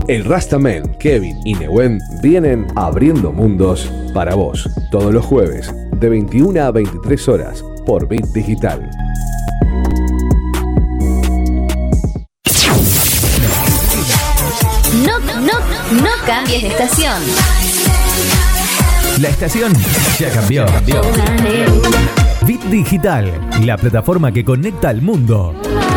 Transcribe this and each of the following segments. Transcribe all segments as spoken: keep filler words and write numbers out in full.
El Rastaman, Kevin y Nehuen vienen abriendo mundos para vos todos los jueves de veintiuna a veintitrés horas por Bit Digital. No, no, no cambies de estación. La estación ya cambió. cambió. Bit Digital, la plataforma que conecta al mundo.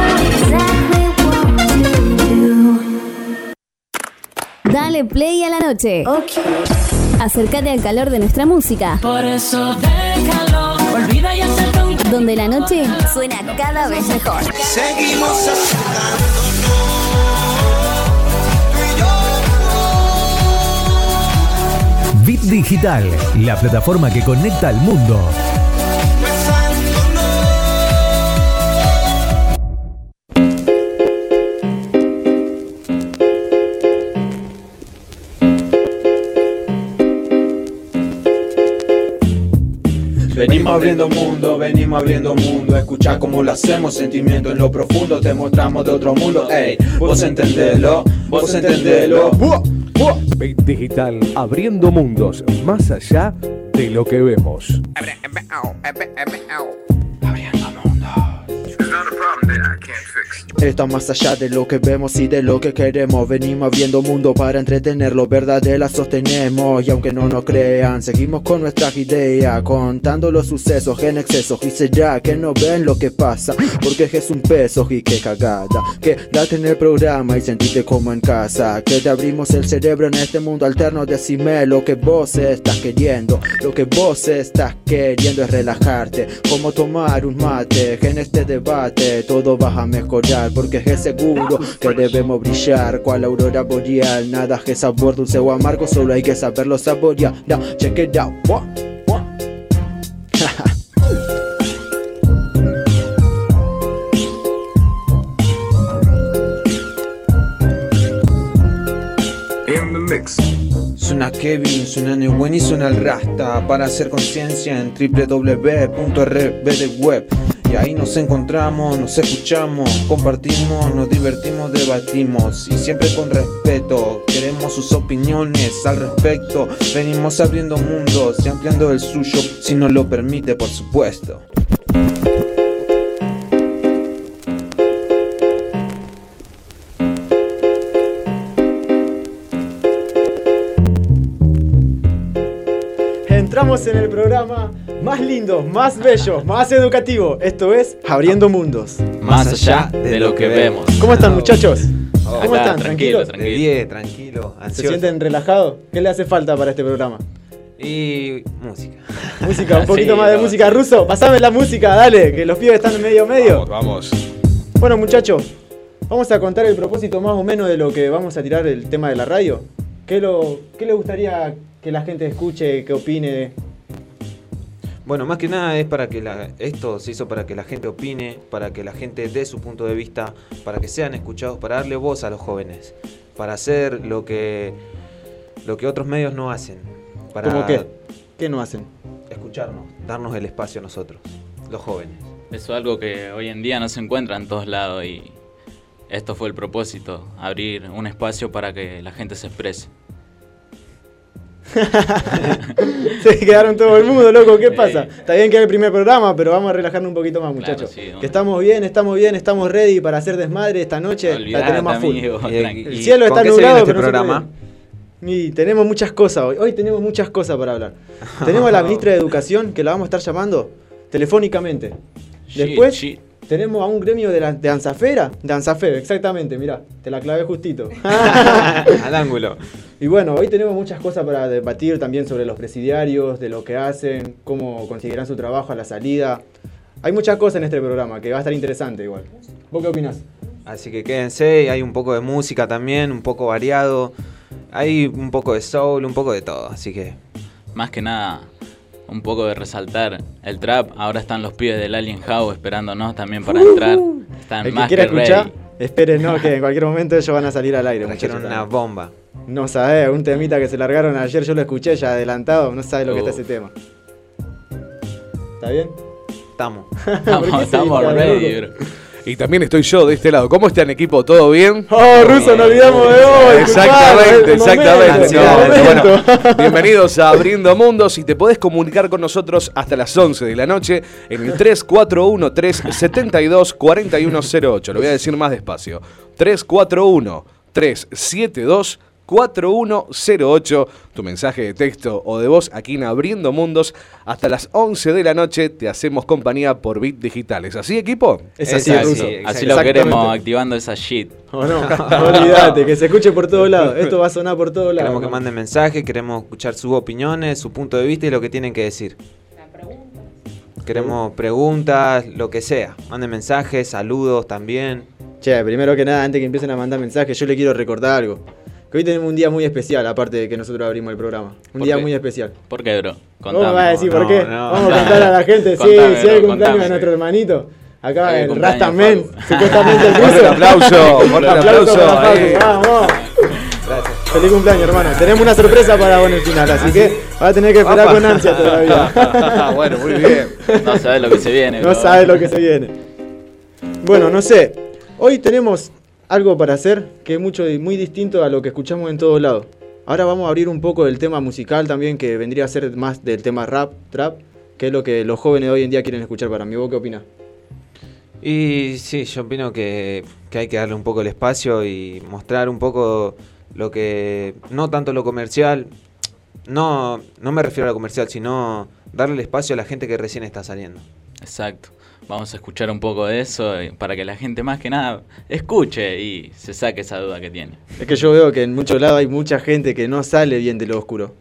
Dale play a la noche. Okay. Acércate al calor de nuestra música. Por eso déjalo, olvida y acerca un... Donde la noche suena cada vez mejor. Seguimos acercándonos. Bit Digital, la plataforma que conecta al mundo. Venimos abriendo mundo, venimos abriendo mundo. Escucha cómo lo hacemos, sentimiento en lo profundo. Te mostramos de otro mundo, ey, vos entendelo, vos entendelo. Bit Digital, abriendo mundos más allá de lo que vemos. Está más allá de lo que vemos y de lo que queremos. Venimos abriendo mundo para entretenerlo, verdades las sostenemos. Y aunque no nos crean, seguimos con nuestras ideas, contando los sucesos en exceso. Y será que no ven lo que pasa, porque es un peso y qué cagada. Quédate en el programa y sentite como en casa, que te abrimos el cerebro en este mundo alterno. Decime lo que vos estás queriendo. Lo que vos estás queriendo es relajarte, como tomar un mate. Que en este debate todo va a mejorar, porque es seguro que debemos brillar cual aurora boreal. Nada que sabor dulce o amargo, solo hay que saberlo saborear. Now, check it out. What? What? In the mix. Suena Kevin, suena Nehuen y suena el Rasta, para hacer conciencia en doble u doble u doble u punto r b de web. Y ahí nos encontramos, nos escuchamos, compartimos, nos divertimos, debatimos y siempre con respeto. Queremos sus opiniones al respecto. Venimos abriendo mundos y ampliando el suyo, si nos lo permite, por supuesto. Entramos en el programa más lindo, más bello, más educativo. Esto es Abriendo Mundos. Más allá de lo que vemos. ¿Cómo están, muchachos? Oh, ¿Cómo acá, están? tranquilo, ¿Tranquilos? tranquilo. De diez, tranquilo, ¿Se ansioso. sienten relajados? ¿Qué le hace falta para este programa? Y música. Música, un poquito Sí, más de no, música. sí. Ruso, pasame la música, dale, que los pibes están en medio medio. Vamos, vamos. Bueno, muchachos, vamos a contar el propósito más o menos de lo que vamos a tirar el tema de la radio. ¿Qué, lo, qué le gustaría que la gente escuche, que opine? Bueno, más que nada es para que la, esto se hizo para que la gente opine, para que la gente dé su punto de vista, para que sean escuchados, para darle voz a los jóvenes, para hacer lo que lo que otros medios no hacen. Para ¿Cómo qué? ¿Qué no hacen? Escucharnos, darnos el espacio a nosotros, los jóvenes. Eso es algo que hoy en día no se encuentra en todos lados y esto fue el propósito, abrir un espacio para que la gente se exprese. Se quedaron todo el mundo, loco, ¿qué Sí. pasa? Está bien que es el primer programa, pero vamos a relajarnos un poquito más, muchachos. Claro, sí, que estamos bien, estamos bien, estamos ready para hacer desmadre esta noche. Olvidate, la tenemos a full. amigo, Y- tranquilo. El cielo ¿con está qué se viene nublado, este pero no se programa? puede. Y tenemos muchas cosas hoy. Hoy tenemos muchas cosas para hablar. Tenemos a la ministra de Educación, que la vamos a estar llamando telefónicamente. Shit, Después shit. tenemos a un gremio de, la, de Anzafera. De Anzafe, exactamente, mirá, te la clavé justito. Al ángulo. Y bueno, hoy tenemos muchas cosas para debatir también sobre los presidiarios, de lo que hacen, cómo conseguirán su trabajo a la salida. Hay muchas cosas en este programa que va a estar interesante igual. ¿Vos qué opinás? Así que quédense, hay un poco de música también, un poco variado. Hay un poco de soul, un poco de todo, así que... Más que nada, un poco de resaltar el trap. Ahora están los pibes del Alien House esperándonos también para entrar. Están El que más quiera que escuchar, ready. esperen, ¿no? Que en cualquier momento ellos van a salir al aire. Trajeron muchachos, una también. bomba. No sabés, un temita que se largaron ayer, yo lo escuché ya adelantado, no sabes lo que está Uf. ese tema. ¿Está bien? Estamos. ¿Por qué Estamos, se estamos distrae, ready, loco? bro. Y también estoy yo de este lado. ¿Cómo están, equipo? ¿Todo bien? Oh, Ruso, no olvidamos de hoy. Exactamente, exactamente. Momento, No, bueno, bienvenidos a Abriendo Mundos y te podés comunicar con nosotros hasta las once de la noche en el tres cuatro uno, tres siete dos, cuatro uno cero ocho. Lo voy a decir más despacio. tres cuatro uno, tres siete dos, cuatro uno cero ocho. Tu mensaje de texto o de voz aquí en Abriendo Mundos. Hasta las once de la noche te hacemos compañía por Bit Digital. ¿Es así, equipo? Es así, así, Ruso. así lo queremos, activando esa shit. Oh, no, no olvídate, que se escuche por todos lados. Esto va a sonar por todos lados. Queremos que manden mensajes, queremos escuchar sus opiniones, su punto de vista y lo que tienen que decir. Queremos preguntas, lo que sea. Manden mensajes, saludos también. Che, primero que nada, antes que empiecen a mandar mensajes, yo le quiero recordar algo. Que hoy tenemos un día muy especial, aparte de que nosotros abrimos el programa. Un día qué? muy especial. ¿Por qué, bro? ¿Cómo me vas a decir no, por qué? no. Vamos a contar a la gente, sí, Contame, si hay bro, cumpleaños contame. de nuestro hermanito. Acá Hay el cumpleaños, Rastaman, Facu. supuestamente el Fuerte el ruso. aplauso, fuerte el aplauso. para ahí. Facu, vamos. Feliz cumpleaños, hermano. Tenemos una sorpresa para vos en el final, así que vas a tener que esperar Opa. con ansia todavía. Bueno, muy bien. No sabes lo que se viene, No bro. sabes lo que se viene. Bueno, no sé. Hoy tenemos algo para hacer que es mucho, muy distinto a lo que escuchamos en todos lados. Ahora vamos a abrir un poco el tema musical también, que vendría a ser más del tema rap, trap, que es lo que los jóvenes de hoy en día quieren escuchar para mí. ¿Vos qué opinás? Y sí, yo opino que, que hay que darle un poco el espacio y mostrar un poco lo que, no tanto lo comercial, no, no me refiero a lo comercial, sino darle el espacio a la gente que recién está saliendo. Exacto. Vamos a escuchar un poco de eso eh, para que la gente más que nada escuche y se saque esa duda que tiene. Es que yo veo que en muchos lados hay mucha gente que no sale bien de lo oscuro.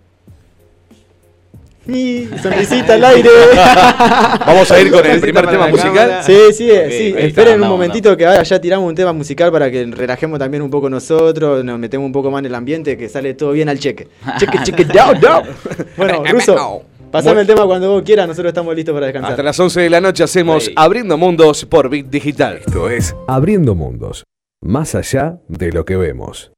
Y sonrisita al aire. Vamos a ir con el Sonrisita primer para tema la musical. cámara. Sí, sí, Ok, sí. ahí está, Esperen un andamos, momentito que ahora ya tiramos un tema musical para que relajemos también un poco nosotros, nos metemos un poco más en el ambiente, que sale todo bien al cheque. Cheque, cheque, down, down. Bueno, Ruso, pasame el tema cuando vos quieras, nosotros estamos listos para descansar. Hasta las once de la noche hacemos Hey. Abriendo Mundos por Bit Digital. Esto es Abriendo Mundos, más allá de lo que vemos.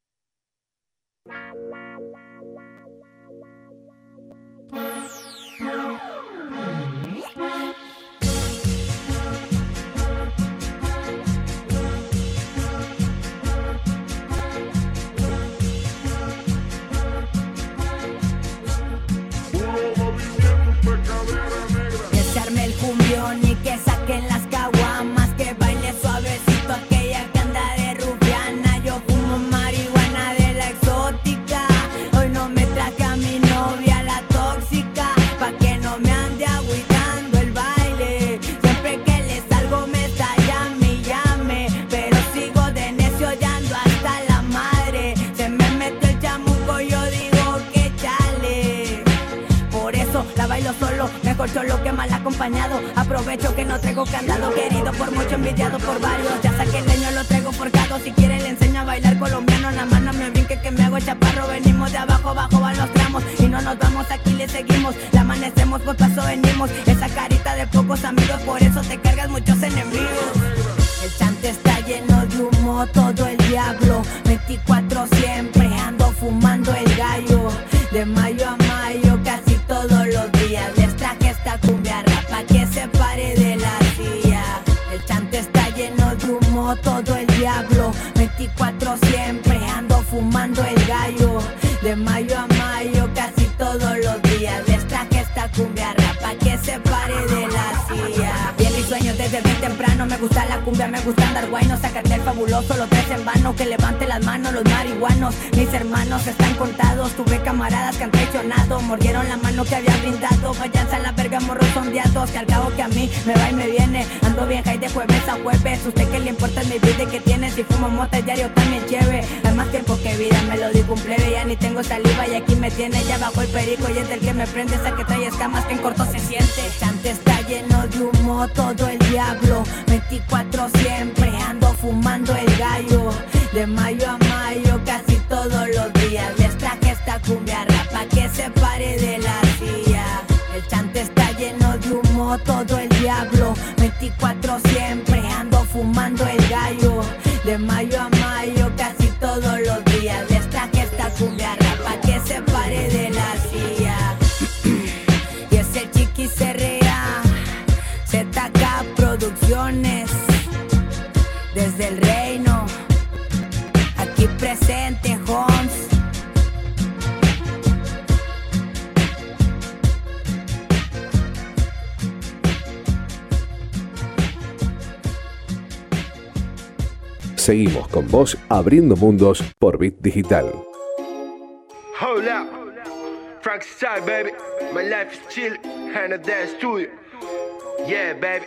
Que se arme el cumbión y que saquen las caguamas, que baile suavecito aquella que anda de rufiana. Yo fumo marihuana de la exótica, hoy no me traje a mi novia la tóxica, pa' que no me ande agüitando el baile. Siempre que le salgo me está llame y llame, pero sigo de necio y ando hasta la madre. Se me metió el chamuco, yo digo que chale. Por eso la bailo solo, mejor solo que mal acompañado. Aprovecho que no traigo candado, querido por mucho, envidiado por varios. Ya saqué el leño, lo traigo forjado. Si quiere le enseño a bailar colombiano. La mano me brinque que me hago chaparro. Venimos de abajo, abajo van los tramos. Y no nos vamos, aquí le seguimos. La amanecemos, por paso venimos. Esa carita de pocos amigos, por eso te cargas muchos enemigos. El chante está lleno de humo, todo el diablo. veinticuatro siempre ando fumando el gallo. De mayo a mayo, casi todos los días. Les traje esta cumbia rapa que se pare de la silla. El chante está lleno de humo, todo el diablo. veinticuatro siempre ando fumando el gallo. De mayo a mayo, casi todos los días. Les traje esta cumbia rapa que se pare de la silla. Bien mis sueños desde bien temprano. Me gusta la cumbia, me gusta andar guay. No sacarte el fabuloso, los tres en vano. Que levante las manos los marihuanos. Mis hermanos están contados. Tuve camaradas que han traicionado. Mordieron la mano que había brindado. Váyanse a la verga, morros sondeados. Que al cabo que a mí me va y me viene. Ando bien high de jueves a jueves. Usted que le importa es mi vida y que tiene. Si fumo mota diario también chévere. Hay más tiempo que vida, me lo digo un plebe. Ya ni tengo saliva y aquí me tiene. Ya bajo el perico y es del que me prende. Esa que trae escamas que en corto se siente. El chante está lleno de humo, todo el diablo. veinticuatro siempre ando fumando el gallo. De mayo a mayo, casi todos los días. Les traje esta cumbia rapa que se pare de la silla. El chante está lleno de humo, todo el diablo. veinticuatro siempre ando fumando el gallo. De mayo a mayo, casi todos los días. Les traje esta cumbia rapa que se pare de la silla. Y ese chiqui se rea. Z K Producciones. presente, Holmes. Seguimos con vos abriendo mundos por Bit Digital. Hold up, Frank Style, baby. My life is chill, and a dance studio. Yeah, baby.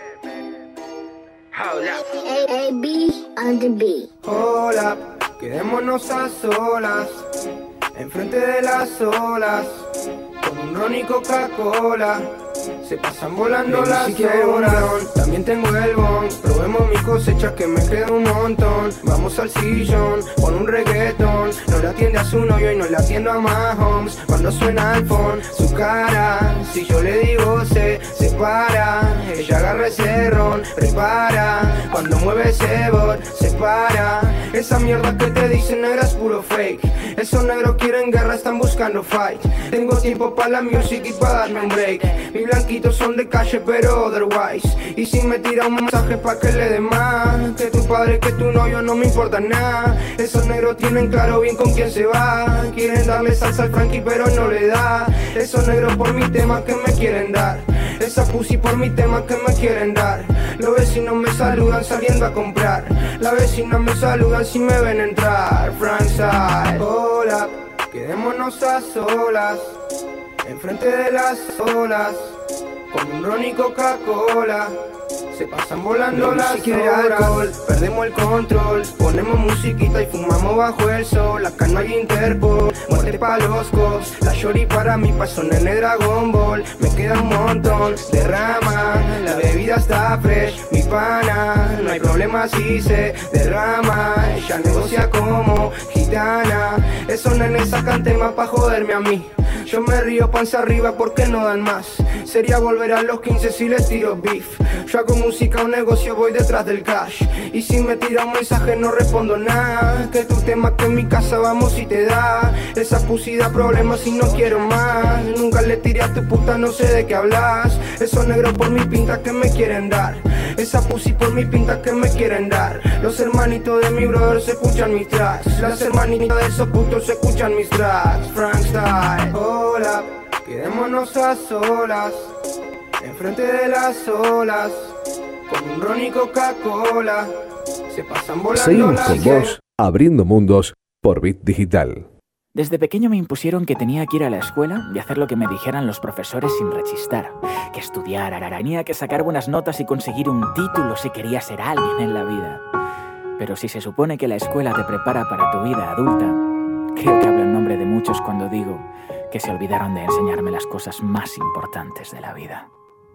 Hold up. A, A, B on the B. Hold up, quedémonos a solas, enfrente de las olas, con un ron y Coca-Cola. Se pasan volando Baby, las si quiero horas. un ron, También tengo el bon. Probemos mis cosechas que me queda un montón. Vamos al sillón, pon un reggaetón. No le atiende a su novio y no le atiendo a Mahomes. Cuando suena el phone, su cara, si yo le digo se separa. Ella agarra ese ron, prepara. Cuando mueve ese bot, se para. Esa mierda que te dicen negra es puro fake. Esos negros quieren guerra, están buscando fight. Tengo tiempo para la music y para darme un break. Mis blanquitos son de calle pero otherwise. Y si me tira un mensaje pa' que le dé más, que tu padre, que tu novio, no me importa nada. Esos negros tienen claro bien con quién se va. Quieren darle salsa al Frankie pero no le da. Esos negros por mi tema que me quieren dar. Esa pussy por mi tema que me quieren dar. Los vecinos me saludan saliendo a comprar. Las vecinas me saludan si me ven entrar. Frankside, hola, quedémonos a solas, enfrente de las olas, con un ron y Coca-Cola. Se pasan volando Baby, las si quiere horas, alcohol, perdemos el control. Ponemos musiquita y fumamos bajo el sol. Acá no hay Interpol, muerte pa' los cos. La shorty para mí pasó nene Dragon Ball. Me queda un montón de rama, la bebida está fresh, mi pana. No hay problema si se derrama. Ella negocia como gitana. Esos nenes sacan temas pa' joderme a mí. Yo me río panza arriba porque no dan más. Sería volver a los quince si les tiro beef. Yo hago música, un negocio, voy detrás del cash. Y si me tira un mensaje no respondo nada. Que tu tema que en mi casa vamos y te da. Esa pussy da problemas y no quiero más. Nunca le tiré a tu puta, no sé de qué hablas. Esos negros por mi pinta que me quieren dar. Esa pussy por mi pinta que me quieren dar. Los hermanitos de mi brother se escuchan mis tracks. Las hermanitas de esos putos se escuchan mis tracks. Frank Style, hola, quedémonos a solas, enfrente de las olas, con un ron y Coca-Cola. Se pasan volando Seguimos las con vos abriendo mundos por Bit Digital. Desde pequeño me impusieron que tenía que ir a la escuela y hacer lo que me dijeran los profesores sin rechistar. Que estudiar, tenía que sacar buenas notas y conseguir un título si quería ser alguien en la vida. Pero si se supone que la escuela te prepara para tu vida adulta, creo que hablo en nombre de muchos cuando digo que se olvidaron de enseñarme las cosas más importantes de la vida.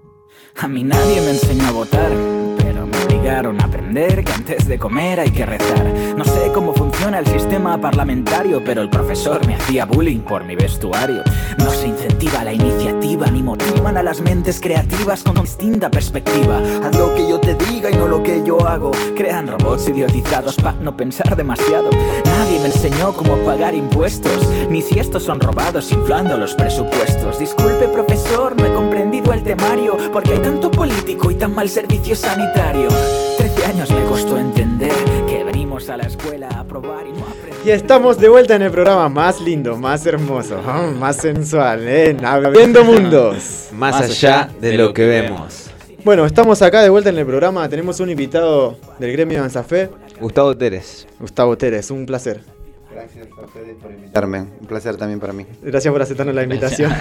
A mí nadie me enseñó a votar, pero me obligaron a aprender que antes de comer hay que rezar. No sé cómo funciona el sistema parlamentario, pero el profesor me hacía bullying por mi vestuario. No se incentiva la iniciativa ni motivan a las mentes creativas con distinta perspectiva. Haz lo que yo te diga y no lo que yo hago. Crean robots idiotizados pa' no pensar demasiado. Nadie me enseñó cómo pagar impuestos, ni si estos son robados inflando los presupuestos. Disculpe profesor, no he comprendido el temario, porque hay tanto político y tan mal servicio sanitario. Trece años me costó entender que venimos a la escuela a probar y no a aprender. Y estamos de vuelta en el programa más lindo, más hermoso, oh, más sensual, ¿eh? Abriendo mundos. Más allá de lo que vemos. Bueno, estamos acá de vuelta en el programa. Tenemos un invitado del gremio de Ansafé. Gustavo Teres. Gustavo Teres, un placer. Gracias a ustedes por invitarme. Un placer también para mí. Gracias por aceptarnos la invitación.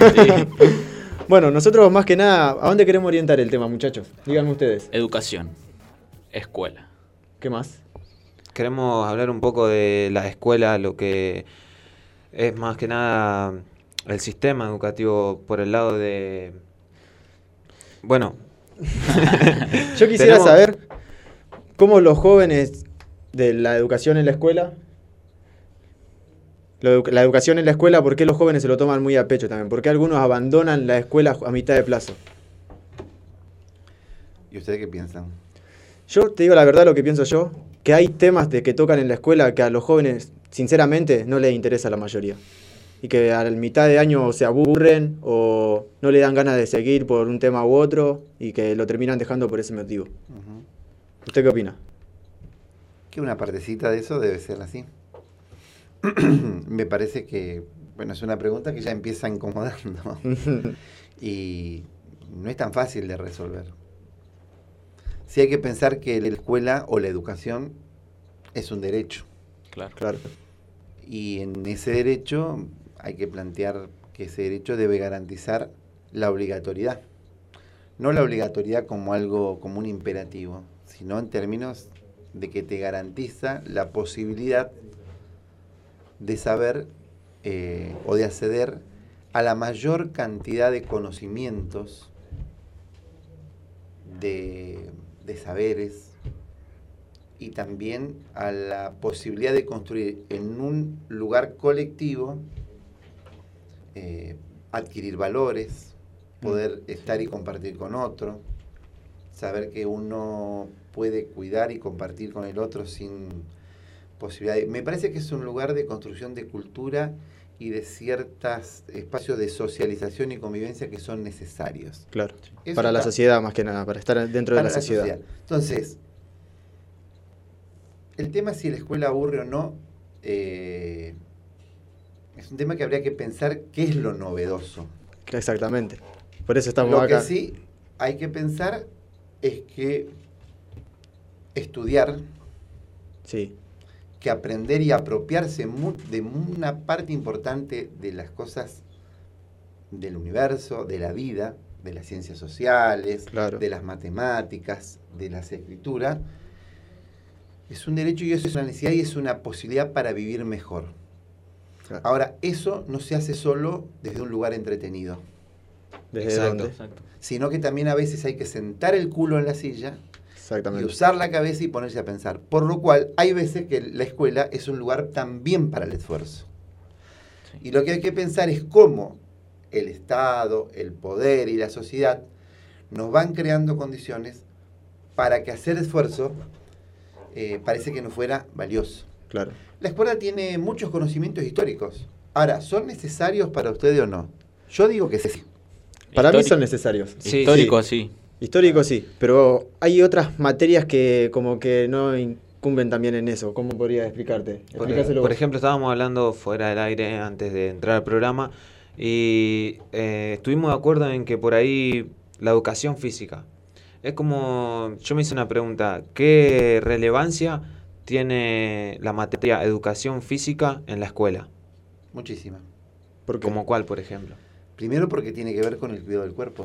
Bueno, nosotros más que nada, ¿a dónde queremos orientar el tema, muchachos? Díganme ustedes. Educación. Escuela. ¿Qué más? Queremos hablar un poco de la escuela, lo que es más que nada el sistema educativo por el lado de... Bueno. Yo quisiera Tenemos... saber cómo los jóvenes de la educación en la escuela... La educación en la escuela, ¿por qué los jóvenes se lo toman muy a pecho también? ¿Por qué algunos abandonan la escuela a mitad de plazo? ¿Y ustedes qué piensan? Yo te digo la verdad lo que pienso yo, que hay temas de que tocan en la escuela que a los jóvenes, sinceramente, no les interesa a la mayoría. Y que a la mitad de año se aburren o no le dan ganas de seguir por un tema u otro y que lo terminan dejando por ese motivo. Uh-huh. ¿Usted qué opina? Que una partecita de eso debe ser así. Me parece que, bueno, es una pregunta que ya empieza incomodando y no es tan fácil de resolver. Sí hay que pensar que la escuela o la educación es un derecho. Claro. Claro. Y en ese derecho hay que plantear que ese derecho debe garantizar la obligatoriedad. No la obligatoriedad como algo, como un imperativo, sino en términos de que te garantiza la posibilidad de saber eh, o de acceder a la mayor cantidad de conocimientos, de, de saberes, y también a la posibilidad de construir en un lugar colectivo, eh, adquirir valores, poder estar y compartir con otro, saber que uno puede cuidar y compartir con el otro sin posibilidad. De, me parece que es un lugar de construcción de cultura y de ciertos espacios de socialización y convivencia que son necesarios. Claro. Eso para la está, sociedad más que nada, para estar dentro para de la, la sociedad. sociedad. Entonces, el tema si la escuela aburre o no, eh, es un tema que habría que pensar qué es lo novedoso. Exactamente. Por eso estamos lo acá. Lo que sí hay que pensar es que estudiar, sí, que aprender y apropiarse de una parte importante de las cosas del universo, de la vida, de las ciencias sociales, claro, de las matemáticas, de las escrituras, es un derecho y eso es una necesidad y es una posibilidad para vivir mejor. Claro. Ahora, eso no se hace solo desde un lugar entretenido. ¿Desde Exacto. dónde? Exacto. Sino que también a veces hay que sentar el culo en la silla y usar la cabeza y ponerse a pensar. Por lo cual, hay veces que la escuela es un lugar también para el esfuerzo. Sí. Y lo que hay que pensar es cómo el Estado, el poder y la sociedad nos van creando condiciones para que hacer esfuerzo eh, parece que no fuera valioso. Claro. La escuela tiene muchos conocimientos históricos. Ahora, ¿son necesarios para ustedes o no? Yo digo que sí. Para Histórico. mí son necesarios. Sí, Histórico, sí. sí. Histórico, sí. Pero hay otras materias que como que no incumben también en eso. ¿Cómo podría explicarte? Por, por ejemplo, estábamos hablando fuera del aire antes de entrar al programa y eh, estuvimos de acuerdo en que por ahí la educación física. Es como, yo me hice una pregunta, ¿qué relevancia tiene la materia educación física en la escuela? Muchísima. ¿Por qué? ¿Como cuál, por ejemplo? Primero porque tiene que ver con el cuidado del cuerpo.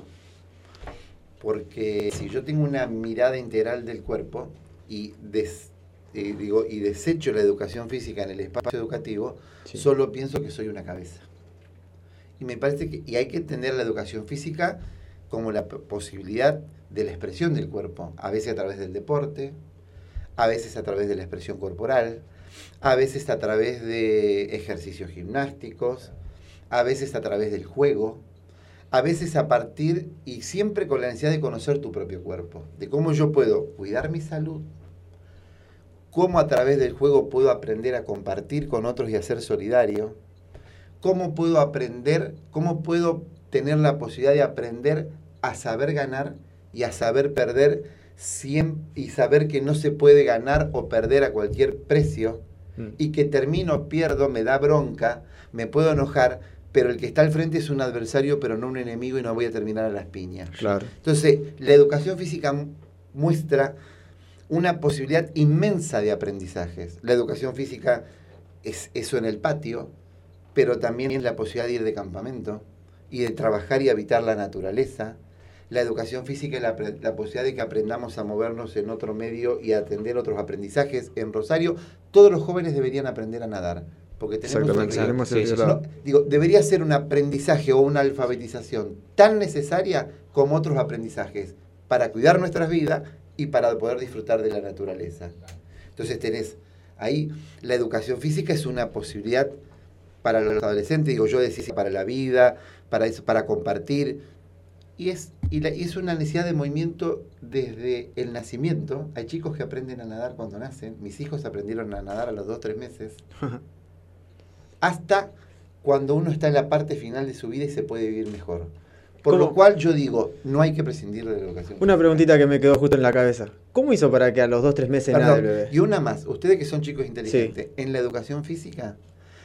Porque si yo tengo una mirada integral del cuerpo y, des, eh, digo, y desecho la educación física en el espacio educativo, sí, solo pienso que soy una cabeza. Y me parece que y hay que entender la educación física como la posibilidad de la expresión del cuerpo, a veces a través del deporte, a veces a través de la expresión corporal, a veces a través de ejercicios gimnásticos, a veces a través del juego, a veces a partir y siempre con la necesidad de conocer tu propio cuerpo, de cómo yo puedo cuidar mi salud, cómo a través del juego puedo aprender a compartir con otros y a ser solidario, cómo puedo aprender, cómo puedo tener la posibilidad de aprender a saber ganar y a saber perder siempre, y saber que no se puede ganar o perder a cualquier precio, mm. y que termino, pierdo, me da bronca, me puedo enojar, pero el que está al frente es un adversario, pero no un enemigo y no voy a terminar a las piñas. Claro. Entonces, la educación física muestra una posibilidad inmensa de aprendizajes. La educación física es eso en el patio, pero también es la posibilidad de ir de campamento y de trabajar y habitar la naturaleza. La educación física es la, la posibilidad de que aprendamos a movernos en otro medio y a atender otros aprendizajes. En Rosario, todos los jóvenes deberían aprender a nadar. Porque tenemos, un, tenemos sí, sí, no, digo, debería ser un aprendizaje o una alfabetización tan necesaria como otros aprendizajes para cuidar nuestras vidas y para poder disfrutar de la naturaleza. Entonces tenés ahí, la educación física es una posibilidad para los adolescentes, digo yo, decir, para la vida, para eso, para compartir, y es, y, la, y es una necesidad de movimiento desde el nacimiento. Hay chicos que aprenden a nadar cuando nacen, mis hijos aprendieron a nadar a los dos o tres meses, hasta cuando uno está en la parte final de su vida y se puede vivir mejor. Por ¿Cómo? Lo cual yo digo, no hay que prescindir de la educación. Una preguntita que me quedó justo en la cabeza. ¿Cómo hizo para que a los dos o tres meses nada el bebé? Y una más, ustedes que son chicos inteligentes, sí. En la educación física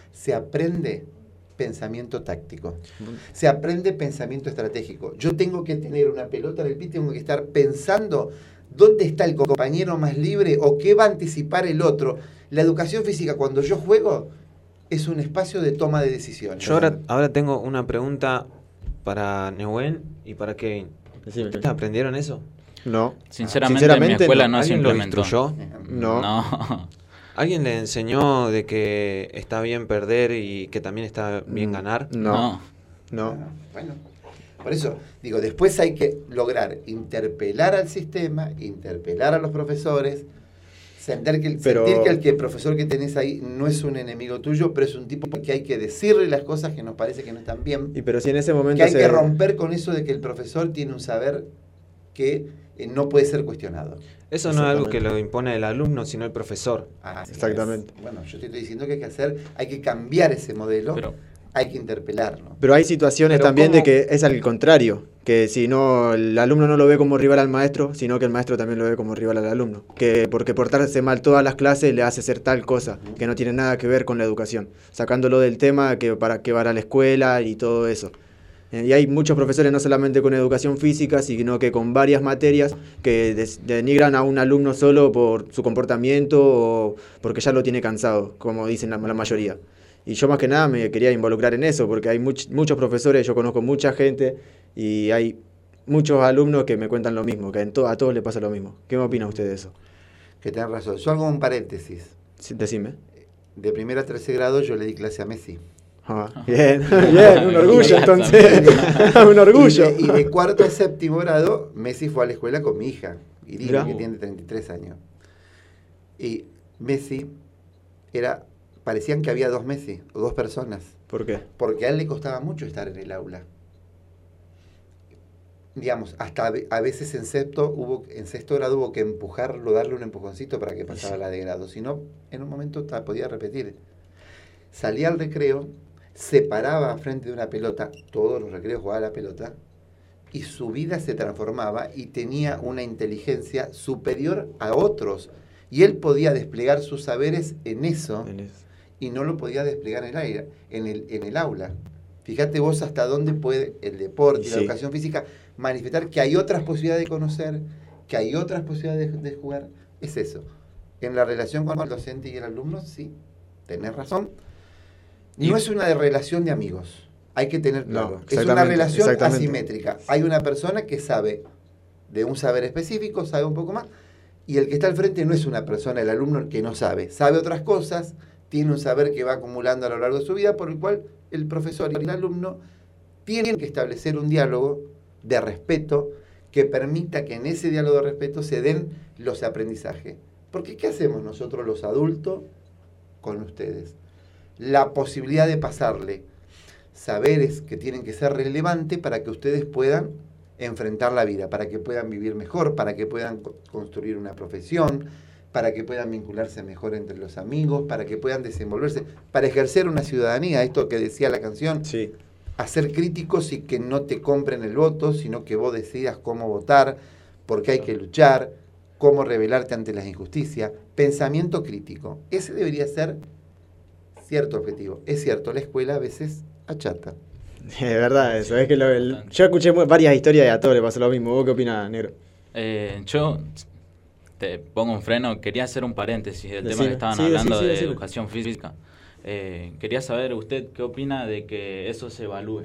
se aprende pensamiento táctico, se aprende pensamiento estratégico. Yo tengo que tener una pelota en el pie, tengo que estar pensando dónde está el compañero más libre o qué va a anticipar el otro. La educación física, cuando yo juego, es un espacio de toma de decisiones. Yo ahora, ahora tengo una pregunta para Nehuen y para Kevin. ¿Ustedes aprendieron eso? No. Sinceramente, en mi escuela no, no se implementó. ¿Lo instruyó? No. No. ¿Alguien le enseñó de que está bien perder y que también está bien ganar? No. No. no. Bueno, por eso, digo, después hay que lograr interpelar al sistema, interpelar a los profesores, sentir que el, pero, sentir que el, que el profesor que tenés ahí no es un enemigo tuyo, pero es un tipo que hay que decirle las cosas que nos parece que no están bien. Y pero si en ese momento que hay se... que romper con eso de que el profesor tiene un saber que eh, no puede ser cuestionado. Eso no es algo que lo impone el alumno, sino el profesor. Ah, exactamente. Es. Bueno, yo te estoy diciendo que hay que hacer, hay que cambiar ese modelo, pero, hay que interpelarlo. Pero hay situaciones pero también ¿cómo? de que es al contrario, que si no, el alumno no lo ve como rival al maestro, sino que el maestro también lo ve como rival al alumno. Que porque portarse mal todas las clases le hace hacer tal cosa, que no tiene nada que ver con la educación. Sacándolo del tema que para que va a la escuela y todo eso. Y hay muchos profesores, no solamente con educación física, sino que con varias materias que des- denigran a un alumno solo por su comportamiento o porque ya lo tiene cansado, como dicen la, la mayoría. Y yo más que nada me quería involucrar en eso, porque hay much- muchos profesores, yo conozco mucha gente y hay muchos alumnos que me cuentan lo mismo, que en to- a todos les pasa lo mismo. ¿Qué me opina usted de eso? Que tenés razón. Yo hago un paréntesis. Sí, decime. De primero a tercer grado yo le di clase a Messi. Ah, bien, bien, un orgullo entonces, un orgullo. Y de, y de cuarto a séptimo grado, Messi fue a la escuela con mi hija, Irina, que tiene treinta y tres años. Y Messi era, parecían que había dos Messi, o dos personas. ¿Por qué? Porque a él le costaba mucho estar en el aula. Digamos, hasta a veces en sexto, hubo, en sexto grado hubo que empujarlo, darle un empujoncito para que pasara la de grado. Si no, en un momento podía repetir. Salía al recreo, se paraba frente de una pelota, todos los recreos jugaba la pelota, y su vida se transformaba y tenía una inteligencia superior a otros. Y él podía desplegar sus saberes en eso, en eso. y no lo podía desplegar en el, aire, en, el, en el aula. Fíjate vos hasta dónde puede el deporte y sí. la educación física manifestar que hay otras posibilidades de conocer, que hay otras posibilidades de, de jugar. Es eso. En la relación con el docente y el alumno, sí, tenés razón. No es una relación de amigos, hay que tener claro. No, es una relación asimétrica. Hay una persona que sabe de un saber específico, sabe un poco más, y el que está al frente no es una persona, el alumno que no sabe. Sabe otras cosas, tiene un saber que va acumulando a lo largo de su vida, por el cual el profesor y el alumno tienen que establecer un diálogo de respeto que permita que en ese diálogo de respeto se den los aprendizajes. Porque ¿qué hacemos nosotros los adultos con ustedes? La posibilidad de pasarle saberes que tienen que ser relevantes para que ustedes puedan enfrentar la vida, para que puedan vivir mejor, para que puedan co- construir una profesión, para que puedan vincularse mejor entre los amigos, para que puedan desenvolverse, para ejercer una ciudadanía, esto que decía la canción, sí. a ser críticos y que no te compren el voto, sino que vos decidas cómo votar, porque hay que luchar, cómo rebelarte ante las injusticias, pensamiento crítico. Ese debería ser cierto objetivo. Es cierto, la escuela a veces achata. Es verdad eso, es que lo, el, yo escuché varias historias y a todos le pasó lo mismo. ¿Vos qué opinás, Negro? Eh, yo te pongo un freno, quería hacer un paréntesis del Decime. tema que estaban Sí, hablando sí, sí, de decime. educación física. Eh, quería saber usted qué opina de que eso se evalúe.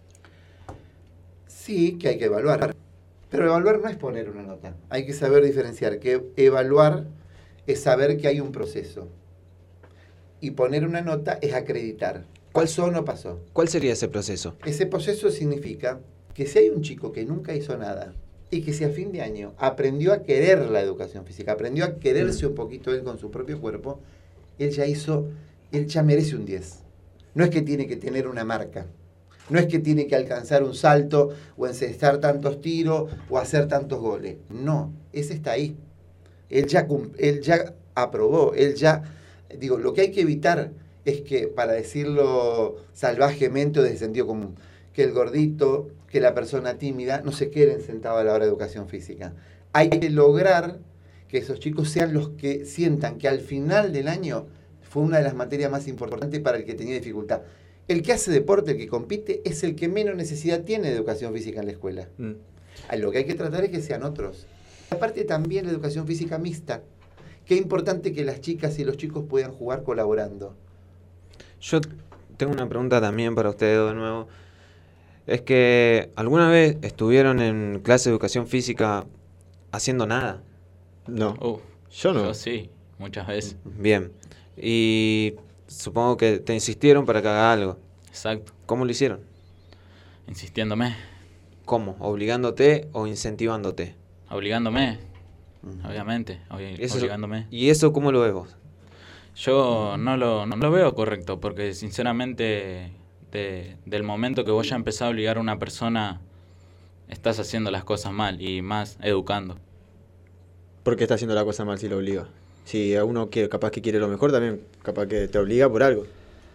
Sí, que hay que evaluar. Pero evaluar no es poner una nota. Hay que saber diferenciar que evaluar es saber que hay un proceso. Y poner una nota es acreditar. ¿Pasó o no pasó? ¿Cuál sería ese proceso? Ese proceso significa que si hay un chico que nunca hizo nada y que si a fin de año aprendió a querer la educación física, aprendió a quererse un poquito él con su propio cuerpo, él ya hizo, él ya merece un diez. No es que tiene que tener una marca. No es que tiene que alcanzar un salto o encestar tantos tiros o hacer tantos goles. No, ese está ahí. Él ya, él ya aprobó, él ya... Digo, lo que hay que evitar es que, para decirlo salvajemente o desde sentido común, que el gordito, que la persona tímida no se queden sentados a la hora de educación física. Hay que lograr que esos chicos sean los que sientan que al final del año fue una de las materias más importantes para el que tenía dificultad. El que hace deporte, el que compite, es el que menos necesidad tiene de educación física en la escuela. Mm. Lo que hay que tratar es que sean otros. Aparte también la educación física mixta. Qué importante que las chicas y los chicos puedan jugar colaborando. Yo tengo una pregunta también para ustedes de nuevo. Es que, ¿alguna vez estuvieron en clase de educación física haciendo nada? No. Uh, yo no. Yo sí, muchas veces. Bien. Y supongo que te insistieron para que haga algo. Exacto. ¿Cómo lo hicieron? Insistiéndome. ¿Cómo? ¿Obligándote o incentivándote? Obligándome, uh-huh. obviamente, ob- eso, obligándome. ¿Y eso cómo lo ves vos? Yo uh-huh. no, lo, no lo veo correcto, porque sinceramente de, del momento que vos ya empezás a obligar a una persona, estás haciendo las cosas mal y más educando. ¿Por qué está haciendo la cosa mal si lo obliga? Si a uno que capaz que quiere lo mejor, también capaz que te obliga por algo.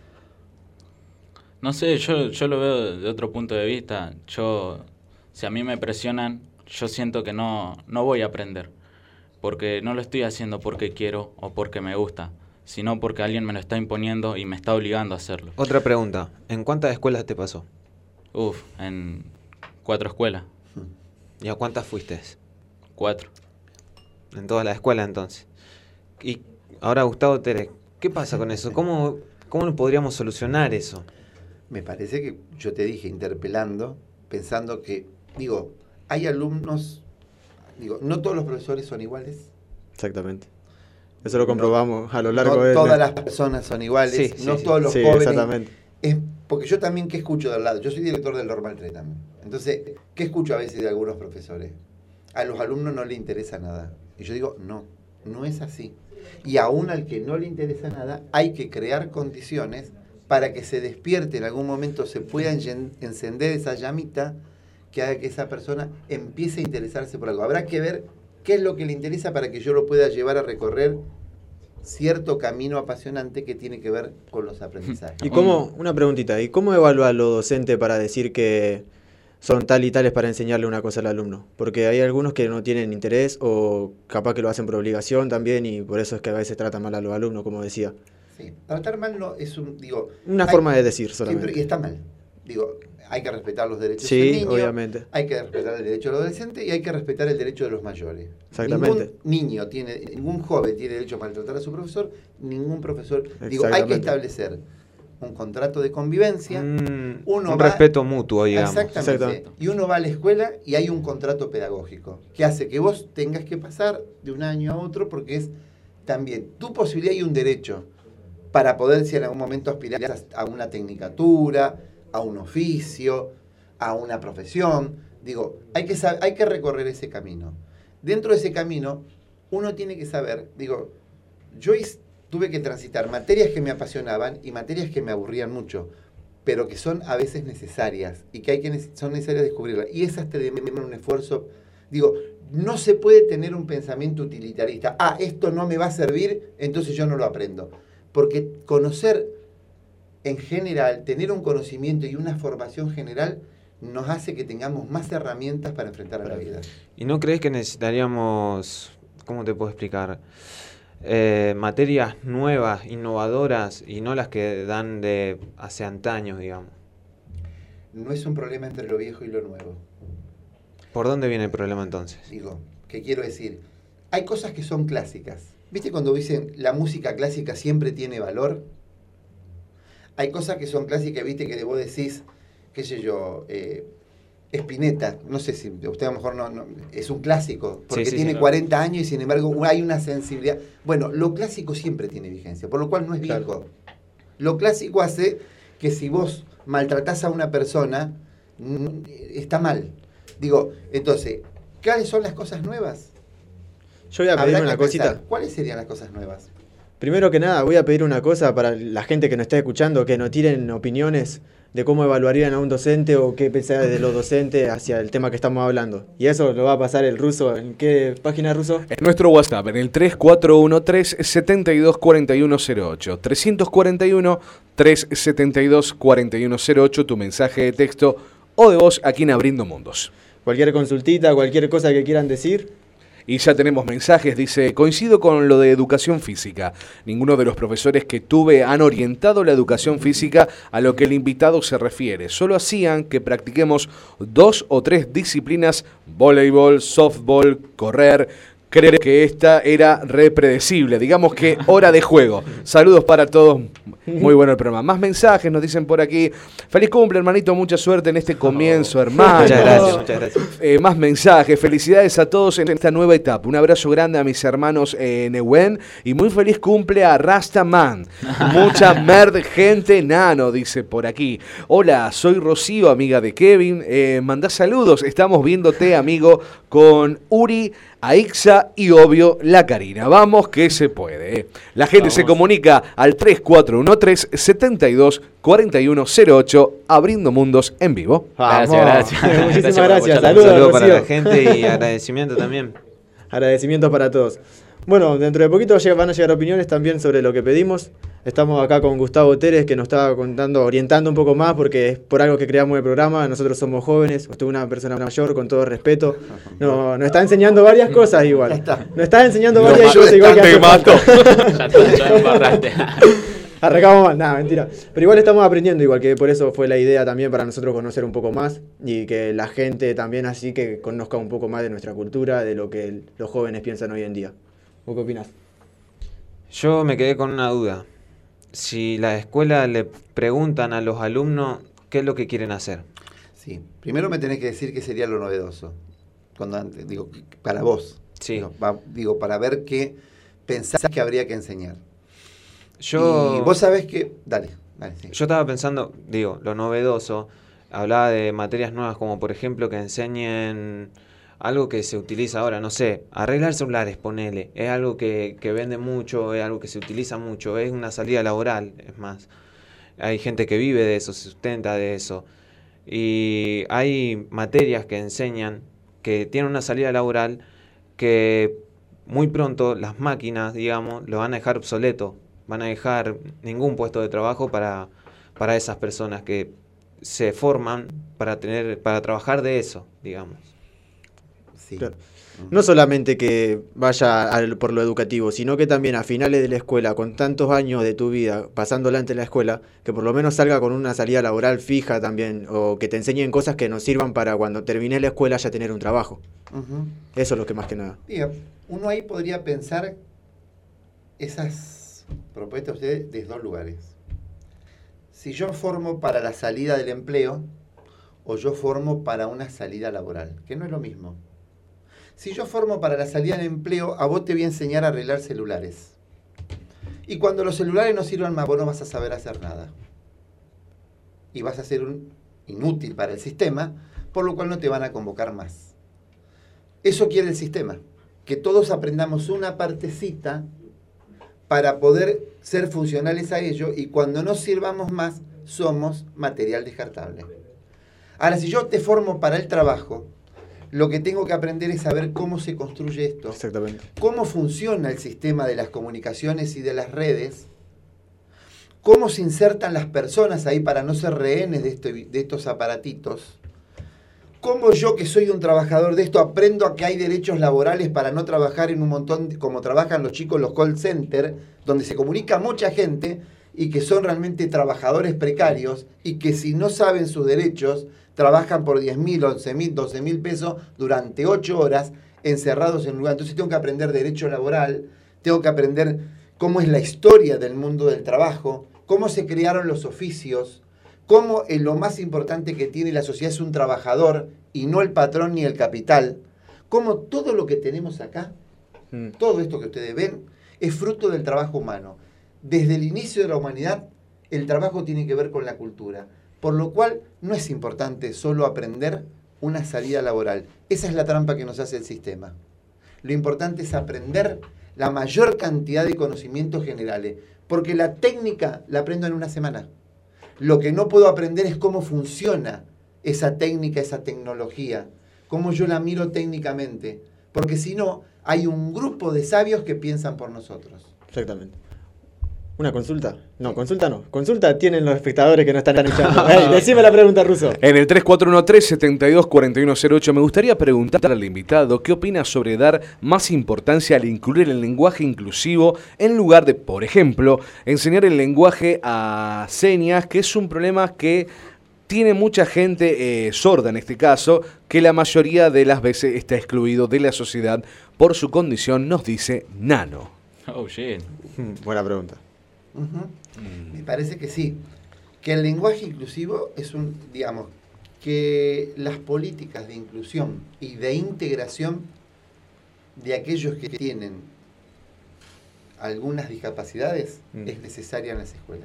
No sé, yo, yo lo veo de otro punto de vista. Yo, si a mí me presionan, yo siento que no, no voy a aprender, porque no lo estoy haciendo porque quiero o porque me gusta, sino porque alguien me lo está imponiendo y me está obligando a hacerlo. Otra pregunta, ¿en cuántas escuelas te pasó? Uf, en cuatro escuelas. ¿Y a cuántas fuiste? Cuatro. En todas las escuelas entonces. Y ahora, Gustavo Tere, ¿qué pasa con eso? ¿Cómo, cómo podríamos solucionar eso? Me parece que yo te dije interpelando, pensando que, digo, hay alumnos, digo, no todos los profesores son iguales. Exactamente. Eso lo comprobamos no, a lo largo no de... No todas las personas son iguales, sí, no sí, todos sí. los sí, jóvenes. Exactamente. Es porque yo también, ¿qué escucho del lado? Yo soy director del Normal tres también. Entonces, ¿qué escucho a veces de algunos profesores? A los alumnos no les interesa nada. Y yo digo, no, no es así. Y aún al que no le interesa nada, hay que crear condiciones para que se despierte, en algún momento se pueda encender esa llamita que haga que esa persona empiece a interesarse por algo. Habrá que ver qué es lo que le interesa para que yo lo pueda llevar a recorrer cierto camino apasionante que tiene que ver con los aprendizajes. Y cómo, una preguntita, ¿y cómo evalúa lo docente para decir que son tal y tales para enseñarle una cosa al alumno? Porque hay algunos que no tienen interés o capaz que lo hacen por obligación también y por eso es que a veces tratan mal a los alumnos, como decía. Sí, tratar mal no es un, digo... Una hay, forma de decir solamente. Sí, pero, y está mal. Digo, hay que respetar los derechos sí, del niño, obviamente. Hay que respetar el derecho del adolescente y hay que respetar el derecho de los mayores. Exactamente. Ningún niño tiene, ningún joven tiene derecho a maltratar a su profesor, ningún profesor... Digo, hay que establecer un contrato de convivencia. Mm, uno un va, respeto mutuo, digamos. Exactamente. Exactamente. Y uno va a la escuela y hay un contrato pedagógico que hace que vos tengas que pasar de un año a otro porque es también tu posibilidad y un derecho para poder, si en algún momento aspirar a una tecnicatura, a un oficio, a una profesión. Digo, hay que, saber, hay que recorrer ese camino. Dentro de ese camino, uno tiene que saber, digo, yo tuve que transitar materias que me apasionaban y materias que me aburrían mucho, pero que son a veces necesarias y que, hay que son necesarias descubrirlas. Y esas te demandan un esfuerzo. Digo, no se puede tener un pensamiento utilitarista. Ah, esto no me va a servir, entonces yo no lo aprendo. Porque conocer en general, tener un conocimiento y una formación general nos hace que tengamos más herramientas para enfrentar a la vida. ¿Y no crees que necesitaríamos, cómo te puedo explicar, eh, materias nuevas, innovadoras y no las que dan de hace antaños, digamos? No es un problema entre lo viejo y lo nuevo. ¿Por dónde viene el problema entonces? Digo, ¿qué quiero decir? Hay cosas que son clásicas. ¿Viste cuando dicen la música clásica siempre tiene valor? Hay cosas que son clásicas, viste, que vos decís, qué sé yo, eh, Spinetta, no sé si usted a lo mejor no, no es un clásico, porque sí, sí, tiene sí, cuarenta claro. años y sin embargo hay una sensibilidad. Bueno, lo clásico siempre tiene vigencia, por lo cual no es viejo. Claro. Lo clásico hace que si vos maltratás a una persona, está mal. Digo, entonces, ¿cuáles son las cosas nuevas? Yo voy a pedir una cosita. ¿Cuáles serían las cosas nuevas? Primero que nada, voy a pedir una cosa para la gente que nos está escuchando, que nos tiren opiniones de cómo evaluarían a un docente o qué pensar de los docentes hacia el tema que estamos hablando. Y eso lo va a pasar el Ruso. ¿En qué página, Ruso? En nuestro WhatsApp, en el tres cuatro uno, tres siete dos, cuatro uno cero ocho. tres cuatro uno, tres siete dos, cuatro uno cero ocho, tu mensaje de texto o de voz aquí en Abriendo Mundos. Cualquier consultita, cualquier cosa que quieran decir. Y ya tenemos mensajes, dice, coincido con lo de educación física. Ninguno de los profesores que tuve han orientado la educación física a lo que el invitado se refiere. Solo hacían que practiquemos dos o tres disciplinas, voleibol, softball, correr. Creo que esta era re predecible, digamos que hora de juego. Saludos para todos, muy bueno el programa. Más mensajes nos dicen por aquí. Feliz cumple, hermanito, mucha suerte en este comienzo, oh, hermano. Muchas gracias, muchas gracias. Eh, más mensajes, felicidades a todos en esta nueva etapa. Un abrazo grande a mis hermanos eh, Nehuen y muy feliz cumple a Rastaman. Mucha merd, gente nano, dice por aquí. Hola, soy Rocío, amiga de Kevin. Eh, mandá saludos, estamos viéndote, amigo, con Uri, Aixa y obvio la Karina. Vamos que se puede. ¿eh? La gente Vamos. Se comunica al tres cuatro uno tres, siete dos, cuatro uno cero ocho abriendo mundos en vivo. Gracias, gracias. Muchísimas gracias. gracias. Saludos, Saludos para la gente y agradecimiento también. Agradecimientos para todos. Bueno, dentro de poquito van a llegar opiniones también sobre lo que pedimos. Estamos acá con Gustavo Teres, que nos estaba contando, orientando un poco más, porque es por algo que creamos el programa. Nosotros somos jóvenes, usted es una persona mayor, con todo respeto. No, nos está enseñando varias cosas igual. Nos está enseñando no, varias cosas igual que hace falta. Ya está, ya embarraste. Arrancamos mal, nada, mentira. Pero igual estamos aprendiendo, igual que por eso fue la idea también para nosotros conocer un poco más y que la gente también así que conozca un poco más de nuestra cultura, de lo que los jóvenes piensan hoy en día. ¿Vos qué opinás? Yo me quedé con una duda. Si la escuela le preguntan a los alumnos qué es lo que quieren hacer. Sí, primero me tenés que decir qué sería lo novedoso. Cuando antes, digo, para vos. Sí. Digo, pa, digo para ver qué pensás que habría que enseñar. Yo, y vos sabés que... Dale, dale, sí. Yo estaba pensando, digo, lo novedoso, hablaba de materias nuevas como por ejemplo que enseñen algo que se utiliza ahora, no sé, arreglar celulares, ponele, es algo que, que vende mucho, es algo que se utiliza mucho, es una salida laboral, es más. Hay gente que vive de eso, se sustenta de eso. Y hay materias que enseñan que tienen una salida laboral que muy pronto las máquinas, digamos, lo van a dejar obsoleto. Van a dejar ningún puesto de trabajo para, para esas personas que se forman para tener para trabajar de eso, digamos. Sí. Claro. No solamente que vaya al, por lo educativo, sino que también a finales de la escuela, con tantos años de tu vida pasándola ante la escuela, que por lo menos salga con una salida laboral fija también, o que te enseñen cosas que nos sirvan para cuando termine la escuela ya tener un trabajo. Uh-huh. Eso es lo que más que nada. Diga, uno ahí podría pensar esas propuestas ustedes desde dos lugares. Si yo formo para la salida del empleo o yo formo para una salida laboral, que no es lo mismo. Si yo formo para la salida del empleo, a vos te voy a enseñar a arreglar celulares. Y cuando los celulares no sirvan más, vos no vas a saber hacer nada. Y vas a ser un inútil para el sistema, por lo cual no te van a convocar más. Eso quiere el sistema, que todos aprendamos una partecita para poder ser funcionales a ello, y cuando no sirvamos más, somos material descartable. Ahora, si yo te formo para el trabajo, lo que tengo que aprender es saber cómo se construye esto. Exactamente. Cómo funciona el sistema de las comunicaciones y de las redes. Cómo se insertan las personas ahí para no ser rehenes de, este, de estos aparatitos. Cómo yo, que soy un trabajador de esto, aprendo a que hay derechos laborales para no trabajar en un montón, de, como trabajan los chicos en los call centers, donde se comunica mucha gente y que son realmente trabajadores precarios y que si no saben sus derechos, trabajan por diez mil, once mil, doce mil pesos durante ocho horas encerrados en un lugar. Entonces tengo que aprender derecho laboral, tengo que aprender cómo es la historia del mundo del trabajo, cómo se crearon los oficios, cómo en lo más importante que tiene la sociedad es un trabajador y no el patrón ni el capital, cómo todo lo que tenemos acá, mm. todo esto que ustedes ven, es fruto del trabajo humano. Desde el inicio de la humanidad, el trabajo tiene que ver con la cultura. Por lo cual, no es importante solo aprender una salida laboral. Esa es la trampa que nos hace el sistema. Lo importante es aprender la mayor cantidad de conocimientos generales, porque la técnica la aprendo en una semana. Lo que no puedo aprender es cómo funciona esa técnica, esa tecnología, cómo yo la miro técnicamente, porque si no, hay un grupo de sabios que piensan por nosotros. Exactamente. ¿Una consulta? No, consulta no. Consulta tienen los espectadores que no están escuchando. Hey, decime la pregunta, Russo. En el tres cuatro uno tres, setenta y dos cuarenta y uno cero ocho me gustaría preguntar al invitado qué opina sobre dar más importancia al incluir el lenguaje inclusivo en lugar de, por ejemplo, enseñar el lenguaje a señas, que es un problema que tiene mucha gente eh, sorda en este caso, que la mayoría de las veces está excluido de la sociedad por su condición, nos dice Nano. Oh, shit. Buena pregunta. Uh-huh. Mm. Me parece que sí, que el lenguaje inclusivo es un, digamos, que las políticas de inclusión y de integración de aquellos que tienen algunas discapacidades mm. es necesaria en las escuelas.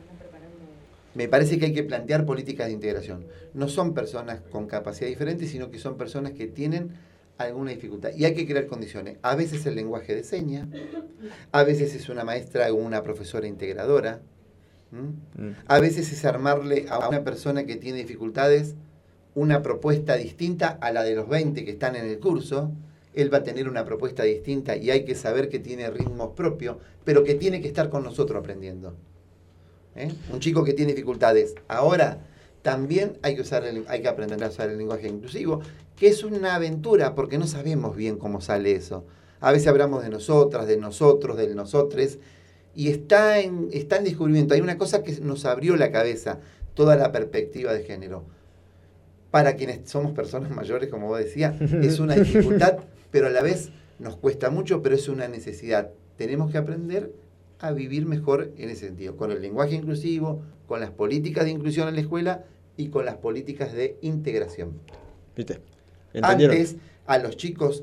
Me parece que hay que plantear políticas de integración. No son personas con capacidad diferente, sino que son personas que tienen alguna dificultad. Y hay que crear condiciones. A veces el lenguaje de señas, a veces es una maestra o una profesora integradora, ¿Mm? a veces es armarle a una persona que tiene dificultades una propuesta distinta a la de los veinte que están en el curso. Él va a tener una propuesta distinta y hay que saber que tiene ritmos propios, pero que tiene que estar con nosotros aprendiendo. ¿Eh? Un chico que tiene dificultades. Ahora, también hay que, usar el, hay que aprender a usar el lenguaje inclusivo, que es una aventura, porque no sabemos bien cómo sale eso. A veces hablamos de nosotras, de nosotros, del nosotres, y está en, está en descubrimiento. Hay una cosa que nos abrió la cabeza, toda la perspectiva de género. Para quienes somos personas mayores, como vos decías, es una dificultad, pero a la vez nos cuesta mucho, pero es una necesidad. Tenemos que aprender a vivir mejor en ese sentido, con el lenguaje inclusivo, con las políticas de inclusión en la escuela y con las políticas de integración. ¿Viste? Antes, a los chicos,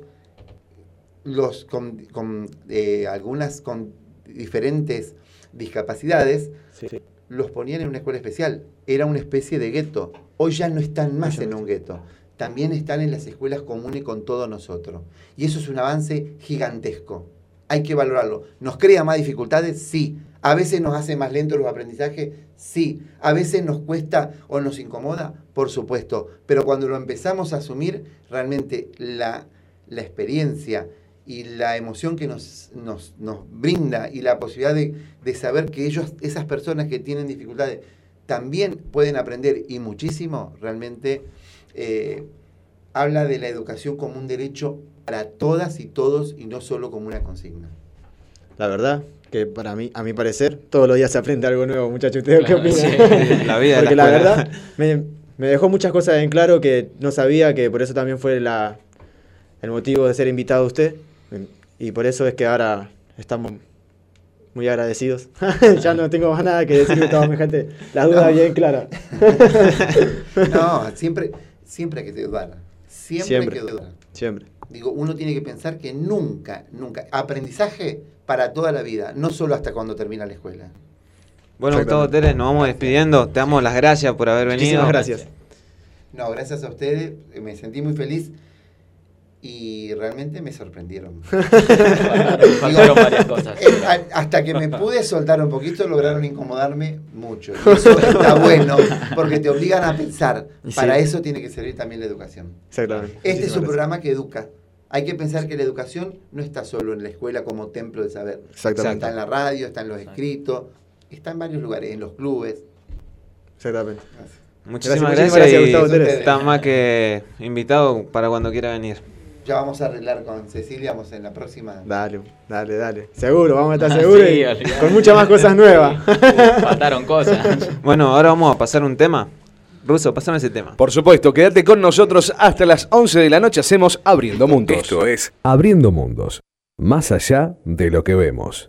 los con, con eh, algunas con diferentes discapacidades, sí, sí. los ponían en una escuela especial. Era una especie de gueto. Hoy ya no están más en un gueto. También están en las escuelas comunes con todos nosotros. Y eso es un avance gigantesco. Hay que valorarlo. ¿Nos crea más dificultades? Sí. ¿A veces nos hace más lento los aprendizajes? Sí. ¿A veces nos cuesta o nos incomoda? Por supuesto. Pero cuando lo empezamos a asumir, realmente la, la experiencia y la emoción que nos, nos, nos brinda y la posibilidad de, de saber que ellos, esas personas que tienen dificultades, también pueden aprender y muchísimo, realmente eh, habla de la educación como un derecho para todas y todos y no solo como una consigna. La verdad que para mí, a mi parecer, todos los días se aprende algo nuevo, muchachos. ¿Ustedes claro, qué opinan? Sí, la vida Porque de la, la verdad me, me dejó muchas cosas en claro que no sabía, que por eso también fue la, el motivo de ser invitado a usted. Y por eso es que ahora estamos muy agradecidos. Ya no tengo más nada que decir, toda mi gente, la duda no. bien clara. No, siempre, siempre hay que dudar. Siempre, siempre hay que dudar. Siempre. Digo, uno tiene que pensar que nunca, nunca, aprendizaje para toda la vida, no solo hasta cuando termina la escuela. Bueno, Gustavo Teres, nos vamos despidiendo. Te damos las gracias por haber venido. Muchísimas gracias. No, gracias a ustedes. Me sentí muy feliz y realmente me sorprendieron. Faltaron varias cosas. Eh, hasta que me pude soltar un poquito, lograron incomodarme mucho. Y eso está bueno, porque te obligan a pensar. Para sí. eso tiene que servir también la educación. Exactamente. Este Muchísimas es un gracias. programa que educa. Hay que pensar que la educación no está solo en la escuela como templo de saber. Exactamente. Está en la radio, está en los escritos, está en varios lugares, en los clubes. Exactamente. Gracias. Muchísimas gracias, gracias, gracias Gustavo Teres. Está más que invitado para cuando quiera venir. Ya vamos a arreglar con Cecilia, vamos en la próxima. Dale, dale, dale. Seguro, vamos a estar seguros sí, y con muchas más cosas nuevas. Faltaron cosas. Bueno, ahora vamos a pasar un tema. Russo, pasame ese tema. Por supuesto, quédate con nosotros hasta las once de la noche. Hacemos Abriendo Mundos. Esto es Abriendo Mundos. Más allá de lo que vemos.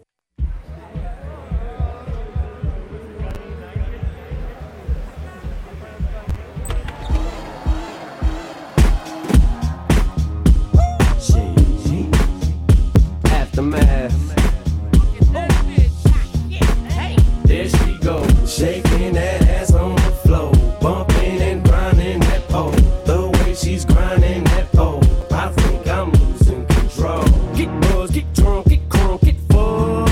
Shaking that ass on the floor, bumping and grinding that pole. The way she's grinding that pole, I think I'm losing control. Get buzzed, get drunk, get crunk, get fucked.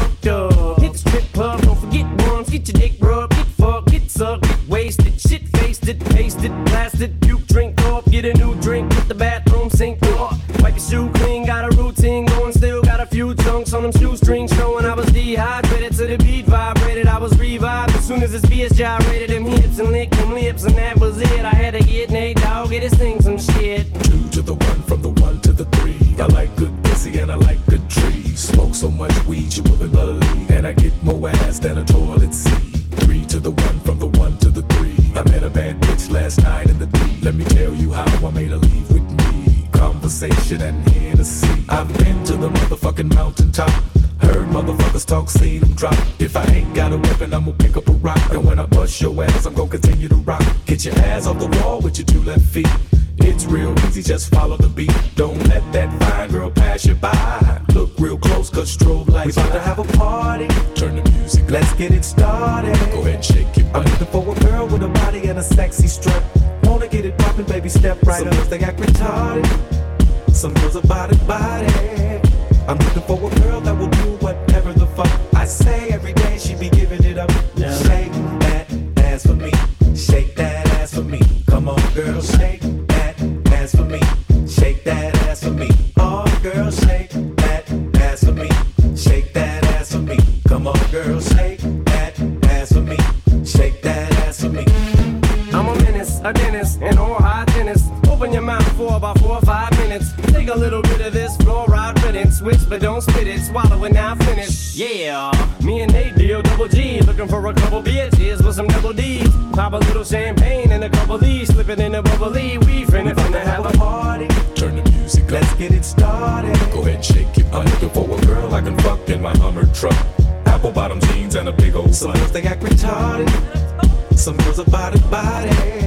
gyrated them hips and licked them lips, and that was it. I had to get Nate Dogg, get his thing some shit. Two to the one, from the one to the three. I like good pussy and I like good trees. Smoke so much weed you wouldn't believe, and I get more ass than a toilet seat. Three to the one, from the one to the three. I met a bad bitch last night in the D. Let me tell you how I made her leave with me. Conversation and Hennessy. I've been to the motherfucking mountaintop. Heard motherfuckers talk, seen them drop. If I ain't got a weapon, I'm gonna pick up a rock. And when I bust your ass, I'm gonna continue to rock. Get your ass off the wall with your two left feet. It's real easy, just follow the beat. Don't let that fine girl pass you by. Look real close, cause strobe lights. We about to have a party. Turn the music, let's get it started. Go ahead and shake it. I'm looking for a girl with a body and a sexy strut. Wanna get it poppin', baby, step right Some up. girls, they act retarded. Some girls are body, body. I'm looking for a girl that will do whatever the fuck I say. Every day she be giving it up. Yeah. Shake that ass for me. Shake that ass for me. Come on, girl, shake that ass for me. Shake that ass for me. Oh, girl, shake that ass for me. Shake that ass for me. Come on, girl, shake that ass for me. Shake that ass for me. I'm a menace, a dentist, and all high tennis. Open your mouth for about four or five minutes. Take a little bit of this fluoride riddance. Switch, but don't spit it. Swallow it, now finish. Yeah, me and Nate deal double G. Looking for a couple bitches with some double D's. Pop a little champagne and a couple D's. Slip it in a bubbly. We finna, finna have a party. Turn the music, let's get it started. Go ahead and shake it. I'm looking for a girl I can fuck in my Hummer truck. Apple bottom jeans and a big old Some slut. girls, they act retarded. Some girls are body, body.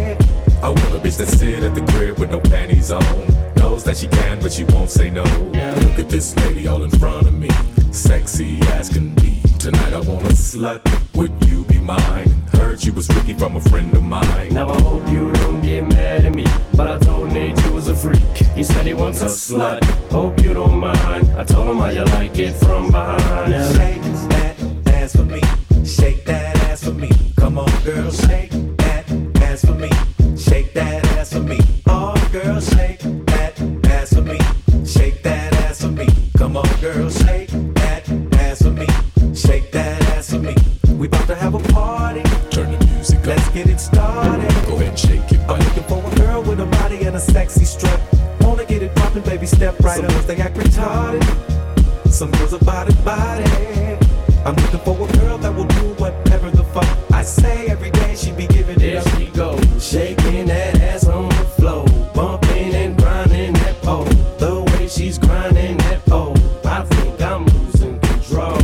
I want a bitch that sit at the crib with no panties on. Knows that she can, but she won't say no. Look at this lady all in front of me. Sexy as can be. Tonight I want a slut. Would you be mine? Heard you was Ricky from a friend of mine. Now I hope you don't get mad at me, but I told Nate you was a freak. He said he wants a slut. Hope you don't mind. I told him how you like it from behind. Now shake that ass for me. Shake that ass for me. Come on, girl, shake that ass for me. Shake that ass for me. Oh, girl, shake that ass for me. Shake that ass for me. Come on, girl, shake that ass for me. Shake that ass for me. We about to have a party. Turn the music up. Let's get it started. Go ahead and shake it. I'm looking for a girl with a body and a sexy strut. Wanna get it poppin', baby, step right Some up. Some girls, they act retarded. Some girls are body, body. I'm looking for a girl that will do whatever the fuck I say. Every day she be giving it up. There she goes, shaking that ass on the floor, bumping and grinding that pole. The way she's grinding that pole, I think I'm losing control.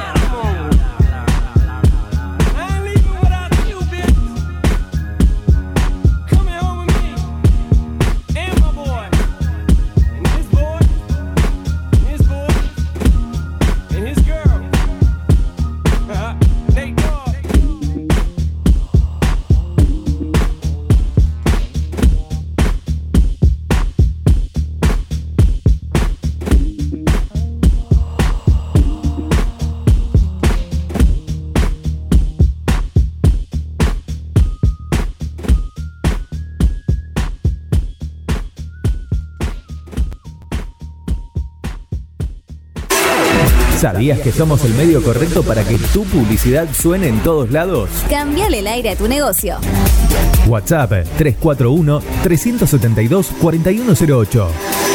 ¿Sabías que somos el medio correcto para que tu publicidad suene en todos lados? Cambiale el aire a tu negocio. WhatsApp tres cuatro uno, tres siete dos, cuatro uno cero ocho.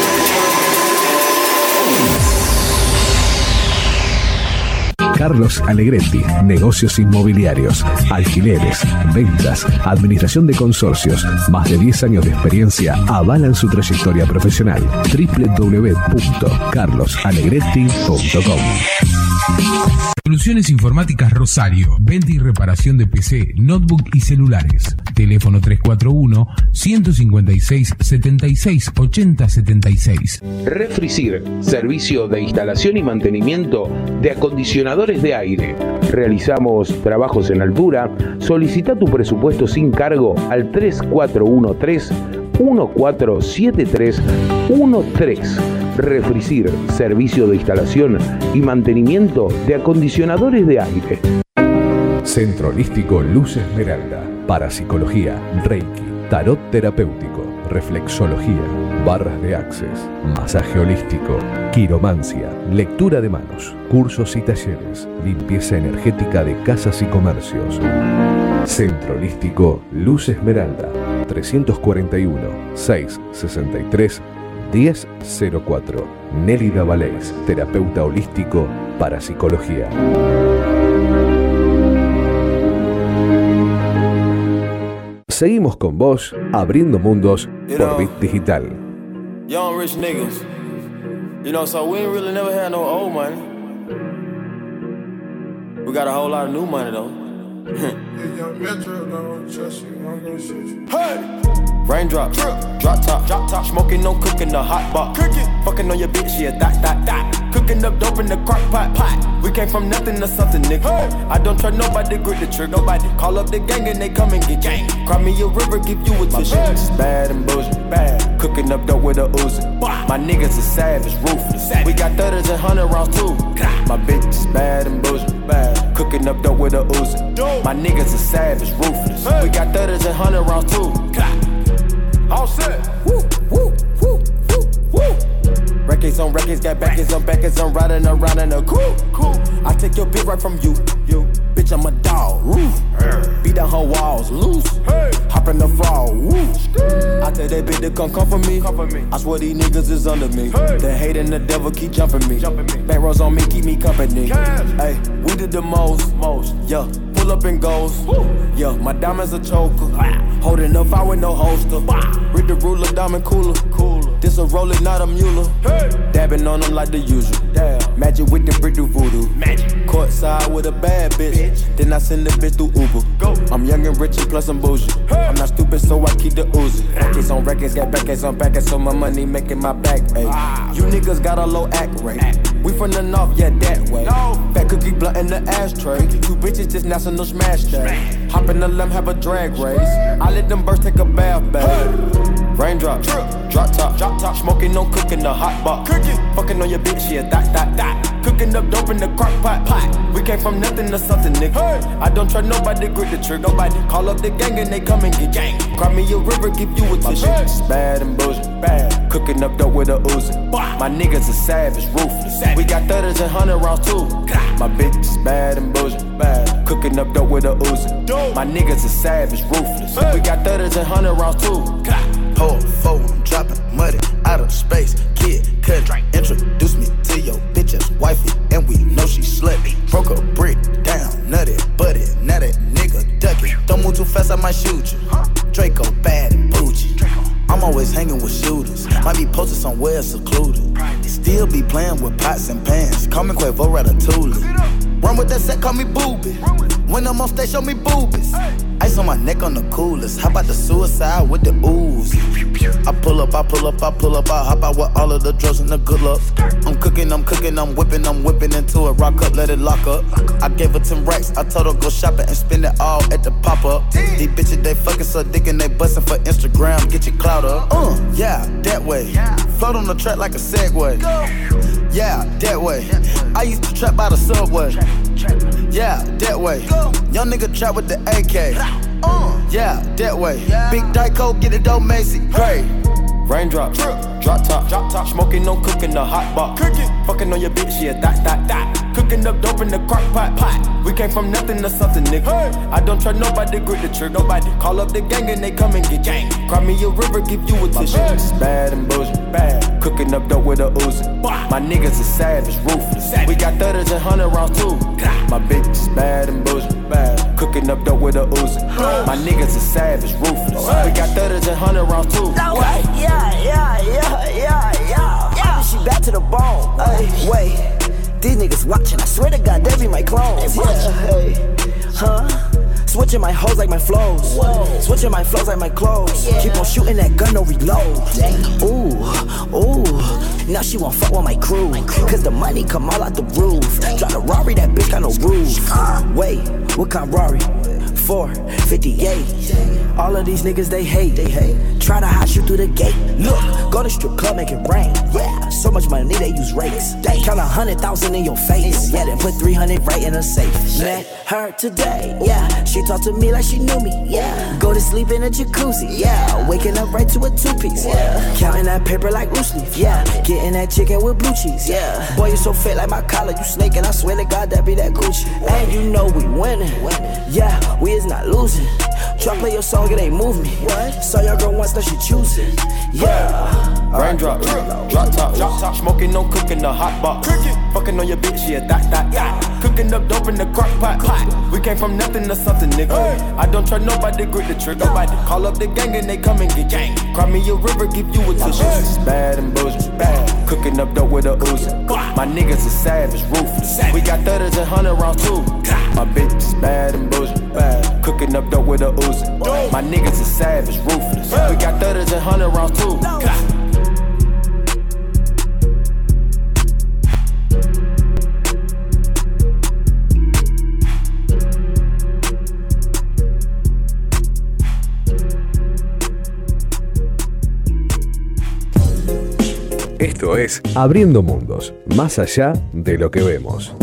Carlos Alegretti, negocios inmobiliarios, alquileres, ventas, administración de consorcios. Más de diez años de experiencia avalan su trayectoria profesional. doble u doble u doble u punto carlos alegretti punto com. Soluciones Informáticas Rosario, venta y reparación de P C, notebook y celulares. Teléfono tres cuatro uno, uno cinco seis, siete seis ocho cero siete seis. Refricir, servicio de instalación y mantenimiento de acondicionadores de aire. Realizamos trabajos en altura. Solicita tu presupuesto sin cargo al tres cuatro uno tres, uno cuatro siete tres uno tres. Refricir, servicio de instalación y mantenimiento de acondicionadores de aire. Centro Holístico Luz Esmeralda. Parapsicología, Reiki, tarot terapéutico, reflexología, barras de access, masaje holístico, quiromancia, lectura de manos, cursos y talleres, limpieza energética de casas y comercios. Centro Holístico Luz Esmeralda, trescientos cuarenta y uno, seiscientos sesenta y tres, diez cero cuatro. Nélida Valeix, terapeuta holístico para psicología. Seguimos con vos, abriendo mundos por Bit Digital. Young rich niggas. You know, so we ain't really never had no old money. We got a whole lot of new money though. Hey! Raindrop, drop top, drop top, smoking, no cooking, the hot box. Cooking, fucking on your bitch, yeah, that, that, that. Cooking up dope in the crock pot, pot. We came from nothing to something, nigga. Hey. I don't trust nobody, grip the trigger. Nobody call up the gang and they come and get gang. Cry me a river, give you a tissue. My bitch is bad and bullshit, bad. Cooking up dope with a Uzi. My niggas are savage, ruthless. Savage. We got thirties and hundred rounds too. My bitch is bad and bullshit, bad. Cooking up dope with a Uzi. My niggas are savage, ruthless. Hey. We got thirties and hundred rounds too. All set. Woo, woo, woo, woo, woo. Records on records, got backers on backers. I'm riding around in a cool, cool. I take your bitch right from you, you. Bitch, I'm a dog. Woo. Beat down her walls, loose. Hey. Hop in the fall, woo. I tell that bitch to come come for me. Come for me. I swear these niggas is under me. Hey. The hate and the devil keep jumping me. Jumping me. Back rows on me, keep me company. Hey, we did the most, most, yeah. Pull up and goes, woo. Yeah. My diamonds a choker. Wow. Holding up, I with no holster. Wow. Read the ruler, diamond cooler. Cooler. This a roller, not a mule. Hey. Dabbing on them like the usual. Damn. Magic with the brick do voodoo. Magic. Courtside with a bad bitch. bitch. Then I send the bitch through Uber. Go. I'm young and rich and plus I'm bougie. Hey. I'm not stupid, so I keep the Uzi. Records on records, got backers on backers, so my money making my back ache. Wow. You niggas got a low act rate. Act. We from the north, yeah, that way. No. Fat cookie blunt in the ashtray. Two bitches just national smash day. Hop in the limb, have a drag race. I let them birds take a bath, babe. Hey. Raindrop, drop, drop top, drop top. Smoking, no cooking, the hot box. Cooking, fucking on your bitch, yeah, that, that, that. Cooking up dope in the crock pot, pot. We came from nothing to something, nigga. Hey. I don't trust nobody, grip the trigger. Nobody call up the gang and they come and get gang. Cry me a river, give you a tissue. My bitch is bad and bullshit, bad. Cooking up dope with a Uzi. My niggas are savage, ruthless. Savage. We got thirties and hundred rounds too. My bitch is bad and bullshit, bad. Cooking up dope with a Uzi. My niggas are savage, ruthless. Hey. We got thirties and hundred rounds too. Pull forward, I'm dropping money out of space. Kid, cut, introduce me to your bitch's wifey, and we know she slutty. Broke a brick down, nutty, butty. Now that nigga ducky. Don't move too fast, I might shoot you. Draco bad and bougie. I'm always hanging with shooters. Might be posted somewhere secluded. Still be playing with pots and pans. Call me Quavo Ratatouille. Run with that set, call me Booby. When I'm on stage, show me boobies. Ice on my neck on the coolest. How about the suicide with the ooze? I pull up, I pull up, I pull up, I hop out with all of the drugs and the good luck. I'm cooking, I'm cooking, I'm whipping, I'm whipping into it. Rock up, let it lock up. I gave her ten racks, I told her go shopping and spend it all at the pop-up. These bitches, they fucking so dick and they bustin' for Instagram. Get your clout up. Uh, yeah, that way. Float on the track like a Segway. Yeah, that way. I used to trap by the subway. Yeah, that way. Young nigga trap with the A K. Yeah, that way. Big Dyko, get it though, Macy. Great. Raindrop, drop, drop top, drop top. Smoking, no cooking, the hot box. Cooking, fucking on your bitch, yeah, that, that, that. Cooking up dope in the crock pot, pot. We came from nothing to something, nigga. Hey. I don't trust nobody, grip the trigger. Nobody call up the gang and they come and get gang. Cry me a river, give you a tissue. My bitch is bad and bullshit, bad. Cooking up dope with a Uzi. My niggas are savage, ruthless. Savage. We got thirties and hundred rounds too. My bitch is bad and bullshit, bad. Cooking up dope with a Uzi. My niggas are savage, ruthless. We got thirties and hundred rounds too. No way, yeah, yeah, yeah, yeah, yeah. yeah. She back to the bone. Ay, wait. These niggas watching, I swear to God, they be my clones. Yeah, hey, huh? Switching my hoes like my flows. Whoa. Switching my flows like my clothes. Yeah. Keep on shooting that gun, no reload. Damn. Ooh, ooh. Now she won't fuck with my crew. my crew. Cause the money come all out the roof. Drive a Rari, that bitch got no roof. Uh. Wait, what kind of Rari? four fifty-eight. All of these niggas, they hate. They hate. Try to hot shoot through the gate. Look, go to strip club, make it rain. Yeah, so much money, they use rakes. They count a hundred thousand in your face. Yeah, then put three hundred right in a safe. Met her today. Yeah, she talked to me like she knew me. Yeah, go to sleep in a jacuzzi. Yeah, waking up right to a two-piece. Yeah, counting that paper like loose leaf. Yeah, getting that chicken with blue cheese. Yeah, boy, you so fit like my collar. You snaking, I swear to God, that be that Gucci. And you know we winning. Yeah, we we is not losing. Try play your song, it ain't move me. What? Saw your girl once, now she choosing. Yeah. Raindrop, drop top, drop top. Smoking, no cooking, the hot box. Fucking on your bitch, yeah, that, that, yeah. Cooking up dope in the crock pot. We came from nothing to something, nigga. I don't trust nobody, grip the trigger. Nobody call up the gang and they come and get gang. Cry me a river, give you a tissue. Bad and bullshit, bad. Cooking up dope with a Uzi. My niggas is savage, ruthless. We got thudders and hundred rounds too. My bitch is bad and bullshit, bad. Cooking up dope with a Uzi. My niggas is savage, ruthless. We got thudders and hundred rounds too. Esto es Abriendo Mundos, más allá de lo que vemos.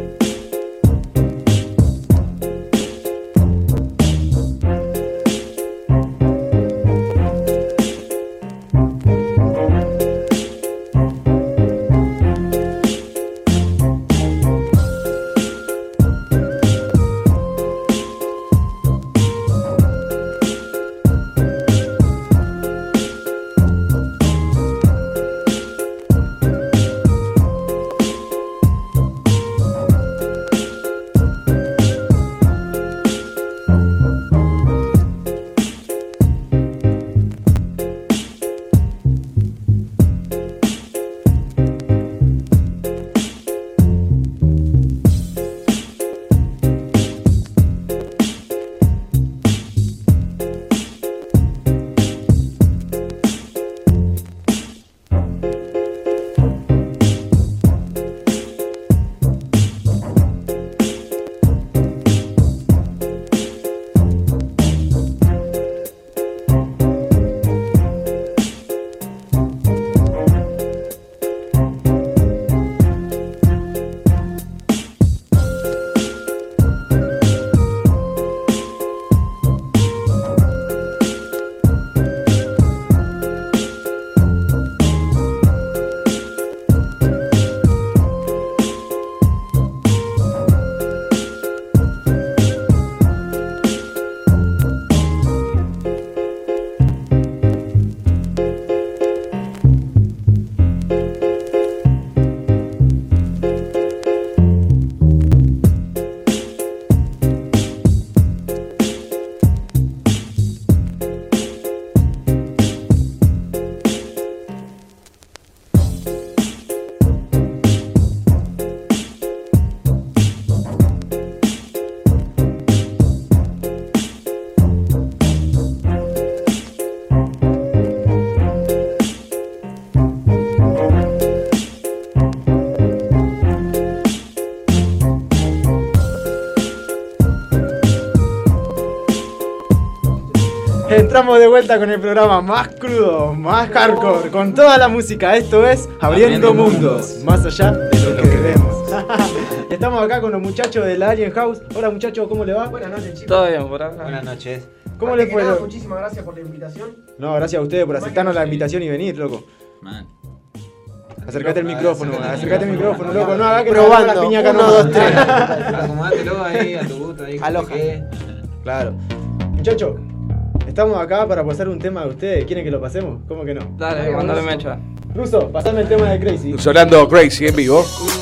Entramos de vuelta con el programa más crudo, más hardcore, con toda la música. Esto es Abriendo, Abriendo mundos, mundos, más allá de lo, lo que, que vemos. Estamos acá con los muchachos de la Alien House. Hola muchachos, ¿cómo le va? Buenas noches, chicos. Todo bien por acá. Buenas noches. ¿Cómo les fue? Nada, muchísimas gracias por la invitación. No, gracias a ustedes por aceptarnos la invitación y venir, loco. Man. Acércate el micrófono, acércate el micrófono, loco. No haga que probando, la piña acá. Uno, dos, tres. Acomodátelo ahí a tu gusto. Ahí, aloja. Claro. Muchachos, estamos acá para pasar un tema de ustedes. ¿Quieren que lo pasemos? ¿Cómo que no? Dale, mandale mecha. Ruso, pasame el tema de Crazy. Sonando Crazy en vivo.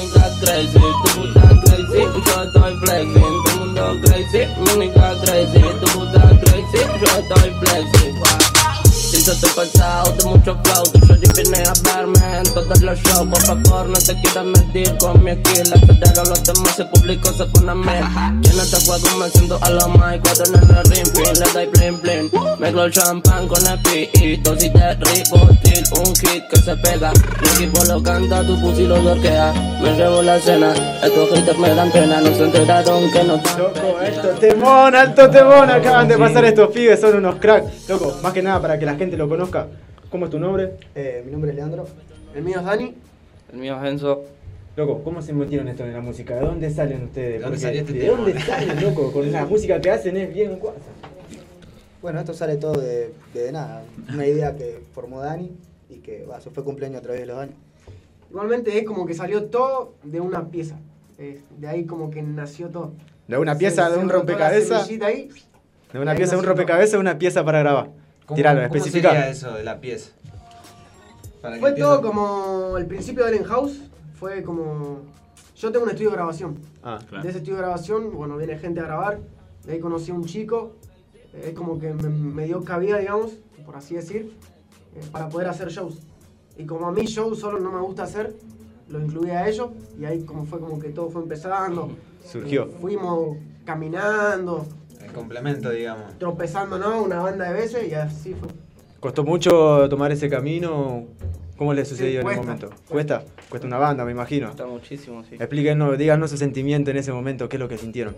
Siento estoy cansado de mucho flow. Tu shorty viene a verme en todos los shows. Por favor, no te quieras medir con mi skill. Acelero los temas, se publicó, se pone a mí. Y en este juego me siento a los Mike. Cuando en el ring, fin, le doy blin blin. Mezclo el champán con el pito. Si te ribotil, un hit que se pega. Mi equipo lo canta, tu pussy lo dorquea. Me llevo la escena, estos haters me dan pena. No se enteraron que no están. Loco, alto temón, alto temón. Acaban de pasar estos pibes, son unos cracks. Loco, más que nada para que la gente lo conozca. ¿Cómo es tu nombre? Eh, mi nombre es Leandro. El mío es Dani. El mío es Enzo. Loco, ¿cómo se metieron esto en la música? ¿De dónde salen ustedes? ¿De dónde, salió este ¿De tema? dónde salen, loco? Con la música que hacen es bien guasa. Bueno, esto sale todo de, de nada. Una idea que formó Dani y que bah, se fue cumpleaños a través de los años. Igualmente es como que salió todo de una pieza. Eh, de ahí como que nació todo. De una pieza, Se- de se un brotó la rompecabezas. semillita ahí, De una y ahí pieza, de un nació rompecabezas, una pieza para grabar. ¿Cómo, Tiralo, ¿cómo especifica. sería eso de la pieza? Para que Fue todo entiendan. como el principio de Allen House, fue como... Yo tengo un estudio de grabación. Ah, De ese estudio de grabación, bueno, viene gente a grabar, de ahí conocí a un chico, es como que me, me dio cabida, digamos, por así decir, eh, para poder hacer shows. Y como a mí shows solo no me gusta hacer, lo incluí a ellos, y ahí como fue como que todo fue empezando. Surgió. Eh, fuimos caminando, El complemento, digamos. tropezando, ¿no? Una banda de veces, y así fue. ¿Costó mucho tomar ese camino? ¿Cómo le sucedió Sí, en el cuesta, momento? ¿Cuesta? Cuesta una banda, me imagino. Está muchísimo, sí. Explíquenos, díganos su sentimiento en ese momento, qué es lo que sintieron.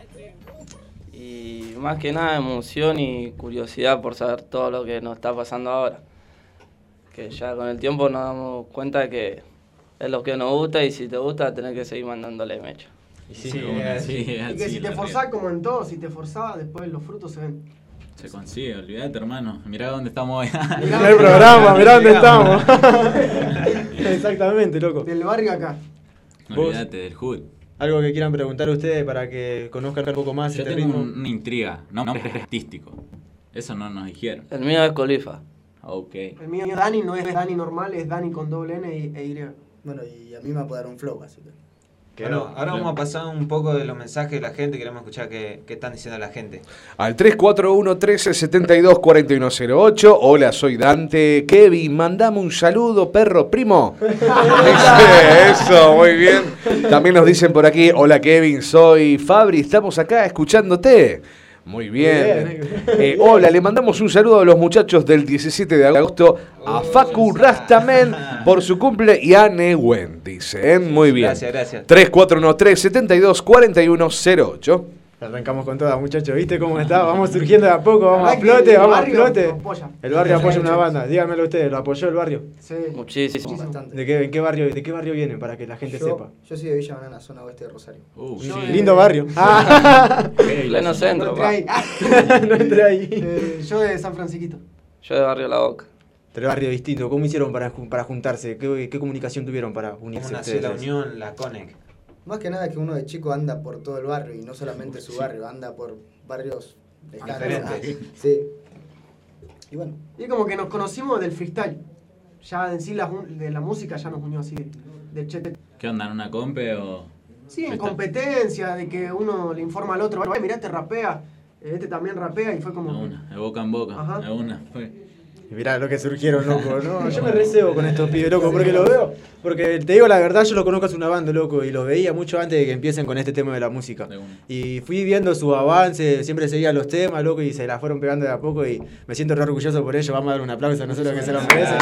Y más que nada emoción y curiosidad por saber todo lo que nos está pasando ahora. Que ya con el tiempo nos damos cuenta que es lo que nos gusta y si te gusta tenés que seguir mandándole mecha. Y sí, sí, sí, Y que así, si te la forzás, como en todo, si te forzás, después los frutos se ven. Se consigue, olvídate, hermano. Mirá dónde estamos hoy. Mirá el programa, mirá dónde estamos. Exactamente, loco. Del barrio acá. Olvídate del hood. Algo que quieran preguntar a ustedes para que conozcan un poco más Yo este tengo ritmo. un- una intriga, nombre artístico. Eso no nos dijeron. El mío es Colifa. Ok. El mío es Dani, no es Dani normal, es Dani con doble N y- e Y. Bueno, y a mí me va a poder dar un flow, así que... Bueno, ahora vamos a pasar un poco de los mensajes de la gente. Queremos escuchar qué, qué están diciendo la gente. Al tres cuatro uno, trece, setenta y dos, cuarenta y uno cero ocho. Hola, soy Dante. Kevin, mandame un saludo, perro primo. Eso, muy bien. También nos dicen por aquí, hola Kevin, soy Fabri, estamos acá escuchándote. Muy bien. Muy bien. Eh, hola, le mandamos un saludo a los muchachos del diecisiete de agosto, a Facu Rastamen por su cumple y a Nehuen, dicen. Muy bien. Gracias, gracias. tres cuatro uno, tres, setenta y dos, cuarenta y uno cero ocho. Arrancamos con todas, muchachos. ¿Viste cómo está? Vamos surgiendo de a poco, vamos a Ay, que flote, el vamos a barrio flote. lo apoya. El barrio apoya una banda. Díganmelo ustedes, ¿lo apoyó el barrio? Sí. Muchísimo. Bastante. ¿De qué, en qué barrio, ¿De qué barrio vienen para que la gente yo, sepa? Yo soy de Villa Banana, zona oeste de Rosario. Uh, Yo sí. de- Lindo barrio. Pleno centro, No entré pa. ahí. No entré ahí. Eh, yo de San Francisquito. Yo de Barrio La Boca. Tres barrios distintos. ¿Cómo hicieron para, ju- para juntarse? ¿Qué, ¿Qué comunicación tuvieron para ¿Cómo unirse nació ustedes? la unión, la Conec? Más que nada que uno de chico anda por todo el barrio y no solamente su barrio, anda por barrios lejanos. Diferentes. Sí. Y bueno, Y como que nos conocimos del freestyle. Ya en sí la, de la música ya nos unió así, del chete. ¿Qué onda, en una compe o...? Sí, en Freestyle. competencia, de que uno le informa al otro, "Ay, mirá, este rapea, eh, este también rapea", y fue como... De una, de boca en boca. Ajá. De una, fue. Y mirá lo que surgieron, loco. No, yo me recebo con estos pibes, loco, porque los veo. Porque te digo la verdad, yo los conozco hace una banda, loco, y los veía mucho antes de que empiecen con este tema de la música. De una. Y fui viendo su avance, siempre seguía los temas, loco, y se la fueron pegando de a poco y me siento re orgulloso por ello. Vamos a dar un aplauso a nosotros que se lo merecen.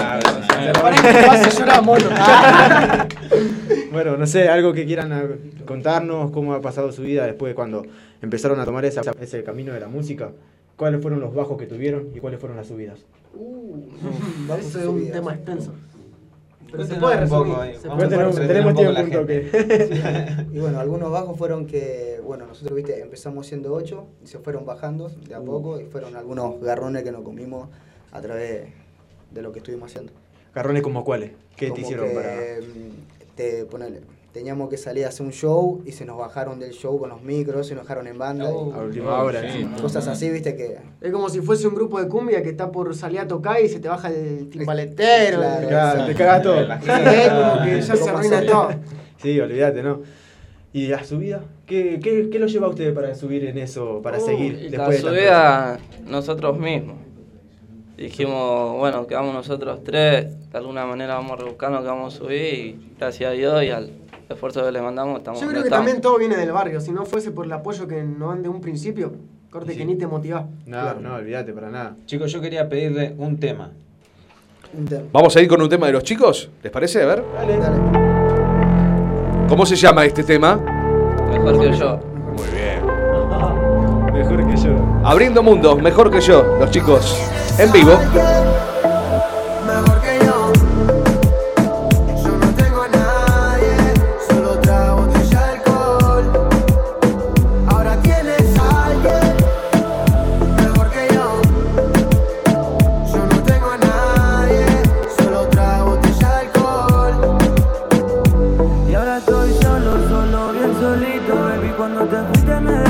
Bueno, no sé, algo que quieran ah, contarnos, cómo ha pasado su vida después de cuando empezaron a tomar esa, ese camino de la música. ¿Cuáles fueron los bajos que tuvieron y cuáles fueron las subidas? Uh, ese es un tema extenso. Pero se Cuéntenos puede un resumir. poco ahí. se Vamos puede a Tenemos, resumir. entretener tenemos un poco tiempo a un la toque. y bueno, algunos bajos fueron que, bueno, nosotros, viste, empezamos siendo ocho y se fueron bajando de a poco y fueron algunos garrones que nos comimos a través de lo que estuvimos haciendo. ¿Garrones como cuáles? ¿Qué te Como hicieron que, para...? mm, Te, ponele, teníamos que salir a hacer un show y se nos bajaron del show con los micros, se nos dejaron en banda. Oh, y- A última hora. sí. encima. cosas así, viste, que... Es como si fuese un grupo de cumbia que está por salir a tocar y se te baja el timbaletero. Claro, Claro, te cagas todo. Sí, es como que ya se arruina todo. Sí, olvídate, ¿no? ¿Y la subida? ¿Qué, qué, qué lo lleva a ustedes para subir en eso, para Uh, seguir Y después la de tanto subida nosotros mismos. Dijimos, bueno, quedamos nosotros tres, de alguna manera vamos a rebuscarnos que vamos a subir y gracias a Dios y al esfuerzo que le mandamos estamos... Yo creo que estamos. también todo viene del barrio. Si no fuese por el apoyo que nos dan de un principio, corte Sí. que ni te motivás. No, no, olvídate, para nada. Chicos, yo quería pedirle un tema. Un tema. Vamos a ir con un tema de los chicos, ¿les parece? A ver. Dale. Dale. ¿Cómo se llama este tema? Mejor que yo. Muy bien. Mejor que yo. Abriendo mundos, mejor que yo, los chicos. En vivo. Mejor que yo. Yo no tengo a nadie, solo trago botella de alcohol. Ahora tienes a alguien mejor que yo. Yo no tengo a nadie, solo trago botella de alcohol. Y ahora estoy solo, solo, bien solito, baby. Cuando te fuiste me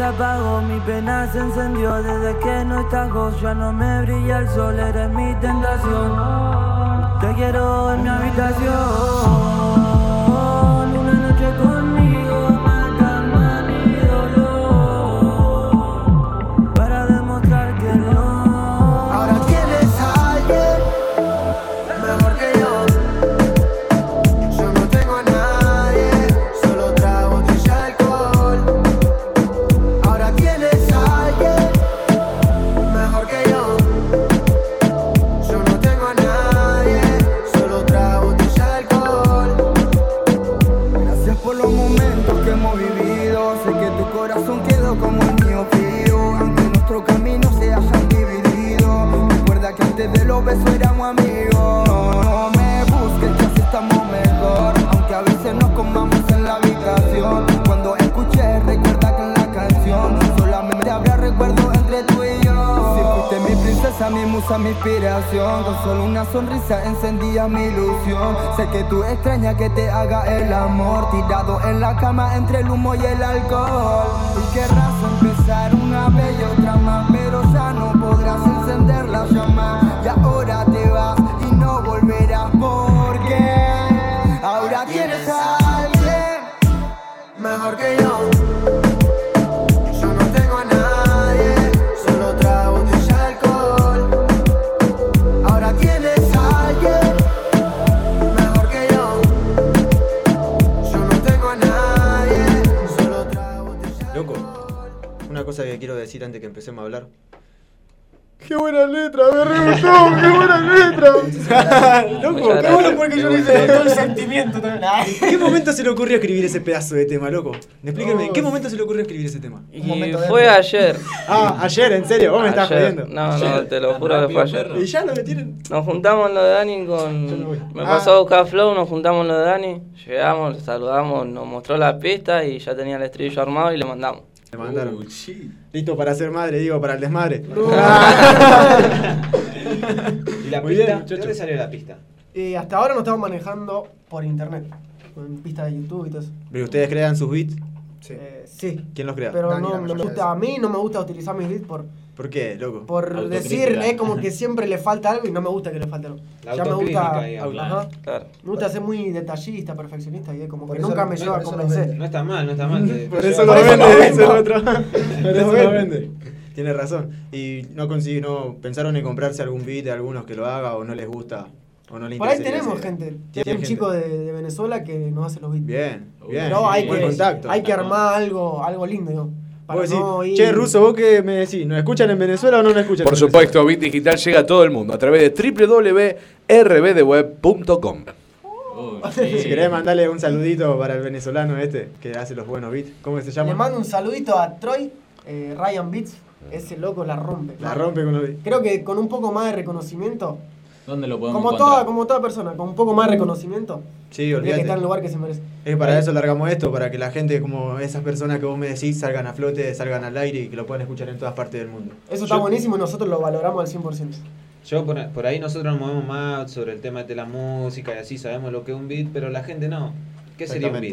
apagó, mi pena se encendió. Desde que no estás vos, ya no me brilla el sol, eres mi tentación. Te quiero en mi habitación. Una noche conmigo, matarme mi dolor, para demostrar que no. Ahora tienes a alguien mejor que yo. Yo no tengo a nadie, solo otra botella de alcohol. Ahora tienes a alguien mejor que yo. Yo no tengo a nadie, solo otra botella de alcohol. Gracias por los momentos que hemos vivido. Sé que tu corazón quedó como el mío frío, aunque nuestros caminos se hayan dividido. Recuerda que antes de los besos éramos amigos. No me busques, que así estamos mejor, aunque a veces nos comamos en la habitación. Cuando escuché, recuerda que en la canción solamente habrá recuerdo entre tú y yo. Si fuiste mi princesa, mi musa, mi inspiración, con solo una sonrisa encendía mi ilusión. Sé que tú extrañas que te haga el amor, tirado en la cama entre el humo y el alcohol. Y querrás empezar una vez y otra más, pero ya no podrás encender la llama. Y ahora te vas y no volverás, porque ahora tienes a alguien mejor que yo. Yo no tengo a nadie, solo otra botella de alcohol. Ahora tienes a alguien mejor que yo. Yo no tengo a nadie, solo otra botella de Loco, una cosa que quiero decir antes que empecemos a hablar. ¡Qué buena letra! ¡Me re gustó! ¡Qué buena letra! Loco, Muchas qué bueno gracias. porque Qué yo lo hice buena con todo el letra. sentimiento también. ¿En qué momento se le ocurrió escribir ese pedazo de tema, loco? Explíqueme, ¿en qué momento se le ocurrió escribir ese tema? Y fue ayer. Ah, ayer, en serio, vos me estás Ayer. jodiendo. No, no, te lo juro que fue ayer. Y ya lo metieron. Nos juntamos en lo de Dani con... Me Ah. pasó a buscar Flow, nos juntamos en lo de Dani. Llegamos, le saludamos, nos mostró la pista y ya tenía el estribillo armado y le mandamos. Le mandaron. Listo para ser madre, digo, para el desmadre. ¿Y la Muy pista? bien, ¿De dónde salió la pista? Eh, hasta ahora nos estamos manejando por internet, con pistas de YouTube y todo eso. ¿Pero ustedes crean sus beats? Sí. Eh, sí. ¿Quién los crea? Pero no, no me gusta, a mí no me gusta utilizar mis beats por, ¿Por qué, loco? por decir, es como que siempre le falta algo y no me gusta que le falte algo. La Ya me gusta, autocrítica, digamos. ajá. Claro. Me gusta ser muy detallista, perfeccionista y es como Por que eso nunca lo- me no, lleva a por eso lo convencer. vende. No está mal, no está mal. te- Por te eso lleva- lo por eso vende, lo dice el vendo. otro. Por eso lo vende. vende. Tiene razón. ¿Y no consigue, no pensaron en comprarse algún beat de algunos que lo haga o no les gusta? ¿O no les Por ahí interesa tenemos ese- gente. ¿Tiene Tiene un gente? chico de, de Venezuela que nos hace los beats. Bien, bien. Pero hay Buen que, contacto. hay que armar algo, algo lindo, ¿no? Para Vos decís, no ir- che, Ruso, ¿vos qué me decís? ¿Nos escuchan en Venezuela o no nos escuchan? Por en supuesto, Bit Digital llega a todo el mundo a través de w w w punto r b d web punto com. Venezuela? Si querés mandarle un saludito para el venezolano este que hace los buenos beats. ¿Cómo se llama? Le mando un saludito a Troy, eh, Ryan Beats. Ese loco la rompe. La rompe con los beats. Creo que con un poco más de reconocimiento, ¿Dónde lo podemos como encontrar? toda, como toda persona, con un poco más de reconocimiento, Sí, tiene que olvídate. estar en el lugar que se merece. Es para eso largamos esto, para que la gente como esas personas que vos me decís salgan a flote, salgan al aire y que lo puedan escuchar en todas partes del mundo. Eso está buenísimo y nosotros lo valoramos al cien por ciento. Yo por, por ahí nosotros nos movemos más sobre el tema de la música y así sabemos lo que es un beat, pero la gente no. ¿Qué sería un beat?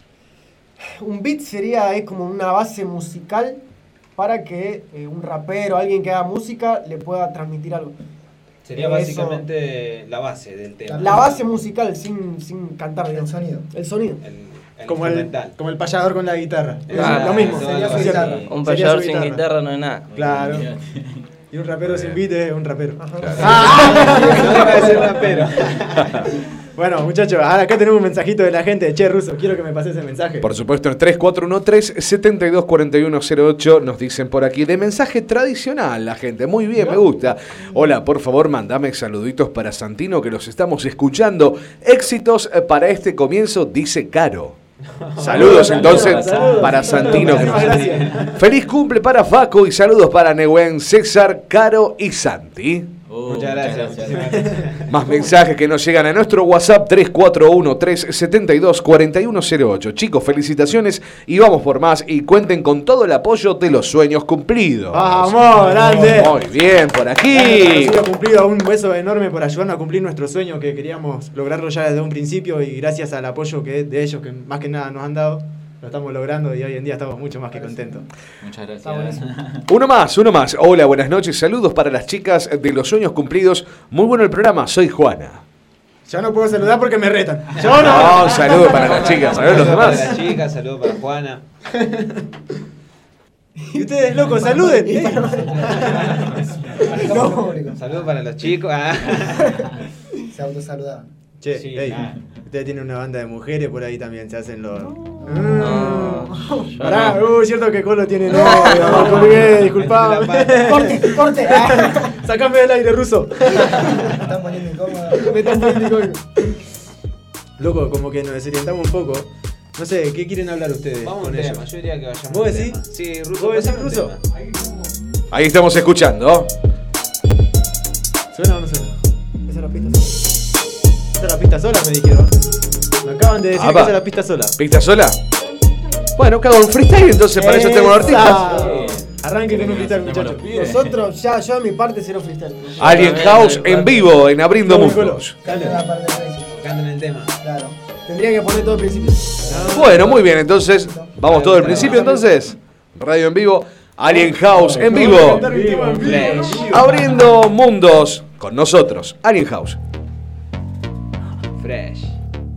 Un beat sería es como una base musical para que eh, un rapero, alguien que haga música, le pueda transmitir algo. Sería Eso- básicamente la base del tema. La base musical sin, sin cantar. El sonido. El sonido. Como el, instrumental. como el payador con la guitarra. Ah, lo mismo. sería su ¿cierto? guitarra. Un Sería payador su sin guitarra no es nada. Claro. Y un rapero sin beat es un rapero. No deja de ser rapero. Bueno, muchachos, ahora acá tenemos un mensajito de la gente. Che, Ruso, quiero que me pases ese mensaje. Por supuesto, en tres cuatro uno tres, siete dos cuatro uno cero ocho nos dicen por aquí de mensaje tradicional la gente. Muy bien, me gusta. Hola, por favor, mandame saluditos para Santino que los estamos escuchando. Éxitos eh, para este comienzo, dice Caro. Saludos entonces Saludos. para Santino. que nos- Muchísimas gracias. Feliz cumple para Facu y saludos para Nehuen, César, Caro y Santi. Muchas gracias. Muchísimas gracias. Más mensajes que nos llegan a nuestro WhatsApp tres cuatro uno tres, siete dos cuatro uno cero ocho. Chicos, felicitaciones y vamos por más y cuenten con todo el apoyo de los sueños cumplidos. ¡Vamos, grande! Muy bien, por aquí. Reconocido, cumplido, un beso enorme por ayudarnos a cumplir nuestro sueño que queríamos lograrlo ya desde un principio y gracias al apoyo que de ellos que más que nada nos han dado, lo estamos logrando y hoy en día estamos mucho más que contentos. Muchas gracias. Uno más, uno más. Hola, buenas noches. Saludos para las chicas de los sueños cumplidos. Muy bueno el programa. Soy Juana. Yo no puedo saludar porque me retan. Yo no. No, saludos para las chicas. Saludos a los demás. Saludos para las chicas, saludos para Juana. Y ustedes, locos, saluden. Saludos para los chicos. Ah. Se autosaludaban. Che, Sí, ey, ah. ustedes tienen una banda de mujeres por ahí también, se hacen los... No, Mm. Pará, uh, cierto que Colo tiene novia, me colgué, disculpá. Corte, corte. Sacame del aire, ruso. Me están poniendo incómodo. Me están poniendo incómodo. Loco, como que nos desorientamos un poco. No sé, ¿qué quieren hablar ustedes? Vamos con un ellos? tema, yo diría que vayamos ¿Vos un decís? tema. Sí, Ruso. ¿Vos decís, pasame un Ruso? tema. Ahí estamos escuchando. ¿Suena o no suena? Esa es la pista sola. Esa es la pista sola, me dijeron. Me acaban de decir Apa. que esa es la pista sola. ¿Pista sola? Bueno, cago en freestyle, entonces para eso tengo artistas. Arranque con un freestyle, muchachos. Nosotros, ya, yo a mi parte, cero freestyle. Alien House en vivo, en Abriendo Mundos. Canten la parte de principio. Canten el tema. Claro. Tendría que poner todo el principio. Bueno, muy bien, entonces, vamos todo al principio entonces. Radio en vivo, Alien House en vivo. Abriendo Mundos con nosotros, Alien House. Fresh.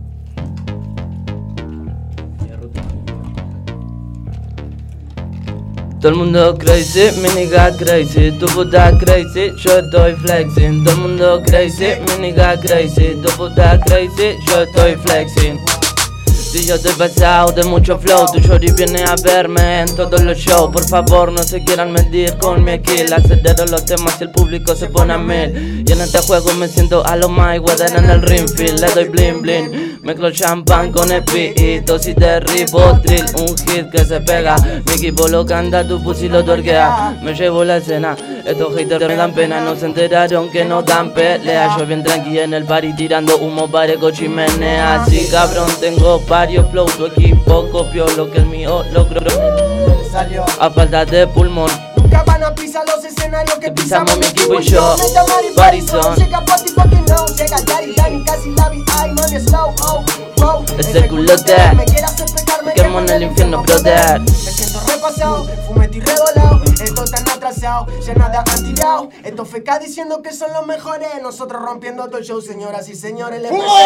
Todo el mundo crazy, mi nigga crazy, tu puta crazy, yo estoy flexing. Todo el mundo crazy, mi nigga crazy, tu puta crazy, yo estoy flexing. Si yo estoy pasado de mucho flow, tu shorty viene a verme en todos los shows. Por favor no se quieran medir con mi skill, acelero los temas y el público se pone a mil. Y en este juego me siento a lo Mike Weather en el ringfield, le doy bling bling. Mezclo champán con el pito, si te ribotril, un hit que se pega. Mi equipo lo canta, tu pussy lo tuerquea. Me llevo la escena, estos haters me dan pena. No se enteraron que no dan pelea. Yo bien tranqui en el party tirando humo pareco chimenea. Así cabrón tengo varios flow, tu equipo copió lo que el mío logró. A falta de pulmón Cabana pisa los escenarios que pisamos mi equipo y yo. Barizón. Llega party fucking no, llega Daddy Danny, casi la vi, ay mami slow, oh, wow. Ese culote Me quiere hacer pecar, me quemo en el infierno, brother. Me siento repasado, fumete y revolado. Esto tan atrasado, ya nada antirao. Esto feca diciendo que son los mejores. Nosotros rompiendo todo el show, señoras y señores. Les presento.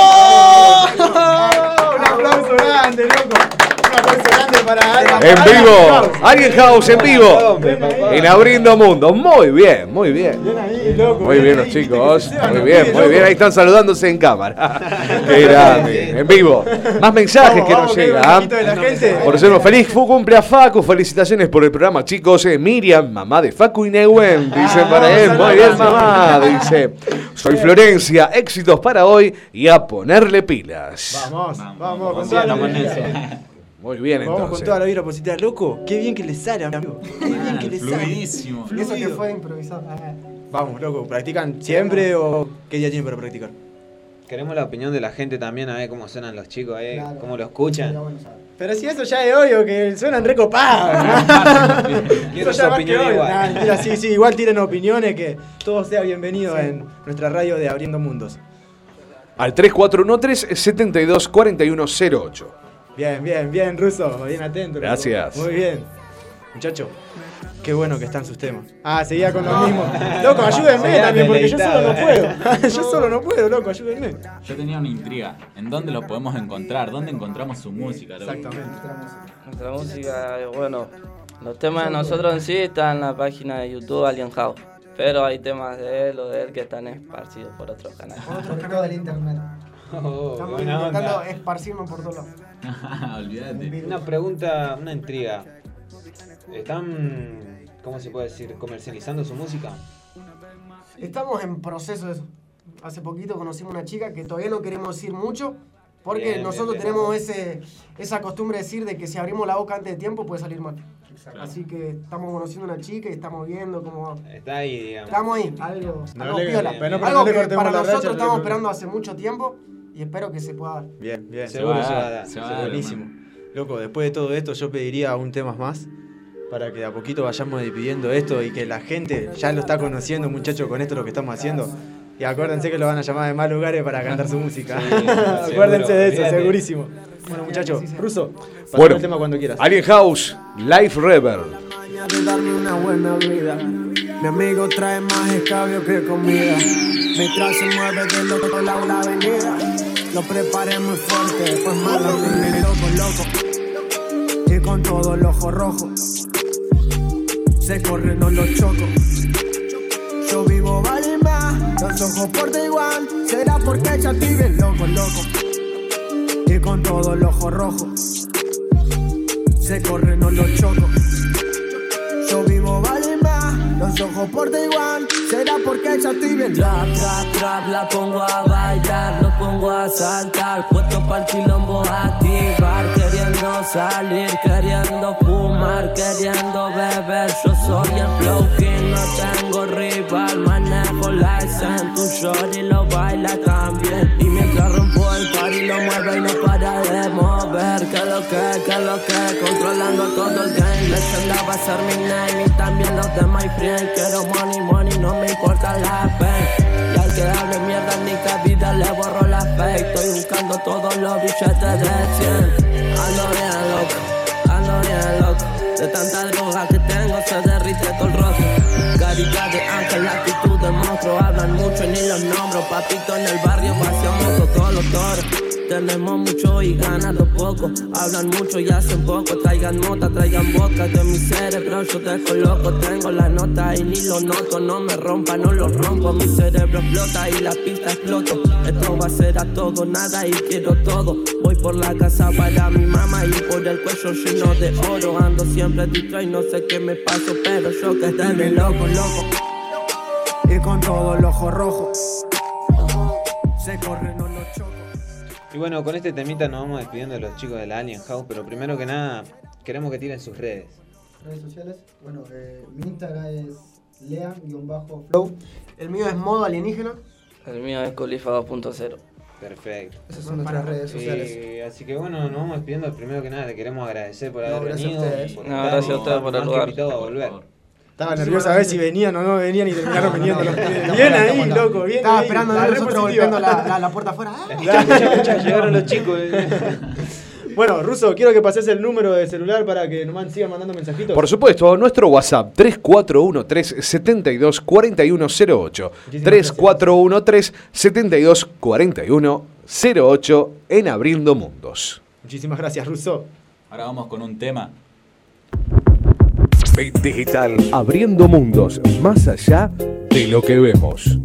Un aplauso grande, loco. Un aplauso grande para Alien. En vivo, Alien House en vivo, en Abriendo Mundos. Muy bien, muy bien. Muy bien los chicos, muy bien, muy bien. Ahí están saludándose en cámara. Qué grande, en vivo. Más mensajes que nos llegan. Por eso, feliz cumple a Facu. Felicitaciones por el programa, chicos. Eh, Miriam, mamá de Facu y Nehuen, dice para él. Muy bien, mamá. Dice, soy Florencia. Éxitos para hoy y a ponerle pilas. Vamos, vamos, con toda la Muy bien, Vamos entonces. con toda la vibra positiva. Loco, qué bien que le sale, amigo. Qué bien que le sale. Fluidísimo. Eso que fue improvisado. Vamos, loco, ¿practican siempre o qué día tienen para practicar? Queremos la opinión de la gente también, a ver cómo suenan los chicos, a ver cómo lo escuchan. Pero si eso ya es obvio, que suenan recopados. Quiero Eso su ya más que opinión obvio. igual. Nah, mentira, sí, sí, igual tiren opiniones, que todo sea bienvenido en nuestra radio de Abriendo Mundos. Al tres cuatro uno tres, siete dos cuatro uno cero ocho. Bien, bien, bien, Ruso, bien atento. Gracias. Muy bien. Muchacho, qué bueno que están sus temas. Ah, seguía con lo mismo. Loco, ayúdenme Seguía también, porque yo deleitado. solo no puedo. Yo solo no puedo, loco, ayúdenme. Yo tenía una intriga. ¿En dónde lo podemos encontrar? ¿Dónde encontramos su música? loco? Exactamente. Nuestra música, bueno, los temas de nosotros en sí están en la página de YouTube Alien House. Pero hay temas de él o de él que están esparcidos por otros canales. Otro canal del internet. Oh, Estamos buena intentando onda. esparcirnos por todos lados. Olvídate. Una pregunta, una intriga. ¿Están, cómo se puede decir, comercializando su música? Estamos en proceso de eso. Hace poquito conocimos una chica que todavía no queremos decir mucho porque Bien, bien, nosotros bien. tenemos ese, esa costumbre de decir de que si abrimos la boca antes de tiempo puede salir mal. Así que estamos conociendo una chica y estamos viendo cómo... Está ahí, digamos. Estamos ahí, algo, No algo le- piola. pero no- Algo no le que cortemos para la nosotros racha, estamos no- esperando hace mucho tiempo y espero que se pueda dar. Bien, bien. Seguro se se va va a a dar. dar, Se va se a va a dar. dar, Buenísimo. Loco, después de todo esto yo pediría un tema más para que de a poquito vayamos despidiendo esto y que la gente ya lo está conociendo, muchachos, con esto lo que estamos haciendo. Y acuérdense que lo van a llamar de más lugares para cantar su música. Sí, acuérdense seguro, de eso, fíjate. segurísimo. Bueno, muchachos, Russo, pasame Bueno, el tema cuando quieras. Alien House, Life Rebel. De darme una buena vida. Mi amigo trae más escabio que comida. Mi traje se mueve del otro lado de la avenida. Lo preparé muy fuerte, pues malo, mi loco, loco. Y con todo el ojo rojo. Se corre, no lo choco. Yo vivo vale más, los ojos por de igual. Será porque ya estoy bien loco, loco. Y con todo el ojo rojo. Se corre, no lo choco. Yo vivo vale más, los ojos por de igual. Será porque ya estoy bien. Trap, trap, trap, la pongo a bailar, lo pongo a saltar, puesto pa'l quilombo a activar, queriendo salir, queriendo fumar, queriendo beber. Yo soy el flow king, no tengo rival, manejo la escena, tu shorty lo baila también. Y mientras rompo el party lo mueve y no para de mover. Que lo que, que lo que, controlando todo el game. Leyenda va a ser mi name y también los de my friend. Quiero money, money, no me importa la fe. Y al que hable mierda en mi cabida le borro la fe. Estoy buscando todos los billetes de cien. Ando bien loco, ando bien loco. De tanta droga que tengo se derrite todo el rostro. Carita de ángel, actitud de monstruo. Hablan mucho y ni los nombro. Papito en el barrio, paseamos todos los toros. Tenemos mucho y ganando poco. Hablan mucho y hacen poco. Traigan mota, traigan boca. Que mi cerebro yo dejo loco. Tengo la nota y ni lo noto. No me rompa, no lo rompo. Mi cerebro explota y la pista exploto. Esto va a ser a todo, nada y quiero todo. Voy por la casa para mi mamá y por el cuello lleno de oro. Ando siempre distraído y no sé qué me pasó, pero yo que estoy bien loco, loco. Y con todo el ojo rojo. Se corre, no lo choco. Y bueno, con este temita nos vamos despidiendo de los chicos de la Alien House, pero primero que nada queremos que tiren sus redes. Redes sociales, bueno, eh, mi Instagram es lean-flow. El mío es modo alienígena. El mío es Colifa dos punto cero. Perfecto. Esas son nuestras redes sociales. Eh, así que bueno, nos vamos despidiendo. Primero que nada, le queremos agradecer por No, haber gracias a venido. ustedes. Por No, estar gracias a y ustedes por el más que lugar. invitado a volver. Estaba nervioso a ver si venían o no venían y terminaron viniendo los pibes. Estamos Bien acá, ahí, estamos acá. loco, bien Estaba ahí. esperando La a re nosotros positiva. golpeando la, la, la puerta afuera. ¡Ah! Escuchá, escuchá, escuchá, llegaron los chicos. Bueno, Russo, quiero que pases el número de celular para que nos sigan mandando mensajitos. Por supuesto, nuestro WhatsApp tres cuatro uno tres siete dos cuatro uno cero ocho. tres cuatro uno tres siete dos cuatro uno cero ocho en Abriendo Mundos. Muchísimas gracias, Russo. Ahora vamos con un tema. Bit Digital. Abriendo mundos más allá de lo que vemos.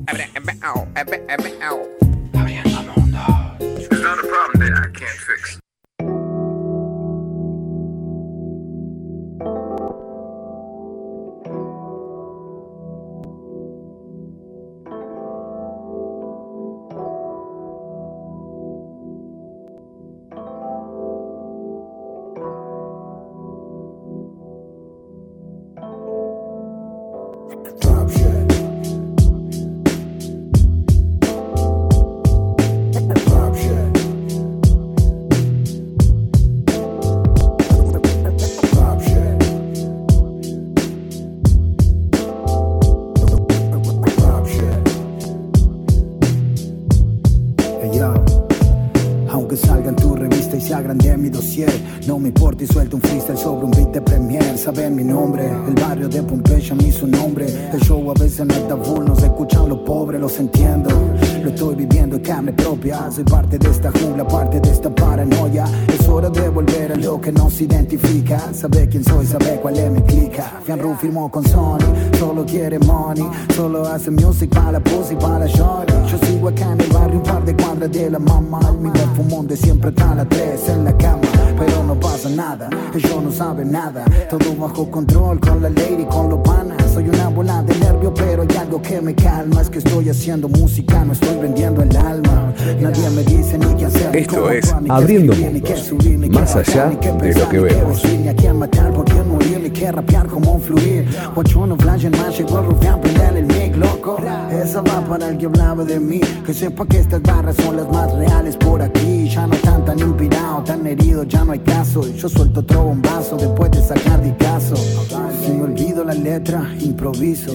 Aunque salga en tu revista y se agrande mi dossier, no me importa y suelto un freestyle sobre un beat de premier. Saben mi nombre, el barrio de Pompeya me hizo nombre. El show a veces no es da full, no se escuchan los pobres, los entiendo. Lo estoy viviendo en carne propia, soy parte de esta jungla, parte de esta paranoia. Es hora de volver a lo que nos identifica. Sabe quién soy, sabe cuál es mi clica. Fianru firmó con Sony, solo quiere money. Solo hace music para la pussy, para la shorty. Yo sigo acá en el barrio, un par de cuadras de la mamá. Mi fumón de siempre está a las tres en la cama. Pero no pasa nada, ellos no saben nada. Todo bajo control, con la lady, con los panas. Soy una bola de nervio, pero hay algo que me calma. Es que estoy haciendo música, no estoy vendiendo el alma. Nadie me dice ni qué hacer. Esto es Abriendo Mundos, más allá de lo que vemos. Ni a quién matar, por qué morir, ni qué rapear, cómo fluir. Ocho no flash en más, llegó el rufián, prender el mic, loco. Esa va para el que hablaba de mí. Que sepa que estas barras son las más reales por aquí. Ya no están tan inspirado, tan herido, ya no hay caso. Yo suelto otro bombazo después de sacar de caso. Si olvido la letra, improviso.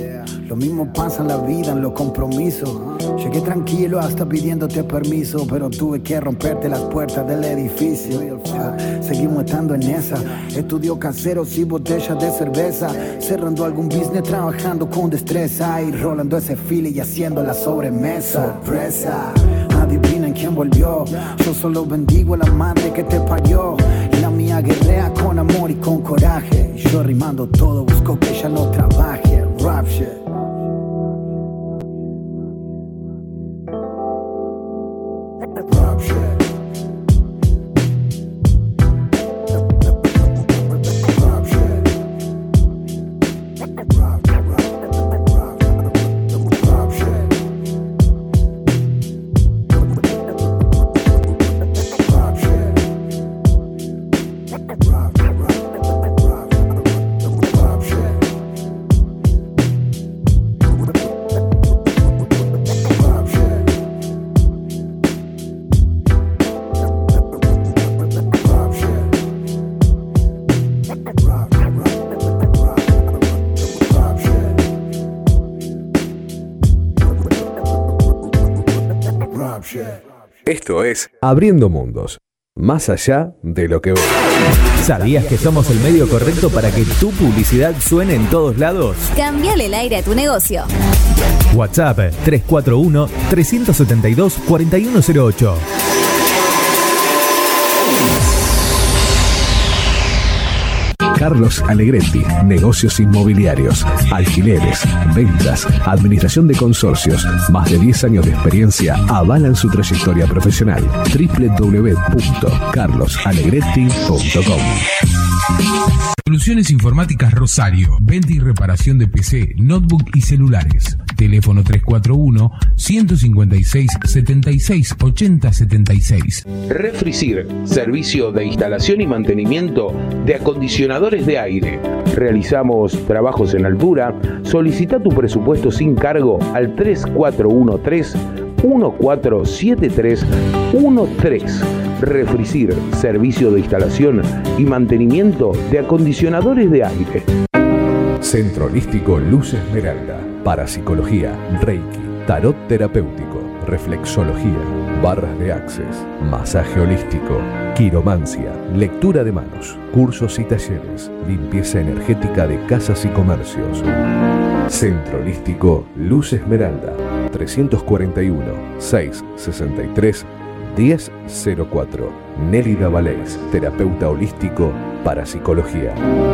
Lo mismo pasa en la vida, en los compromisos. Llegué tranquilo hasta pidiéndote permiso, pero tuve que romperte las puertas del edificio. Seguimos estando en esa. Estudio caseros y botellas de cerveza, cerrando algún business, trabajando con destreza y rolando ese fili y haciendo la sobremesa. Sorpresa, adivinen quién volvió. Yo solo bendigo a la madre que te parió. La mía guerrea con amor y con coraje. Y yo rimando todo busco que ella no trabaje. Rap shit. Rap shit. Esto es Abriendo Mundos, más allá de lo que ves. ¿Sabías que somos el medio correcto para que tu publicidad suene en todos lados? Cambiale el aire a tu negocio. WhatsApp tres cuatro uno, tres siete dos, cuatro uno cero ocho. Carlos Alegretti, negocios inmobiliarios, alquileres, ventas, administración de consorcios. Más de diez años de experiencia avalan su trayectoria profesional. doble u doble u doble u punto carlos alegretti punto com. Soluciones Informáticas Rosario, venta y reparación de P C, notebook y celulares. Teléfono tres cuatro uno, uno cinco seis, siete seis ocho cero siete seis. Refricir, servicio de instalación y mantenimiento de acondicionadores de aire. Realizamos trabajos en altura. Solicita tu presupuesto sin cargo al tres cuatro uno tres, uno cuatro siete tres uno tres. Refricir, servicio de instalación y mantenimiento de acondicionadores de aire. Centro Holístico Luz Esmeralda. Parapsicología, Reiki, tarot terapéutico, reflexología, barras de access, masaje holístico, quiromancia, lectura de manos, cursos y talleres, limpieza energética de casas y comercios. Centro Holístico Luz Esmeralda, trescientos cuarenta y uno, seiscientos sesenta y tres, diez cero cuatro. Nélida Valés, terapeuta holístico, parapsicología.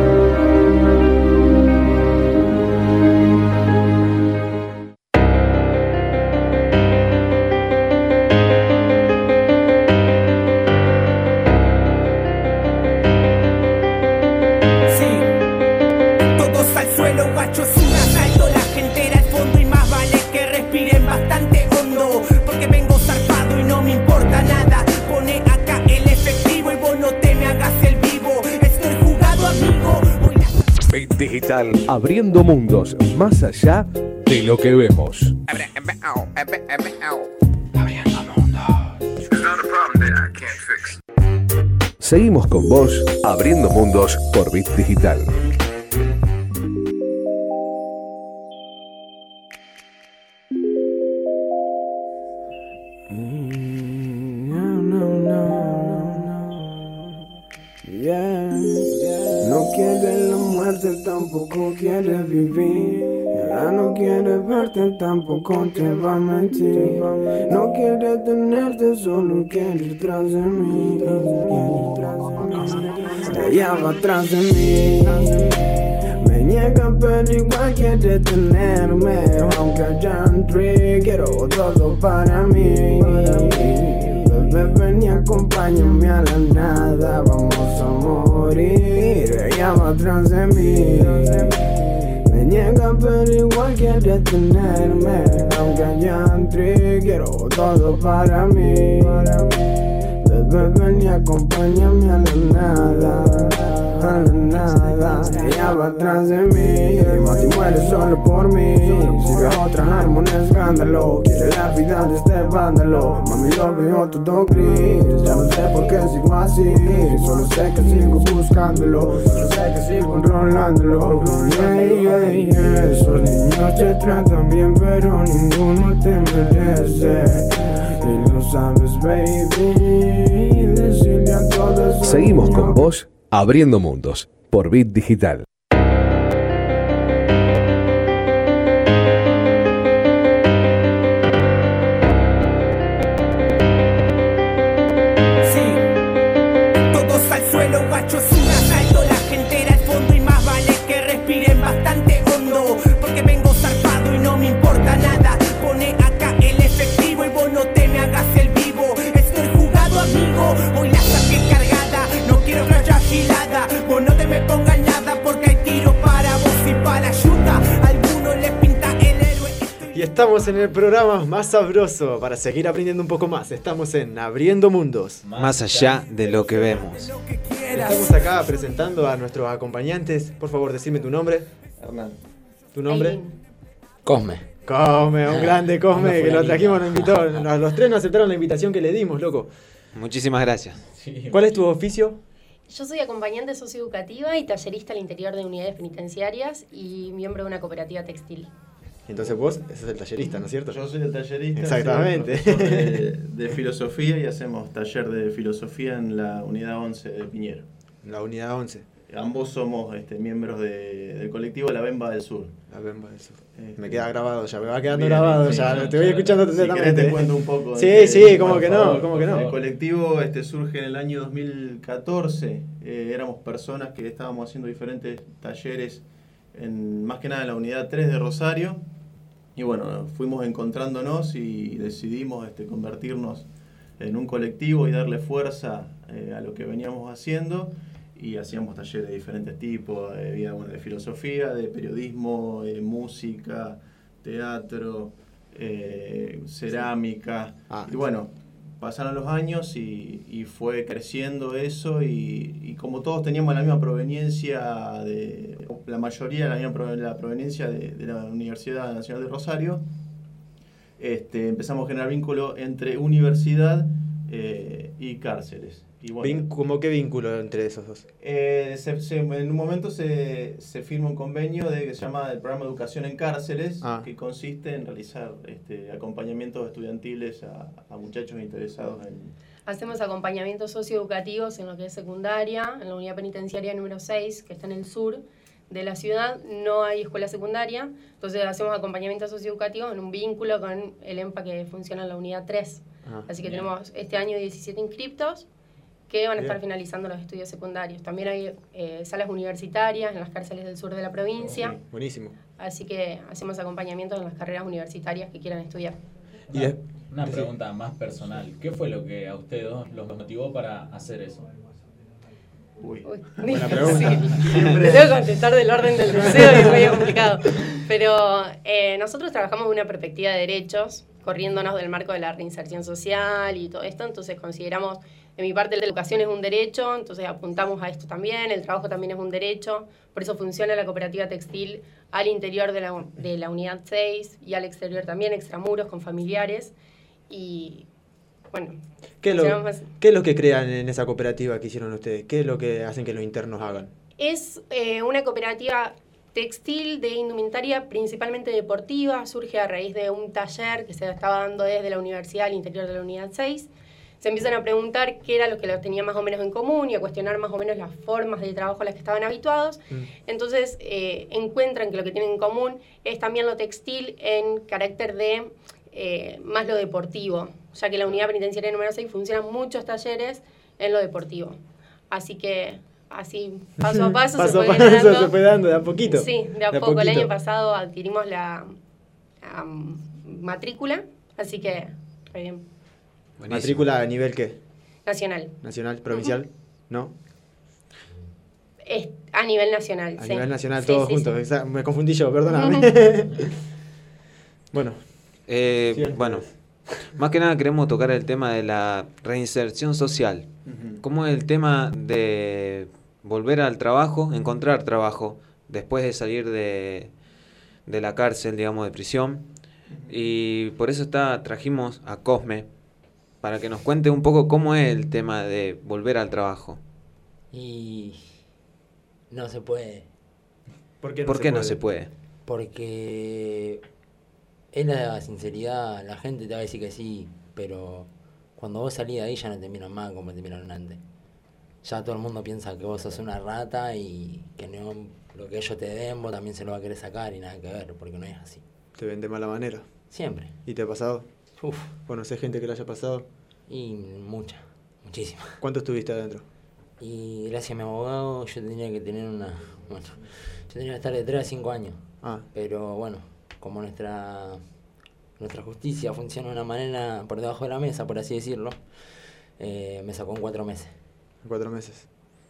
Digital, abriendo mundos más allá de lo que vemos. Seguimos con vos, abriendo mundos por Bit Digital. Tampoco quieres vivir, ella no quiere verte, tampoco te va a mentir. No quiere tenerte, solo quiere ir tras de mí. Ella va tras de mí, me niega pero igual quiere tenerme. Aunque haya un tree, quiero todo para mí. Bebé, ven y acompáñame a la nada, vamos a morir. Ella va atrás de mí, me niega pero igual quiere tenerme. Aunque haya un tree, quiero todo para mí. Bebé, ven y acompáñame a la nada. a la nada. Ella va atrás de mí, y Mati muere solo por mí. Si ve otra arma un escándalo, quiere la vida de este vándalo. Mami lo veo todo gris, ya no sé por qué sigo así. Solo sé que sigo buscándolo, yo sé que sigo enrolándolo. Yeah, yeah, yeah. Esos niños te tratan bien pero ninguno te merece. Y lo sabes, baby. Decirle a todos esos Seguimos niños con vos, abriendo mundos, por Bit Digital. Todos al suelo, guacho, es un asalto. La gente era al fondo y más vale que respiren bastante hondo. Porque vengo zarpado y no me importa nada. Pone acá el efectivo y vos no te me hagas el vivo. Estoy jugado, amigo, hoy la saqué cargada. No quiero que haya gilada, vos no te me pongas nada. Porque hay tiro para vos y para ayuda. Algunos les pinta el héroe. Y estamos en el programa más sabroso para seguir aprendiendo un poco más. Estamos en Abriendo Mundos. Más allá de lo que vemos. Estamos acá presentando a nuestros acompañantes. Por favor, decime tu nombre. Hernán. ¿Tu nombre? Cosme. Cosme, un grande Cosme, No fue que lo la trajimos, misma. nos invitó. Los, los tres no aceptaron la invitación que le dimos, loco. Muchísimas gracias. ¿Cuál es tu oficio? Yo soy acompañante socioeducativa y tallerista al interior de unidades penitenciarias y miembro de una cooperativa textil. Entonces vos, ese es el tallerista, ¿no es cierto? Yo soy el tallerista. Exactamente. Soy el profesor de, de filosofía y hacemos taller de filosofía en la unidad once de Piñero. La unidad once. Ambos somos este, miembros de, del colectivo La Bemba del Sur. La Bemba del Sur. Este, Me queda grabado ya, me va quedando bien, grabado sí, ya, no, te voy ya, escuchando si querés atentamente. te cuento un poco. Sí, de- sí, de- como por que no, favor. como que no. El colectivo este, surge en el año dos mil catorce. Eh, éramos personas que estábamos haciendo diferentes talleres, en, más que nada en la unidad tres de Rosario. Y bueno, fuimos encontrándonos y decidimos este, convertirnos en un colectivo y darle fuerza eh, a lo que veníamos haciendo. Y hacíamos talleres de diferentes tipos, de, vida, bueno, de filosofía, de periodismo, de música, teatro, eh, cerámica. Ah, y bueno, pasaron los años y, y fue creciendo eso y, y como todos teníamos la misma proveniencia, de la mayoría la misma pro- la proveniencia de, de la Universidad Nacional de Rosario, este, empezamos a generar vínculo entre universidad eh, y cárceles. Y bueno, Vin- ¿Cómo qué vínculo entre esos dos? eh, se- se- en un momento se, se firma un convenio de, que se llama el Programa de Educación en Cárceles, Ah. que consiste en realizar este, acompañamientos estudiantiles a, a muchachos interesados en... Hacemos acompañamientos socioeducativos en lo que es secundaria, en la unidad penitenciaria número seis, que está en el sur de la ciudad. No hay escuela secundaria, entonces hacemos acompañamientos socioeducativos en un vínculo con el EMPA que funciona en la unidad tres. Ah, Así que bien. tenemos este año diecisiete inscriptos que van a estar Bien. finalizando los estudios secundarios. También hay eh, salas universitarias en las cárceles del sur de la provincia, Buenísimo. así que hacemos acompañamientos en las carreras universitarias que quieran estudiar. Y de- Una pregunta más personal. ¿Qué fue lo que a ustedes dos los motivó para hacer eso? Uy, Buena pregunta. Sí. Te tengo que contestar del orden del deseo y es medio complicado. Pero eh, nosotros trabajamos de una perspectiva de derechos, corriéndonos del marco de la reinserción social y todo esto, entonces consideramos, de mi parte, la educación es un derecho, entonces apuntamos a esto también, el trabajo también es un derecho, por eso funciona la cooperativa textil al interior de la, de la unidad seis y al exterior también, extramuros, con familiares, y bueno, ¿Qué es, lo, funcionamos así. ¿Qué es lo que crean en esa cooperativa que hicieron ustedes? ¿Qué es lo que hacen que los internos hagan? Es eh, una cooperativa textil de indumentaria principalmente deportiva, surge a raíz de un taller que se estaba dando desde la universidad al interior de la unidad seis. Se empiezan a preguntar qué era lo que los tenía más o menos en común y a cuestionar más o menos las formas de trabajo a las que estaban habituados. Mm. Entonces eh, encuentran que lo que tienen en común es también lo textil en carácter de eh, más lo deportivo, ya que la unidad penitenciaria número seis funcionan muchos talleres en lo deportivo. Así que así, paso a paso, Paso se a fue paso dando. se fue dando, de a poquito. Sí, de a De a poco. El poquito. año pasado adquirimos la, la, um, matrícula, así que re bien. ¿Matrícula a nivel qué? Nacional. ¿Nacional? ¿Provincial? ¿No? Es a nivel nacional, A sí. nivel nacional, Sí, todos sí, juntos. sí. Exa- Me confundí yo, perdóname. Bueno. Eh, Sí, bueno, más que nada queremos tocar el tema de la reinserción social. Ujú. ¿Cómo es el tema de volver al trabajo, encontrar trabajo, después de salir de, de la cárcel, digamos, de prisión. Y por eso está, trajimos a Cosme, para que nos cuente un poco cómo es el tema de volver al trabajo. Y no se puede. ¿Por qué no, ¿Por se, qué puede? no se puede? Porque es la sinceridad, la gente te va a decir que sí, pero cuando vos salís de ahí ya no te miran más como te miraron antes. Ya todo el mundo piensa que vos sos una rata y que no, lo que ellos te den vos también se lo va a querer sacar y nada que ver, porque no es así. ¿Te ven de mala manera? Siempre. ¿Y te ha pasado? Uf. ¿Conocés gente que le haya pasado? Y mucha, muchísima. ¿Cuánto estuviste adentro? Y gracias a mi abogado yo tenía que tener una... Bueno, yo tenía que estar de tres a cinco años. Ah. Pero bueno, como nuestra nuestra justicia funciona de una manera por debajo de la mesa, por así decirlo, eh, me sacó en cuatro meses. En cuatro meses.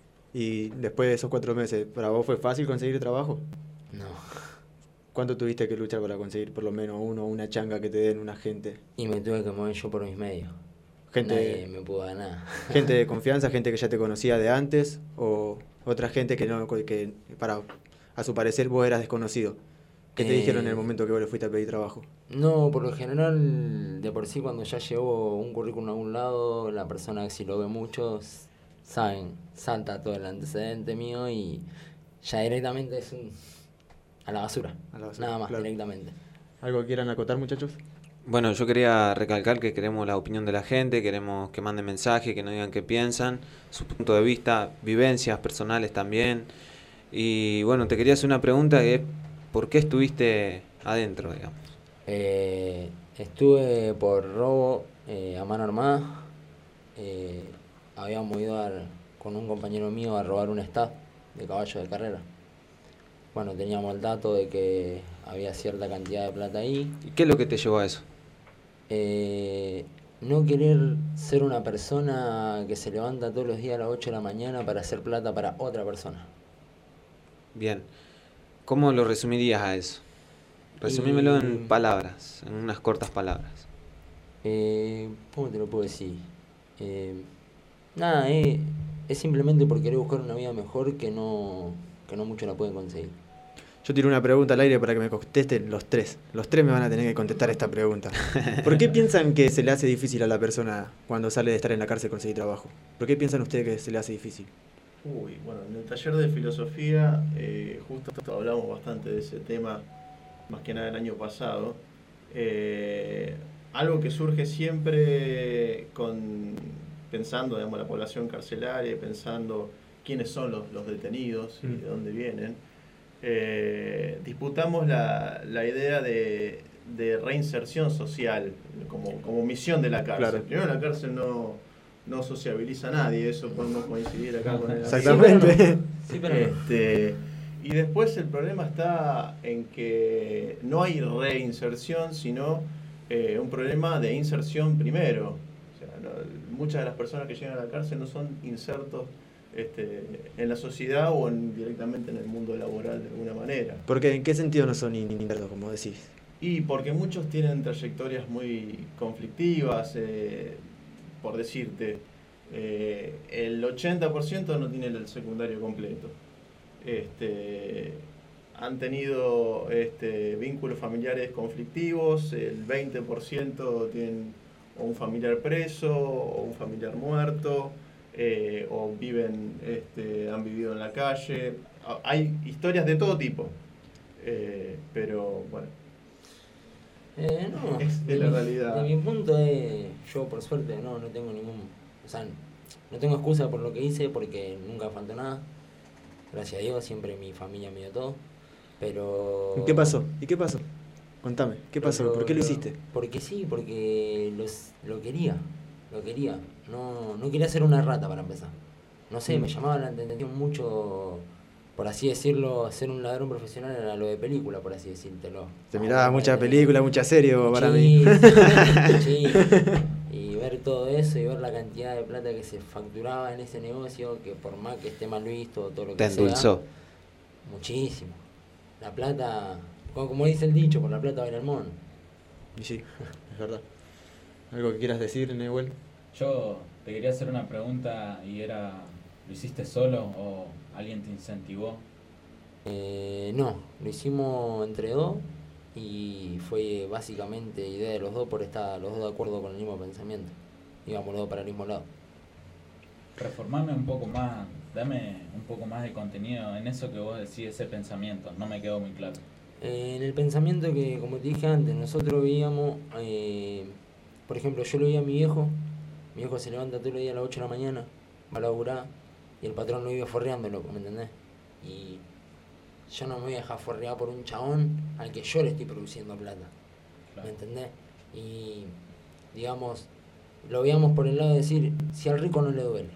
Y después de esos cuatro meses, ¿para vos fue fácil conseguir trabajo? No. ¿Cuánto tuviste que luchar para conseguir por lo menos uno, una changa que te den un agente? Y me tuve que mover yo por mis medios. Gente, Nadie me pudo ganar. ¿Gente de confianza, gente que ya te conocía de antes? ¿O otra gente que no que para a su parecer vos eras desconocido? ¿Qué te eh, dijeron en el momento que vos le fuiste a pedir trabajo? No, por lo general, de por sí cuando ya llevo un currículum a algún lado, la persona que si lo ve mucho, saben, salta todo el antecedente mío y ya directamente es un... A la basura, a la basura nada más, claro. Directamente. ¿Algo que quieran acotar, muchachos? Bueno, yo quería recalcar que queremos la opinión de la gente, queremos que manden mensajes, que nos digan qué piensan, su punto de vista, vivencias personales también. Y bueno, te quería hacer una pregunta que es, ¿por qué estuviste adentro, digamos? Eh, estuve por robo eh, a mano armada. Eh, habíamos ido a, con un compañero mío a robar un stud de caballo de carrera. Bueno, teníamos el dato de que había cierta cantidad de plata ahí. ¿Y qué es lo que te llevó a eso? Eh, no querer ser una persona que se levanta todos los días a las ocho de la mañana para hacer plata para otra persona. Bien. ¿Cómo lo resumirías a eso? Resumímelo y... en palabras, en unas cortas palabras. Eh, ¿Cómo te lo puedo decir? Eh, nada, eh, es simplemente por querer buscar una vida mejor que no, que no muchos la pueden conseguir. Yo tiro una pregunta al aire para que me contesten los tres. Los tres me van a tener que contestar esta pregunta. ¿Por qué piensan que se le hace difícil a la persona cuando sale de estar en la cárcel conseguir trabajo? ¿Por qué piensan ustedes que se le hace difícil? Uy, bueno, en el taller de filosofía eh, justo hablamos bastante de ese tema, más que nada el año pasado. Eh, algo que surge siempre con pensando, digamos, la población carcelaria, pensando quiénes son los, los detenidos y de dónde vienen. Eh, disputamos la, la idea de, de reinserción social como, como misión de la cárcel. Claro. Primero, la cárcel no, no sociabiliza a nadie, eso podemos coincidir acá con el... Exactamente. Sí, pero este, y después el problema está en que no hay reinserción, sino eh, un problema de inserción primero. O sea, no, muchas de las personas que llegan a la cárcel no son insertos Este, en la sociedad o en, directamente en el mundo laboral de alguna manera. ¿Por qué? ¿En qué sentido no son insertos, como decís? Y porque muchos tienen trayectorias muy conflictivas, eh, por decirte, eh, el ochenta por ciento no tiene el secundario completo. Este, han tenido este, vínculos familiares conflictivos, el veinte por ciento tienen o un familiar preso o un familiar muerto. Eh, o viven, este, han vivido en la calle. Hay historias de todo tipo, eh, pero bueno, eh, no, es, es la mi, realidad. De mi punto es, yo por suerte no, no tengo ningún, o sea, no tengo excusa por lo que hice porque nunca faltó nada. Gracias a Dios, siempre mi familia me dio todo, pero... ¿Y qué pasó? ¿Y qué pasó? Contame, ¿qué pasó? Pero, ¿Por qué lo pero, hiciste? Porque sí, porque los, lo quería, lo quería. No, no quería ser una rata para empezar. No sé, mm. me llamaba la atención mucho, por así decirlo, ser un ladrón profesional era lo de película, por así decírtelo. Te miraba ah, mucha película, mucha serie para sí, mí. Sí, y ver todo eso y ver la cantidad de plata que se facturaba en ese negocio, que por más que esté mal visto, todo lo que Te sea. endulzó. Muchísimo. La plata, como dice el dicho, por la plata baila el mono. Y sí, es verdad. ¿Algo que quieras decir, Nehuen? Yo te quería hacer una pregunta y era, ¿lo hiciste solo o ¿Alguien te incentivó? Eh, no, lo hicimos entre dos y fue básicamente idea de los dos por estar los dos de acuerdo con el mismo pensamiento. Íbamos los dos para el mismo lado. Reformame un poco más, dame un poco más de contenido en eso que vos decís, ese pensamiento, no me quedó muy claro. Eh, en el pensamiento que, como te dije antes, nosotros veíamos, eh, por ejemplo, yo lo veía a mi viejo, mi viejo se levanta todos los días a las ocho de la mañana, va a laburar, y el patrón lo vive forreando, loco, ¿me entendés? Y yo no me voy a dejar forrear por un chabón al que yo le estoy produciendo plata, ¿me entendés? Y, digamos, lo veíamos por el lado de decir, si al rico no le duele,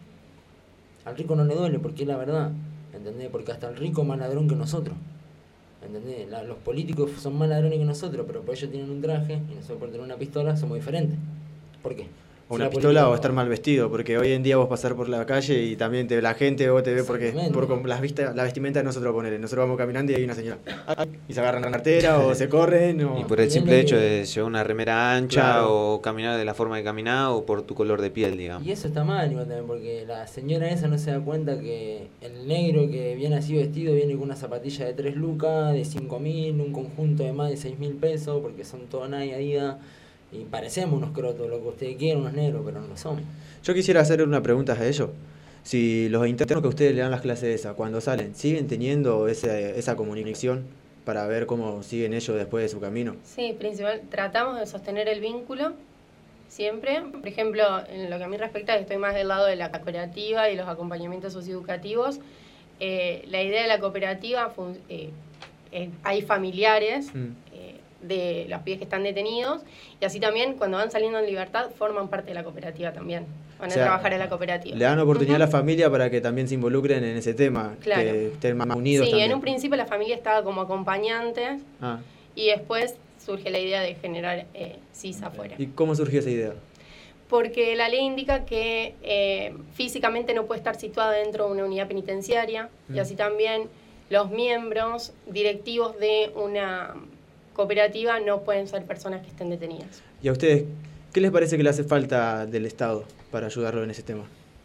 al rico no le duele porque es la verdad, ¿entendés? Porque hasta el rico es más ladrón que nosotros, ¿entendés? La, los políticos son más ladrones que nosotros, pero por ellos tienen un traje y nosotros por tener una pistola somos diferentes. ¿Por qué? O una pistola o estar mal vestido, porque hoy en día vos pasar por la calle y también te, la gente vos te ve porque por con las vistas, la vestimenta de nosotros ponele. Nosotros vamos caminando y hay una señora y se agarran la cartera o se corren. O... Y por el simple hecho de llevar una remera ancha, claro, o caminar de la forma de caminar o por tu color de piel, digamos. Y eso está mal igual también, porque la señora esa no se da cuenta que el negro que viene así vestido viene con una zapatilla de tres lucas, de cinco mil, un conjunto de más de seis mil pesos, porque son todo Nike, Adidas. Y parecemos unos crotos, lo que ustedes quieren, unos negros, pero no lo somos. Yo quisiera hacer una pregunta a ellos. Si los internos que ustedes le dan las clases esas, cuando salen, ¿siguen teniendo ese, esa comunicación para ver cómo siguen ellos después de su camino? Sí, principal, tratamos de sostener el vínculo siempre. Por ejemplo, en lo que a mí respecta, estoy más del lado de la cooperativa y los acompañamientos socioeducativos. Eh, la idea de la cooperativa, eh, eh, hay familiares, mm. de los pibes que están detenidos, y así también cuando van saliendo en libertad forman parte de la cooperativa también, van o sea, a trabajar en la cooperativa. Le dan oportunidad uh-huh. a la familia para que también se involucren en ese tema, claro, que estén más unidos. Sí, también. En un principio la familia estaba como acompañantes, ah. y después surge la idea de generar eh, C I S afuera. ¿Y cómo surgió esa idea? Porque la ley indica que eh, físicamente no puede estar situada dentro de una unidad penitenciaria, mm. y así también los miembros directivos de una cooperativa no pueden ser personas que estén detenidas. ¿Y a ustedes qué les parece que le hace falta del Estado para ayudarlo en ese tema?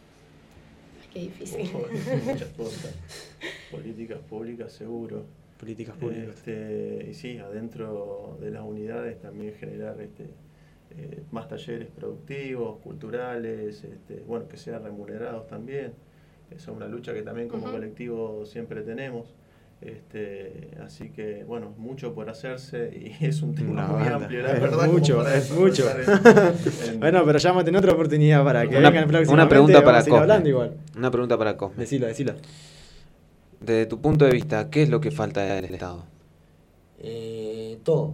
Qué difícil. Oh, muchas cosas. Políticas públicas, seguro. Políticas públicas. Este, y sí, adentro de las unidades también generar este, eh, más talleres productivos, culturales, este, bueno, que sean remunerados también. Esa es una lucha que también como uh-huh. colectivo siempre tenemos. Este, así que bueno, mucho por hacerse y es un tema no, muy banda. amplio, la es verdad. Mucho, es mucho. En, en... Bueno, pero llámate en otra oportunidad para que una, vengan próximamente. Una pregunta para Cosme. Igual. Una pregunta para Cosme. Decila, decila. Desde tu punto de vista, ¿qué es lo que falta del Estado? Eh, todo.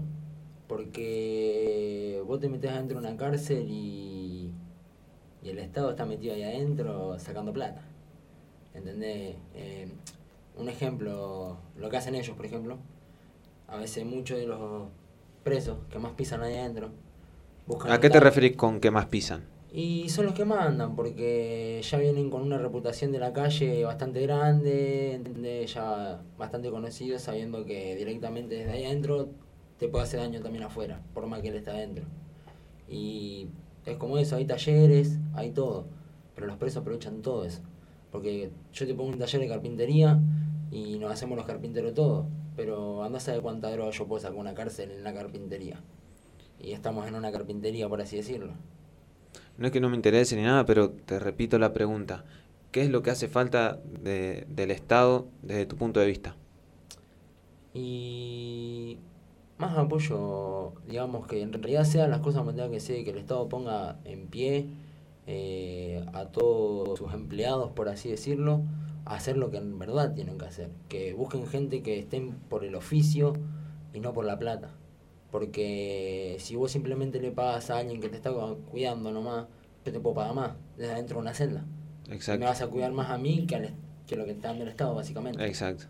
Porque vos te metés adentro de una cárcel y, y el Estado está metido ahí adentro sacando plata. ¿Entendés? Eh, Un ejemplo, lo que hacen ellos, por ejemplo, a veces muchos de los presos que más pisan ahí adentro buscan... ¿A qué te referís con que más pisan? Y son los que mandan, porque ya vienen con una reputación de la calle bastante grande, ¿entendés? Ya bastante conocidos, sabiendo que directamente desde ahí adentro te puede hacer daño también afuera, por más que él esté adentro. Y es como eso, hay talleres, hay todo, pero los presos aprovechan todo eso. Porque yo te pongo un taller de carpintería y nos hacemos los carpinteros todos, pero andá a saber cuánta droga yo puedo sacar una cárcel en la carpintería. Y estamos en una carpintería, por así decirlo. No es que no me interese ni nada, pero te repito la pregunta. ¿Qué es lo que hace falta de, del Estado desde tu punto de vista? Y más apoyo, digamos, que en realidad sean las cosas como tengan que ser, que el Estado ponga en pie Eh, a todos sus empleados, por así decirlo, a hacer lo que en verdad tienen que hacer, que busquen gente que estén por el oficio y no por la plata, porque si vos simplemente le pagas a alguien que te está cuidando nomás, yo te puedo pagar más desde adentro de una celda. Exacto. Me vas a cuidar más a mí que, al, que lo que te está dando el Estado, básicamente. Exacto.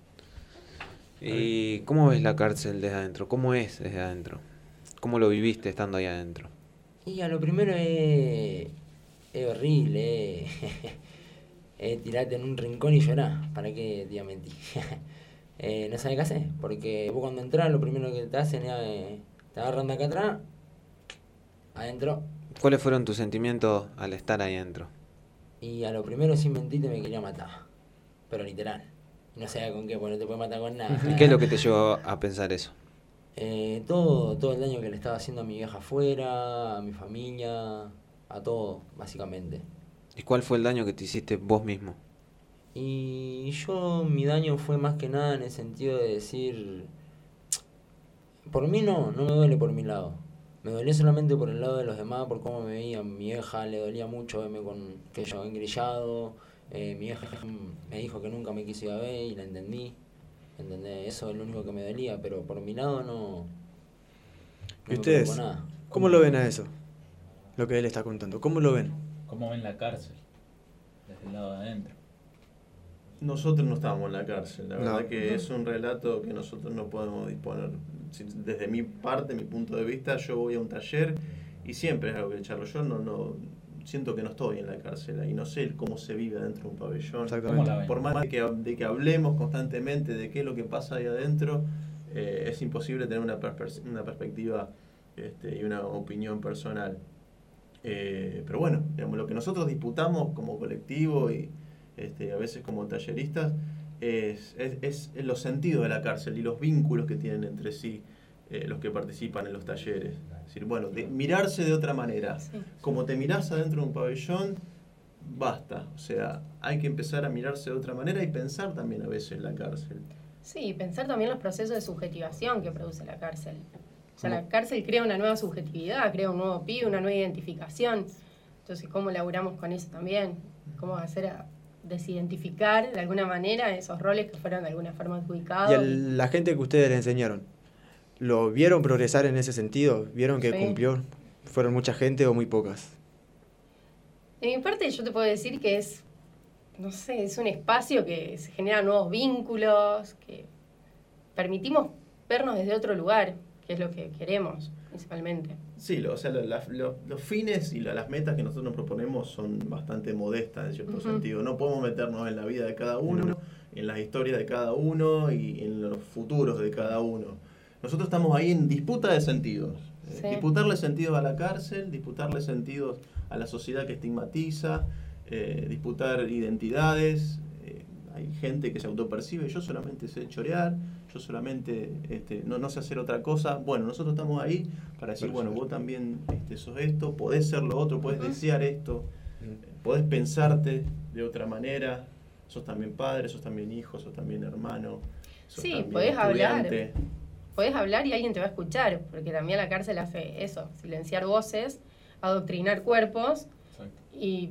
¿Y cómo ves la cárcel desde adentro? ¿Cómo es desde adentro? ¿Cómo lo viviste estando ahí adentro? Y a lo primero es, es horrible, es, es tirarte en un rincón y llorar, ¿para qué te iba a mentir? eh, no sabes qué hacer, porque vos cuando entras lo primero que te hacen es, eh, te agarran de acá atrás, adentro. ¿Cuáles fueron tus sentimientos al estar ahí adentro? Y a lo primero sin mentirte me quería matar, pero literal. No sabía con qué, porque no te puede matar con nada. ¿Y qué es lo que te llevó a pensar eso? Eh, todo, todo el daño que le estaba haciendo a mi vieja afuera, a mi familia, a todo, básicamente. ¿Y cuál fue el daño que te hiciste vos mismo? Y yo, mi daño fue más que nada en el sentido de decir, por mí no, no me duele por mi lado. Me dolía solamente por el lado de los demás, por cómo me veía. Mi vieja le dolía mucho verme con que yo engrillado. Eh, mi vieja me dijo que nunca me quiso ir a ver y la entendí. ¿Entendés? Eso es lo único que me dolía, pero por mi lado no. ¿Y ustedes? Nada. ¿Cómo lo ven a eso? Lo que él está contando. ¿Cómo lo ven? ¿Cómo ven la cárcel? Desde el lado de adentro. Nosotros no estábamos en la cárcel, la No. verdad que es un relato que nosotros no podemos disponer. Si- Desde mi parte, mi punto de vista, yo voy a un taller y siempre es algo que charlo. Yo no, no siento que no estoy en la cárcel y no sé cómo se vive adentro de un pabellón. Exactamente. ¿Cómo la ven? Por más de que, de que hablemos constantemente de qué es lo que pasa ahí adentro, eh, es imposible tener una, perspe- una perspectiva este, y una opinión personal. Eh, pero bueno, digamos, lo que nosotros disputamos como colectivo y este, a veces como talleristas es, es, es, es los sentidos de la cárcel y los vínculos que tienen entre sí eh, los que participan en los talleres. Es decir, bueno, de, mirarse de otra manera. Sí. Como te mirás adentro de un pabellón, basta. O sea, hay que empezar a mirarse de otra manera y pensar también a veces la cárcel. Sí, pensar también los procesos de subjetivación que produce la cárcel. O sea, ¿Cómo? la cárcel crea una nueva subjetividad, crea un nuevo P I B, una nueva identificación. Entonces, ¿cómo laburamos con eso también? ¿Cómo hacer a desidentificar de alguna manera esos roles que fueron de alguna forma adjudicados? Y a la gente que ustedes le enseñaron, ¿lo vieron progresar en ese sentido? ¿Vieron que Sí. cumplió? ¿Fueron mucha gente o muy pocas? De mi parte, yo te puedo decir que es, no sé, es un espacio que se generan nuevos vínculos, que permitimos vernos desde otro lugar, que es lo que queremos, principalmente. Sí, lo- o sea, lo- la- lo- los fines y la- las metas que nosotros nos proponemos son bastante modestas en cierto Ujú. sentido. No podemos meternos en la vida de cada uno, en las historias de cada uno y en los futuros de cada uno. Nosotros estamos ahí en disputa de sentidos. Eh, Sí. Disputarle sentidos a la cárcel, disputarle sentidos a la sociedad que estigmatiza, eh, disputar identidades. Eh, hay gente que se autopercibe, yo solamente sé chorear, yo solamente este, no, no sé hacer otra cosa. Bueno, nosotros estamos ahí para decir, bueno, vos también este, sos esto, podés ser lo otro, podés Ujú. desear esto, eh, podés pensarte de otra manera, sos también padre, sos también hijo, sos también hermano, sos Sí, también podés hablar. estudiante. Podés hablar y alguien te va a escuchar, porque también la cárcel hace eso, silenciar voces, adoctrinar cuerpos y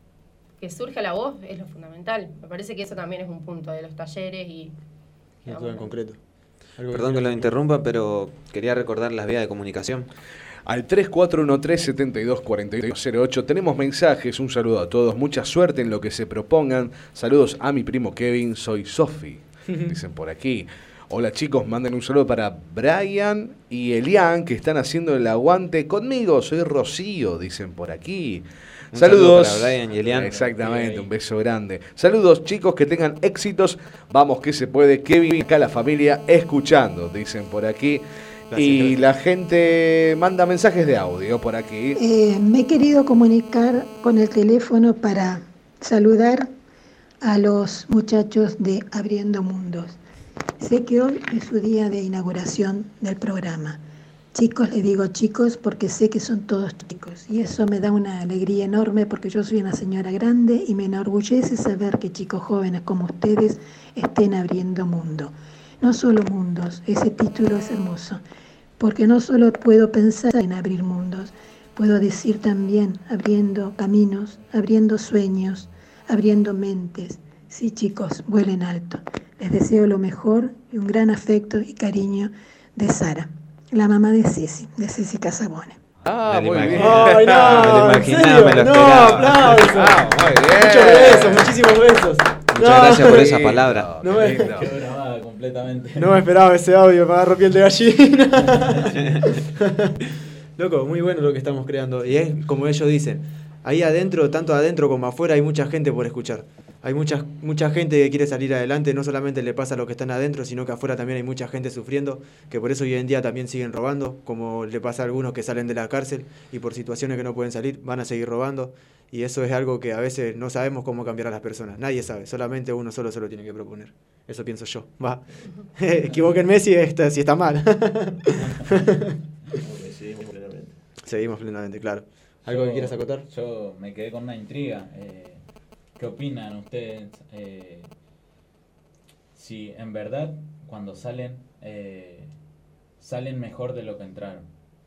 que surja la voz es lo fundamental. Me parece que eso también es un punto de los talleres y... que No vamos en a- concreto. Perdón que lo interrumpa, pero quería recordar las vías de comunicación. Al tres cuatro uno tres, siete dos cuatro dos cero ocho tenemos mensajes, un saludo a todos, mucha suerte en lo que se propongan. Saludos a mi primo Kevin, soy Sofi, dicen por aquí. Hola chicos, manden un saludo para Brian y Elian que están haciendo el aguante conmigo, soy Rocío, dicen por aquí. Un Saludos. saludo para Brian y Elian. Exactamente, un beso grande. Saludos chicos, que tengan éxitos. Vamos que se puede. Kevin, acá la familia escuchando, dicen por aquí. Gracias, y gracias. la gente manda mensajes de audio por aquí. Eh, me he querido comunicar con el teléfono para saludar a los muchachos de Abriendo Mundos. Sé que hoy es su día de inauguración del programa. Chicos, les digo chicos porque sé que son todos chicos y eso me da una alegría enorme porque yo soy una señora grande y me enorgullece saber que chicos jóvenes como ustedes estén abriendo mundo. No solo mundos, ese título es hermoso, porque no solo puedo pensar en abrir mundos, puedo decir también abriendo caminos, abriendo sueños, abriendo mentes. Sí chicos, vuelen alto. Les deseo lo mejor y un gran afecto y cariño de Sara, la mamá de Ceci, de Ceci Casabone. Ah, Me lo muy bien. imaginé. ¡Ay, no! Me lo ¿En imaginaba, serio? me lo ¡No, esperaba. aplausos! Ah, muy bien. Muchos besos, muchísimos besos. Muchas No, gracias por esa lindo, palabra. No qué me- lindo. Quedó grabada completamente. No me esperaba ese audio, me agarró piel de gallina. Loco, muy bueno lo que estamos creando. Y es como ellos dicen, ahí adentro, tanto adentro como afuera, hay mucha gente por escuchar. hay mucha, mucha gente que quiere salir adelante, no solamente le pasa a los que están adentro, sino que afuera también hay mucha gente sufriendo, que por eso hoy en día también siguen robando, como le pasa a algunos que salen de la cárcel y por situaciones que no pueden salir van a seguir robando, y eso es algo que a veces no sabemos cómo cambiar a las personas, nadie sabe, solamente uno solo se lo tiene que proponer. Eso pienso yo. Va. Equivóquenme si está, si está mal. Seguimos plenamente. Seguimos plenamente, claro. ¿Algo Yo- que quieras acotar? Yo me quedé con una intriga. Eh, ¿Qué opinan ustedes? Eh, si en verdad cuando salen, eh, salen mejor de lo que entraron.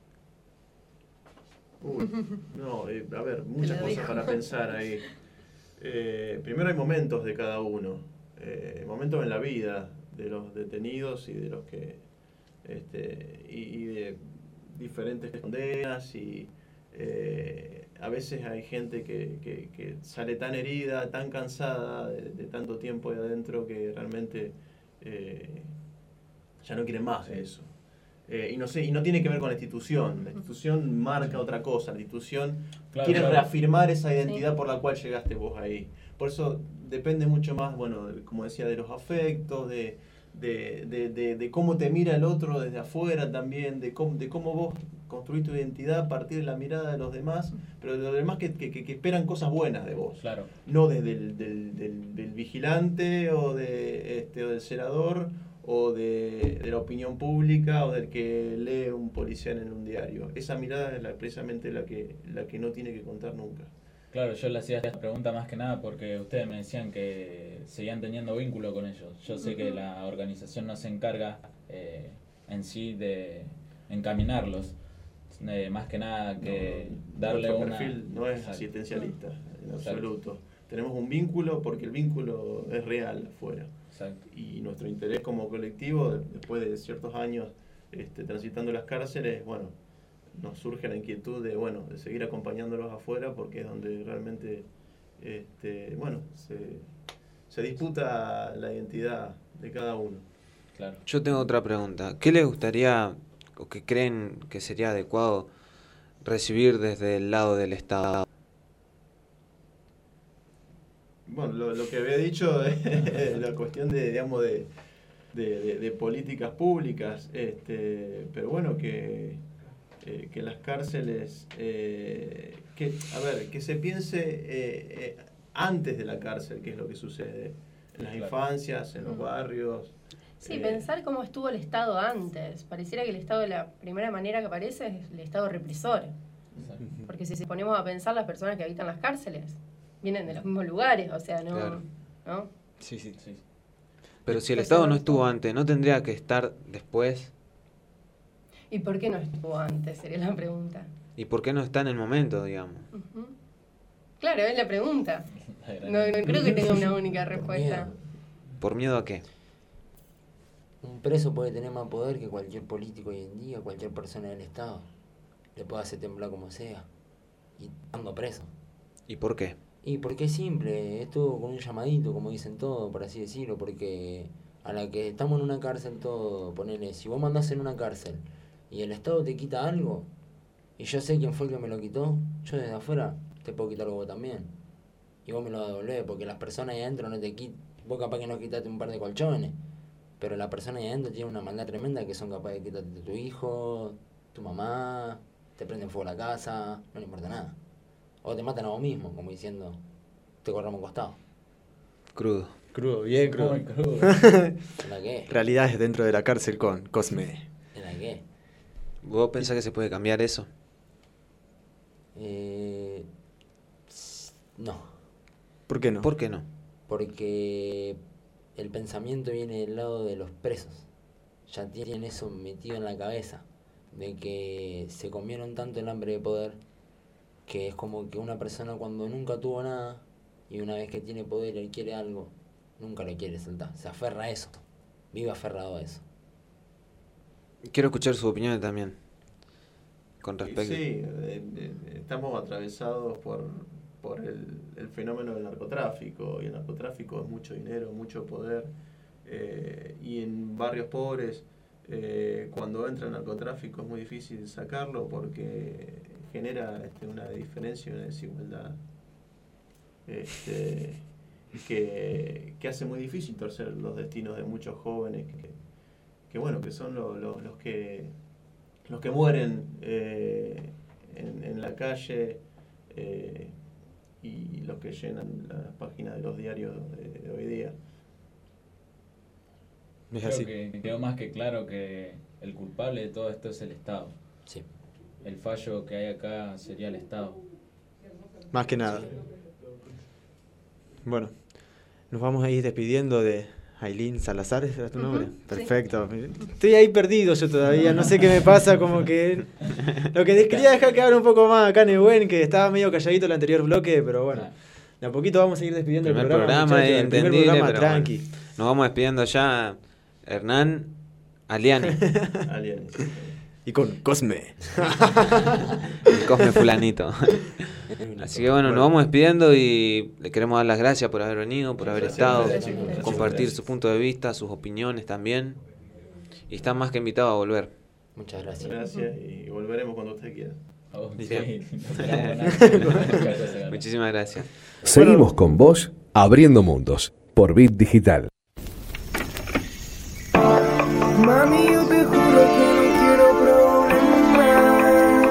Uy, no, eh, a ver, muchas Te lo cosas digo. para pensar ahí. Eh, primero hay momentos de cada uno, eh, momentos en la vida de los detenidos y de los que, este, y, y de diferentes condenas y eh, a veces hay gente que, que, que sale tan herida, tan cansada de, de tanto tiempo ahí adentro que realmente eh, ya no quiere más de eso. Eh, y no sé, y no tiene que ver con la institución. La institución marca otra cosa. La institución Claro, quiere claro. reafirmar esa identidad Sí. por la cual llegaste vos ahí. Por eso depende mucho más, bueno, de- como decía, de los afectos, de, de, de, de, de cómo te mira el otro desde afuera también, de cómo, de cómo vos construís tu identidad a partir de la mirada de los demás, pero de los demás que, que, que- que esperan cosas buenas de vos. Claro. No desde el del, del, del vigilante o, de, este, o del celador o de, de la opinión pública o del que lee un policial en un diario. Esa mirada es la, precisamente la que, la que no tiene que contar nunca. Claro, yo le hacía esta pregunta más que nada porque ustedes me decían que seguían teniendo vínculo con ellos. Yo sé que la organización no se encarga eh, en sí de encaminarlos, eh, más que nada que No, darle nuestro una... perfil no es Exacto. asistencialista en Exacto. absoluto. Tenemos un vínculo porque el vínculo es real afuera. Exacto. Y nuestro interés como colectivo, de- después de ciertos años este, transitando las cárceles, bueno, nos surge la inquietud de, bueno, de seguir acompañándolos afuera porque es donde realmente, este, bueno, se, se disputa la identidad de cada uno. Claro. Yo tengo otra pregunta. ¿Qué les gustaría o qué creen que sería adecuado recibir desde el lado del Estado? Bueno, lo, lo que había dicho es la cuestión de, digamos, de, de, de- de políticas públicas, este, pero bueno, que, eh, que las cárceles, eh, que, a ver, que se piense eh, eh, antes de la cárcel, qué es lo que sucede en las Claro. infancias, en los barrios. Sí, eh, pensar cómo estuvo el Estado antes. Pareciera que el Estado, la primera manera que aparece es el Estado represor. Exacto. Porque si nos ponemos a pensar, las personas que habitan las cárceles vienen de los mismos lugares, o sea, no... Claro. ¿no? Sí, sí. Sí. Pero si el Entonces, Estado no no- estuvo antes, ¿no tendría que estar después? ¿Y por qué no estuvo antes? Sería la pregunta. ¿Y por qué no está en el momento, digamos? Ujú. Claro, es la pregunta. No, no creo que tenga una única respuesta. Miedo. ¿Por miedo a qué? Un preso puede tener más poder que cualquier político hoy en día, cualquier persona del Estado. Le puede hacer temblar como sea. Y estando preso. ¿Y por qué? Y porque es simple, es todo con un llamadito, como dicen todos, por así decirlo, porque a la que estamos en una cárcel todo, ponele, si vos mandás en una cárcel y el Estado te quita algo, y yo sé quién fue el que me lo quitó, yo desde afuera te puedo quitar algo vos también. Y vos me lo devolvés, porque las personas ahí adentro no te quitan, vos capaz que no quitaste un par de colchones, pero las personas ahí adentro tienen una maldad tremenda que son capaces de quitarte tu hijo, tu mamá, te prenden fuego la casa, no le importa nada. O te matan a vos mismo, como diciendo, te corramos un costado. Crudo. Crudo, bien crudo. Muy crudo. ¿En la qué? Realidades dentro de la cárcel con Cosme. ¿En la qué? ¿Vos pensás que se puede cambiar eso? Eh, s- no, ¿Por qué no? ¿Por qué no? porque el pensamiento viene del lado de los presos. Ya tienen eso metido en la cabeza, de que se comieron tanto el hambre de poder, que es como que una persona cuando nunca tuvo nada, y una vez que tiene poder y quiere algo, nunca lo quiere soltar. Se aferra a eso, vive aferrado a eso. Quiero escuchar su opinión también. Con Y respecto. sí, eh, eh, estamos atravesados por, por el, el fenómeno del narcotráfico, y el narcotráfico es mucho dinero, mucho poder, eh, y en barrios pobres, eh, cuando entra el narcotráfico es muy difícil sacarlo porque genera este, una diferencia y una desigualdad. Este, que, que hace muy difícil torcer los destinos de muchos jóvenes que, que bueno, que son lo, lo, los que los que mueren eh, en, en la calle eh, y los que llenan las páginas de los diarios de, de hoy día. Es Creo así. que quedó más que claro que el culpable de todo esto es el Estado. Sí. El fallo que hay acá sería el Estado. Más que nada. Bueno, nos vamos a ir despidiendo de Ailín Salazar, ¿era tu nombre? Uh-huh, perfecto. Sí. Estoy ahí perdido yo todavía, no sé qué me pasa, como que... Lo que quería dejar que hable un poco más acá Nehuen, que estaba medio calladito el anterior bloque, pero bueno, de a poquito vamos a ir despidiendo primer el programa. programa muchachos, es el primer entendible, programa, pero tranqui. Bueno, nos vamos despidiendo ya, Hernán Aliani. Aliani. Y con Cosme. El Cosme fulanito. Así que bueno, nos vamos despidiendo y le queremos dar las gracias por haber venido, por haber Gracias, estado, gracias, chicos. Gracias, compartir gracias. su punto de vista, sus opiniones también. Y están más que invitados a volver. Muchas gracias. Gracias y volveremos cuando usted quiera. Oh, sí. Bien. Muchísimas gracias. Seguimos con vos, abriendo mundos, por Bit Digital. Mami, yo te juro que no quiero problemas.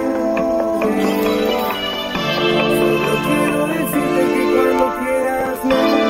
Solo quiero decirte que cuando quieras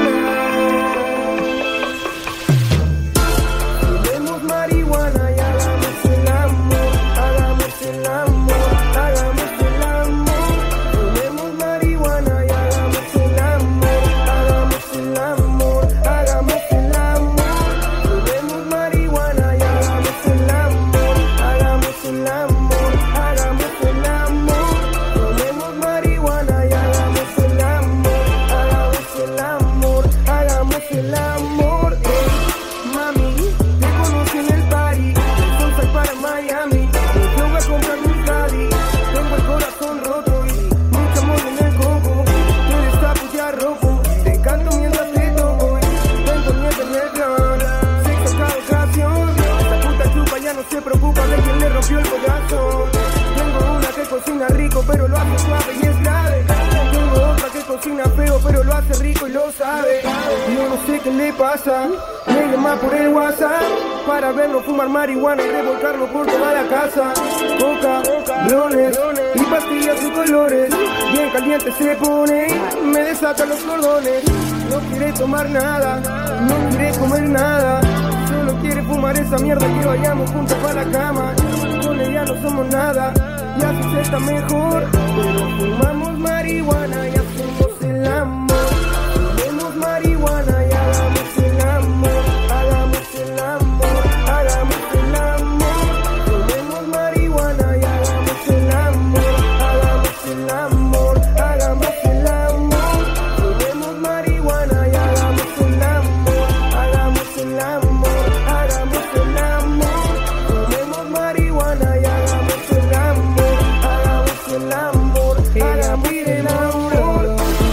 nada. Fumemos marihuana y hagamos el amor, hagamos el amor, hagamos el amor. Fumemos marihuana y hagamos el amor, hagamos el amor, hagamos el amor. Fumemos marihuana y hagamos el amor, hagamos el amor, hagamos el amor. Fumemos marihuana y hagamos el amor, hagamos el amor, hagamos el amor. Ey, mami, te conocí en el party, del Sunset para Miami. Me fui a comprar un Cali, tengo el corazón roto y mucho amor en el coco. Te destapo ya rojo, te canto mientras te toco y cuento mientras me plan. Sexo cada ocasión, esta puta chupa ya no se preocupa de quien le rompió el corazón. Tengo una que cocina rico pero lo hace suave y es grave. Tengo otra que cocina feo pero lo hace rico y lo sabe. Yo no sé qué le pasa, me llama por el WhatsApp para verlo fumar marihuana y revolcarlo por toda la casa. Coca, blones y pastillas de colores, bien caliente se pone, me desata los cordones. No quiere tomar nada, no quiere comer nada, solo quiere fumar esa mierda que vayamos juntos para la cama. Con ella no somos nada y así se está mejor, pero fumamos marihuana y hacemos el amor. Fumemos marihuana y hagamos el amor, hagamos el amor, hagamos el amor. Fumemos marihuana y hagamos el amor, hagamos el amor, hagamos el amor. Fumemos marihuana y hagamos el amor, hagamos el amor, hagamos el amor. Fumemos marihuana y hagamos el amor, hagamos el amor, hagamos el amor.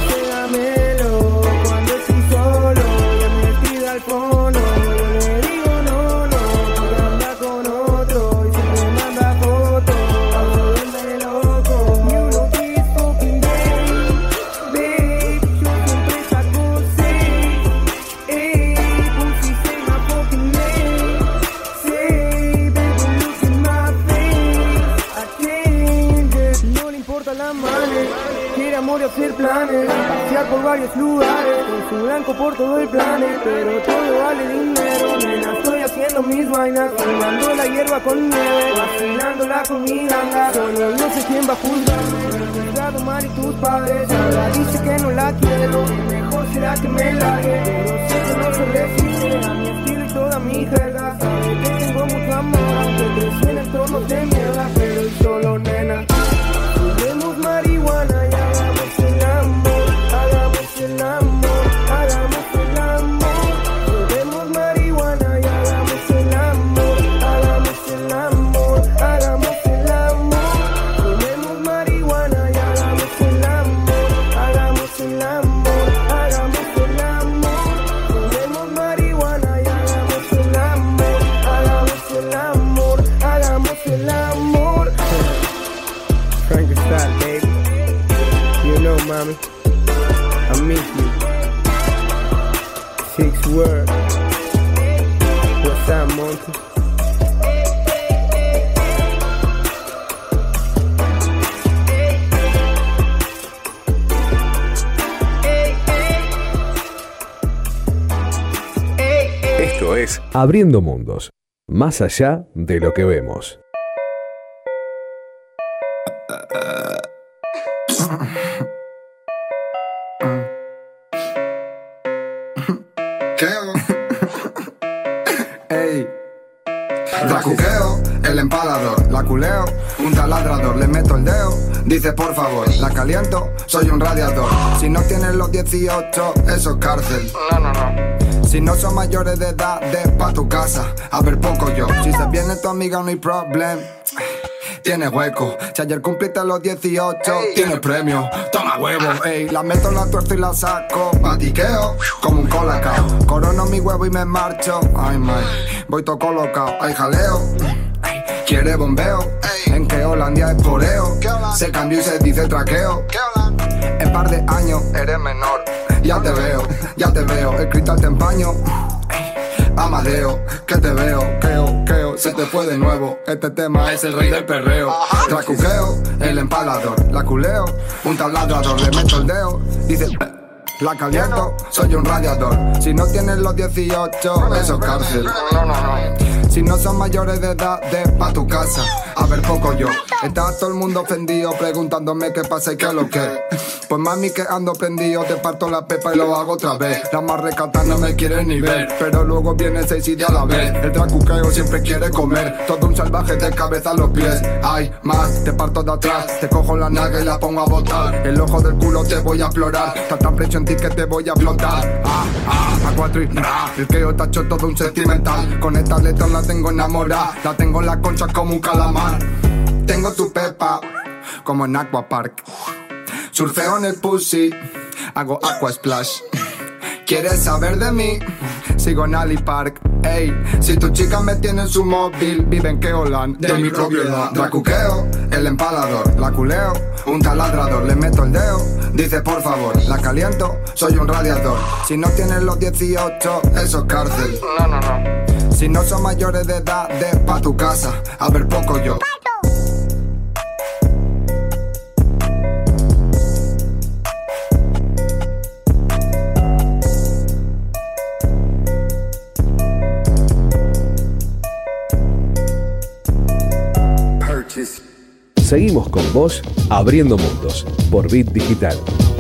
Pégamelo cuando estoy solo, ya me tira al fondo. Yo le digo no, no, porque anda con otro y siempre manda fotos pa' volverme loco. You know this fucking day, babe, yo siempre saco seis. Ey, pussy say my fucking name. Say, baby, look in my face. I change it. No le importa la mane, quiere amor y hacer planes, pasear por varios lugares, con su blanco por todo el planeta, pero todo vale dinero. Nena, estoy haciendo mis vainas, fumando la hierba con nieve, vacilándola con mi ganga. Solo no sé quién va a juzgarme, me he juzgado mal y tus padres. Ahora dice que no la quiero, y mejor será que me largue, pero sé que no se resiste a mi estilo y toda mi jerga. Sabe que tengo mucho amor, aunque crecí en entornos de mierda, pero hoy solo nena. Fumemos marihuana y hagamos el amor, hagamos el amor, hagamos el amor. Fumemos marihuana y hagamos el amor, hagamos el amor, hagamos el amor. Fumemos marihuana y hagamos el amor, hagamos el amor, hagamos el amor. Fumemos marihuana y hagamos el amor, hagamos el amor, hagamos el amor. mundo. Esto es Abriendo Mundos, más allá de lo que vemos. Ey, la cuqueo, el empalador, la culeo, un taladrador, le meto el dedo, dice por favor, la caliento, soy un radiador. Si no tienes los dieciocho, eso es cárcel. No, no, no. Si no son mayores de edad, de pa' tu casa, a ver poco yo. Si se viene tu amiga no hay problem, tiene hueco. Si ayer cumpliste los dieciocho, tiene premio. Toma huevo, ey, la meto, la tuerzo y la saco. Batiqueo, como un colacao. Corono mi huevo y me marcho. Ay, my, voy todo colocado. Ay, jaleo, quiere bombeo. En que Holandia es poreo. Se cambió y se dice traqueo. En par de años eres menor. Ya te veo, ya te veo. El cristal te empaño. Amadeo, que te veo, queo, queo, se te fue de nuevo. Este tema es el rey del perreo. Tracuqueo, el empalador, la culeo, un taladrador, le meto el dedo, dice, la caliento, soy un radiador. Si no tienes los dieciocho, eso es cárcel. No, no, no. Si no son mayores de edad, de pa' tu casa, a ver poco yo. Está todo el mundo ofendido preguntándome qué pasa y qué es lo que. Pues mami que ando prendido, te parto la pepa y lo hago otra vez. Las más recatas no me quieren ni ver, pero luego viene seis y de a la vez. El tracuqueo siempre quiere comer, todo un salvaje de cabeza a los pies. Hay más, te parto de atrás, te cojo la naga y la pongo a botar. El ojo del culo te voy a explorar, tanta presión en ti que te voy a explotar. Ah, ah, a cuatro y ra, el que yo tacho todo un sentimental. Con esta letra la tengo enamorada, la tengo en la concha como un calamar. Tengo tu pepa, como en Aquapark. Surfeo en el pussy, hago aqua splash. ¿Quieres saber de mí? Sigo en Ali Park. Ey, si tu chica me tiene en su móvil, vive en Keolan, de, de mi propiedad. Tracuqueo, el empalador, la culeo, un taladrador, le meto el dedo, dice por favor, la caliento, soy un radiador. Si no tienes los dieciocho, eso es cárcel. No, no, no. Si no son mayores de edad, de pa' tu casa, a ver poco yo. Seguimos con vos, Abriendo Mundos, por Bit Digital.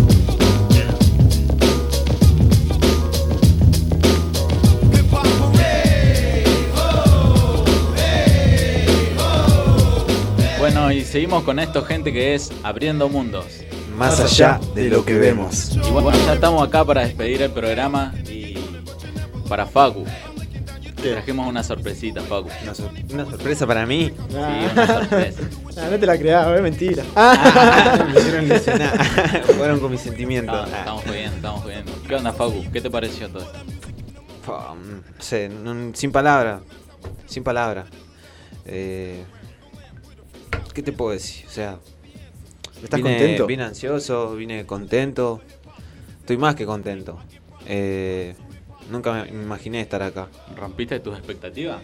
Bueno, y seguimos con esto, gente, que es Abriendo Mundos. Más allá de lo que vemos. Y bueno, ya estamos acá para despedir el programa y para Facu. Trajimos una sorpresita, Facu. Una, sor una sorpresa para mí. Ah. Sí, una sorpresa. Ah, no te la creas, es mentira. Ah, me hicieron ilusionar. Fueron con mis sentimientos. No, estamos jodiendo, estamos jodiendo. ¿Qué onda, Facu? ¿Qué te pareció todo esto? No sé, no, sin palabras. Sin palabras. Eh, ¿Qué te puedo decir? O sea, ¿estás vine, contento? Vine ansioso, vine contento. Estoy más que contento. Eh, nunca me imaginé estar acá. ¿Rompiste tus expectativas?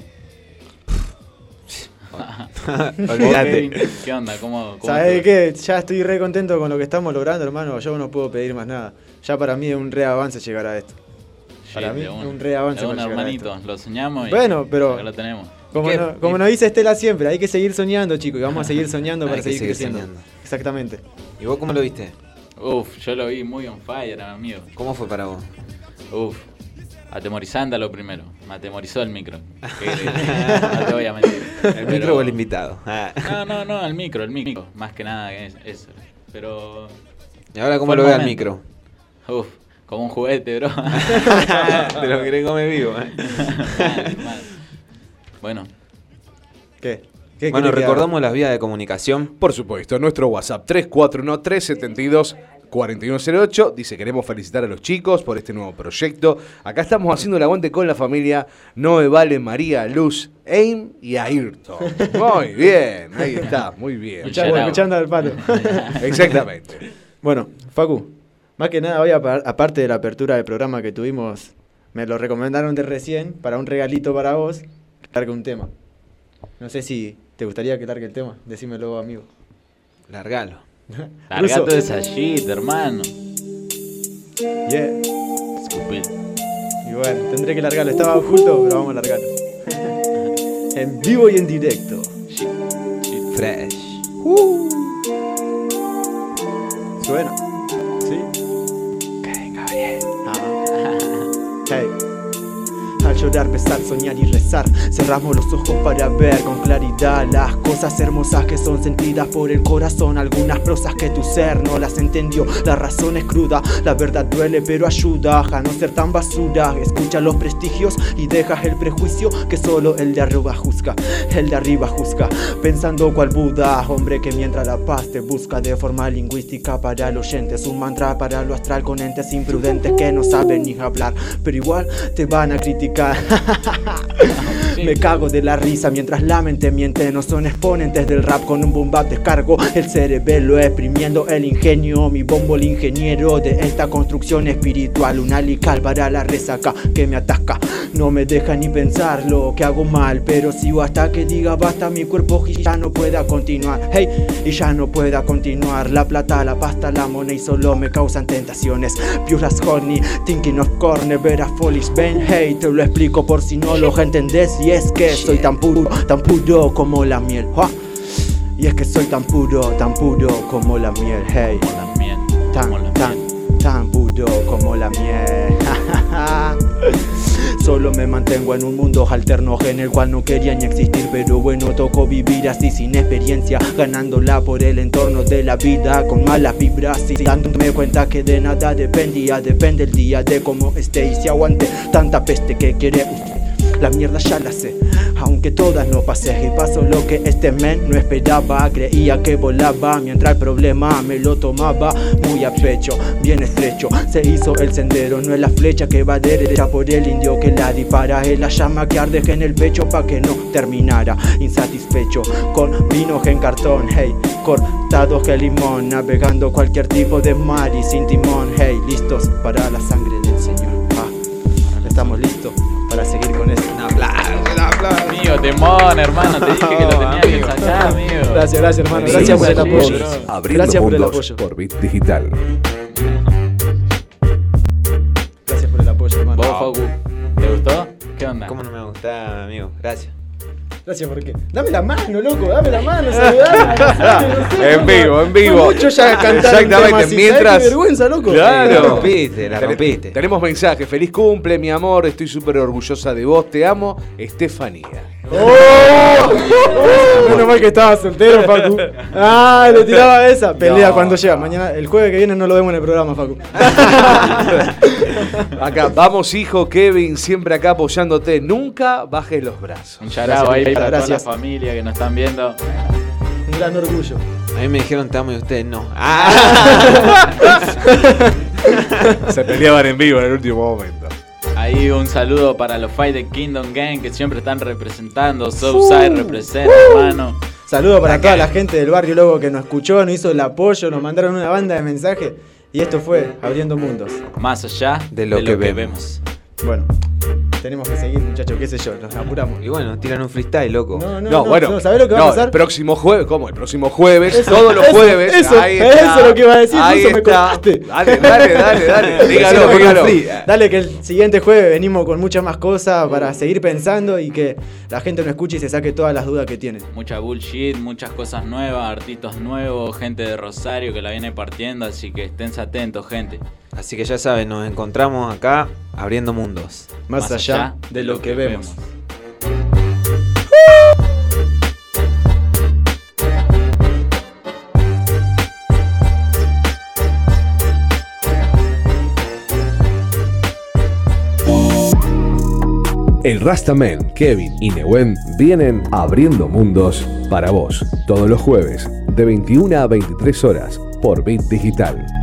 Olvídate. Okay. ¿Qué onda? ¿Cómo, cómo ¿Sabes qué? Ya estoy re contento con lo que estamos logrando, hermano. Yo no puedo pedir más nada. Ya para mí es un re avance llegar a esto. Sí, para mí es un, un re avance. un para llegar a hermanito, esto. lo soñamos y bueno, pero ya lo tenemos. Como, no, como nos dice Estela siempre, hay que seguir soñando, chicos. Y vamos a seguir soñando para seguir, seguir creciendo. soñando. Exactamente. ¿Y vos cómo lo viste? Uf, yo lo vi muy on fire, amigo. ¿Cómo fue para vos? Uf, atemorizante a lo primero. Me atemorizó el micro. No te voy a mentir. ¿El Pero... micro o el invitado? Ah. No, no, no, el micro, el micro. Más que nada es eso. Pero... ¿Y ahora cómo lo ve al micro? Uf, como un juguete, bro. Te lo querés comer vivo, eh. Mal, mal. Bueno. ¿Qué? ¿Qué bueno, recordamos las vías de comunicación. Por supuesto, nuestro WhatsApp tres cuatro uno, tres siete dos, cuatro uno cero ocho. Dice, queremos felicitar a los chicos por este nuevo proyecto. Acá estamos haciendo el aguante con la familia Noe, Vale, María, Luz, Aim y Ayrton. Muy bien, ahí está, muy bien. Escuchando, escuchando al palo. Exactamente. Bueno, Facu, más que nada hoy, aparte de la apertura del programa que tuvimos, me lo recomendaron de recién para un regalito para vos. largue un tema. No sé si te gustaría que largue el tema. Decímelo, amigo. Largalo. Larga toda esa shit, hermano. Yeah. Escupir. Y bueno, tendré que largarlo. Estaba oculto, pero vamos a largarlo. En vivo y en directo. Shit, shit fresh. Uh. Suena. ¿Sí? Que venga bien. Ah. Hey. Al llorar, besar, soñar y rezar, cerramos los ojos para ver con claridad las cosas hermosas que son sentidas por el corazón. Algunas prosas que tu ser no las entendió. La razón es cruda, la verdad duele pero ayuda a no ser tan basura. Escucha los prestigios y dejas el prejuicio que solo el de arriba juzga. El de arriba juzga, pensando cual Buda, hombre que mientras la paz te busca de forma lingüística para el oyente. Es un mantra para lo astral con entes imprudentes que no saben ni hablar, pero igual te van a criticar. Me cago de la risa mientras la mente miente. No son exponentes del rap, con un boom bap descargo el cerebelo exprimiendo el ingenio. Mi bombo el ingeniero de esta construcción espiritual. Un alical para la resaca que me atasca. No me deja ni pensar lo que hago mal, pero sigo hasta que diga basta. Mi cuerpo y ya no pueda continuar. Hey, y ya no pueda continuar. La plata, la pasta, la money solo me causan tentaciones. Pure as honey, thinking of corner, ver a folies, ven, hey, te lo explico por si no lo entendés. Y es que soy tan puro, tan puro como la miel. ¡Ah! Y es que soy tan puro, tan puro como la miel. Hey, como la miel, tan, como la tan, miel. tan puro como la miel. Solo me mantengo en un mundo alterno en el cual no quería ni existir, pero bueno, tocó vivir así sin experiencia, ganándola por el entorno de la vida con malas vibras y dándome cuenta que de nada dependía. Depende el día de cómo esté y si aguante tanta peste que quiere usted. La mierda ya la sé, aunque todas no pasé. Y pasó lo que este men no esperaba. Creía que volaba mientras el problema me lo tomaba muy a pecho, bien estrecho. Se hizo el sendero, no es la flecha que va derecha por el indio que la dispara. Es la llama que arde en el pecho pa' que no terminara insatisfecho. Con vinos en cartón, hey, cortados que limón, navegando cualquier tipo de mar y sin timón. Hey, listos para la sangre del Señor. Ah, estamos listos para seguir con esto. Un aplauso, un aplauso. Amigo, temón, hermano, te dije que lo tenía que sacar, amigo. Gracias, gracias, hermano. Gracias por el apoyo. Abriendo Gracias por el mundos apoyo. por Bit Digital. Gracias por el apoyo, hermano. ¿Vos, Facu? ¿Te gustó? ¿Qué onda? ¿Cómo no me gusta, amigo? Gracias. Gracias, ¿por qué? Dame la mano, loco, dame la mano, saludame. No sé, En vivo, en vivo. Fue mucho ya cantar un tema Exactamente, así, mientras. ¿sabes qué vergüenza, loco? Claro. La rompiste, la rompiste. Tenemos mensaje. Feliz cumple, mi amor. Estoy súper orgullosa de vos. Te amo, Estefanía. ¡Oh! Menos mal que estaba soltero, Facu. Ah, le tiraba esa. Pelea No. cuando llega. Mañana, el jueves que viene no lo vemos en el programa, Facu. Acá, vamos, hijo Kevin, siempre acá apoyándote. Nunca bajes los brazos. Un charao ahí para Gracias. toda la familia que nos están viendo. Un gran orgullo. A mí me dijeron te amo y ustedes no. Se peleaban en vivo en el último momento. Ahí un saludo para los Fight the Kingdom Gang que siempre están representando. Southside representa, hermano. Saludos para toda la gente del barrio, luego que nos escuchó, nos hizo el apoyo, nos mandaron una banda de mensajes. Y esto fue Abriendo Mundos. Más allá De lo que vemos. Bueno, tenemos que seguir, muchachos, qué sé yo, nos apuramos. Y bueno, tiran un freestyle, loco. No, no, No, no, bueno. no, ¿sabés lo que va no, a pasar? El próximo jueves, ¿cómo? El próximo jueves, Eso, todos los eso, jueves. eso, ahí eso está. es lo que iba a decir, Ahí eso me está. cortaste. Dale, dale, dale, dale. Dígalo, Decilo dígalo. con free. Dale, que el siguiente jueves venimos con muchas más cosas para seguir pensando y que la gente nos escuche y se saque todas las dudas que tienen. Mucha bullshit, muchas cosas nuevas, artistas nuevos, gente de Rosario que la viene partiendo, así que estén atentos, gente. Así que ya saben, nos encontramos acá abriendo mundos. Más, allá, de lo que vemos. El Rastaman, Kevin y Nehuen vienen abriendo mundos para vos todos los jueves de veintiuna a veintitrés horas por Bit Digital.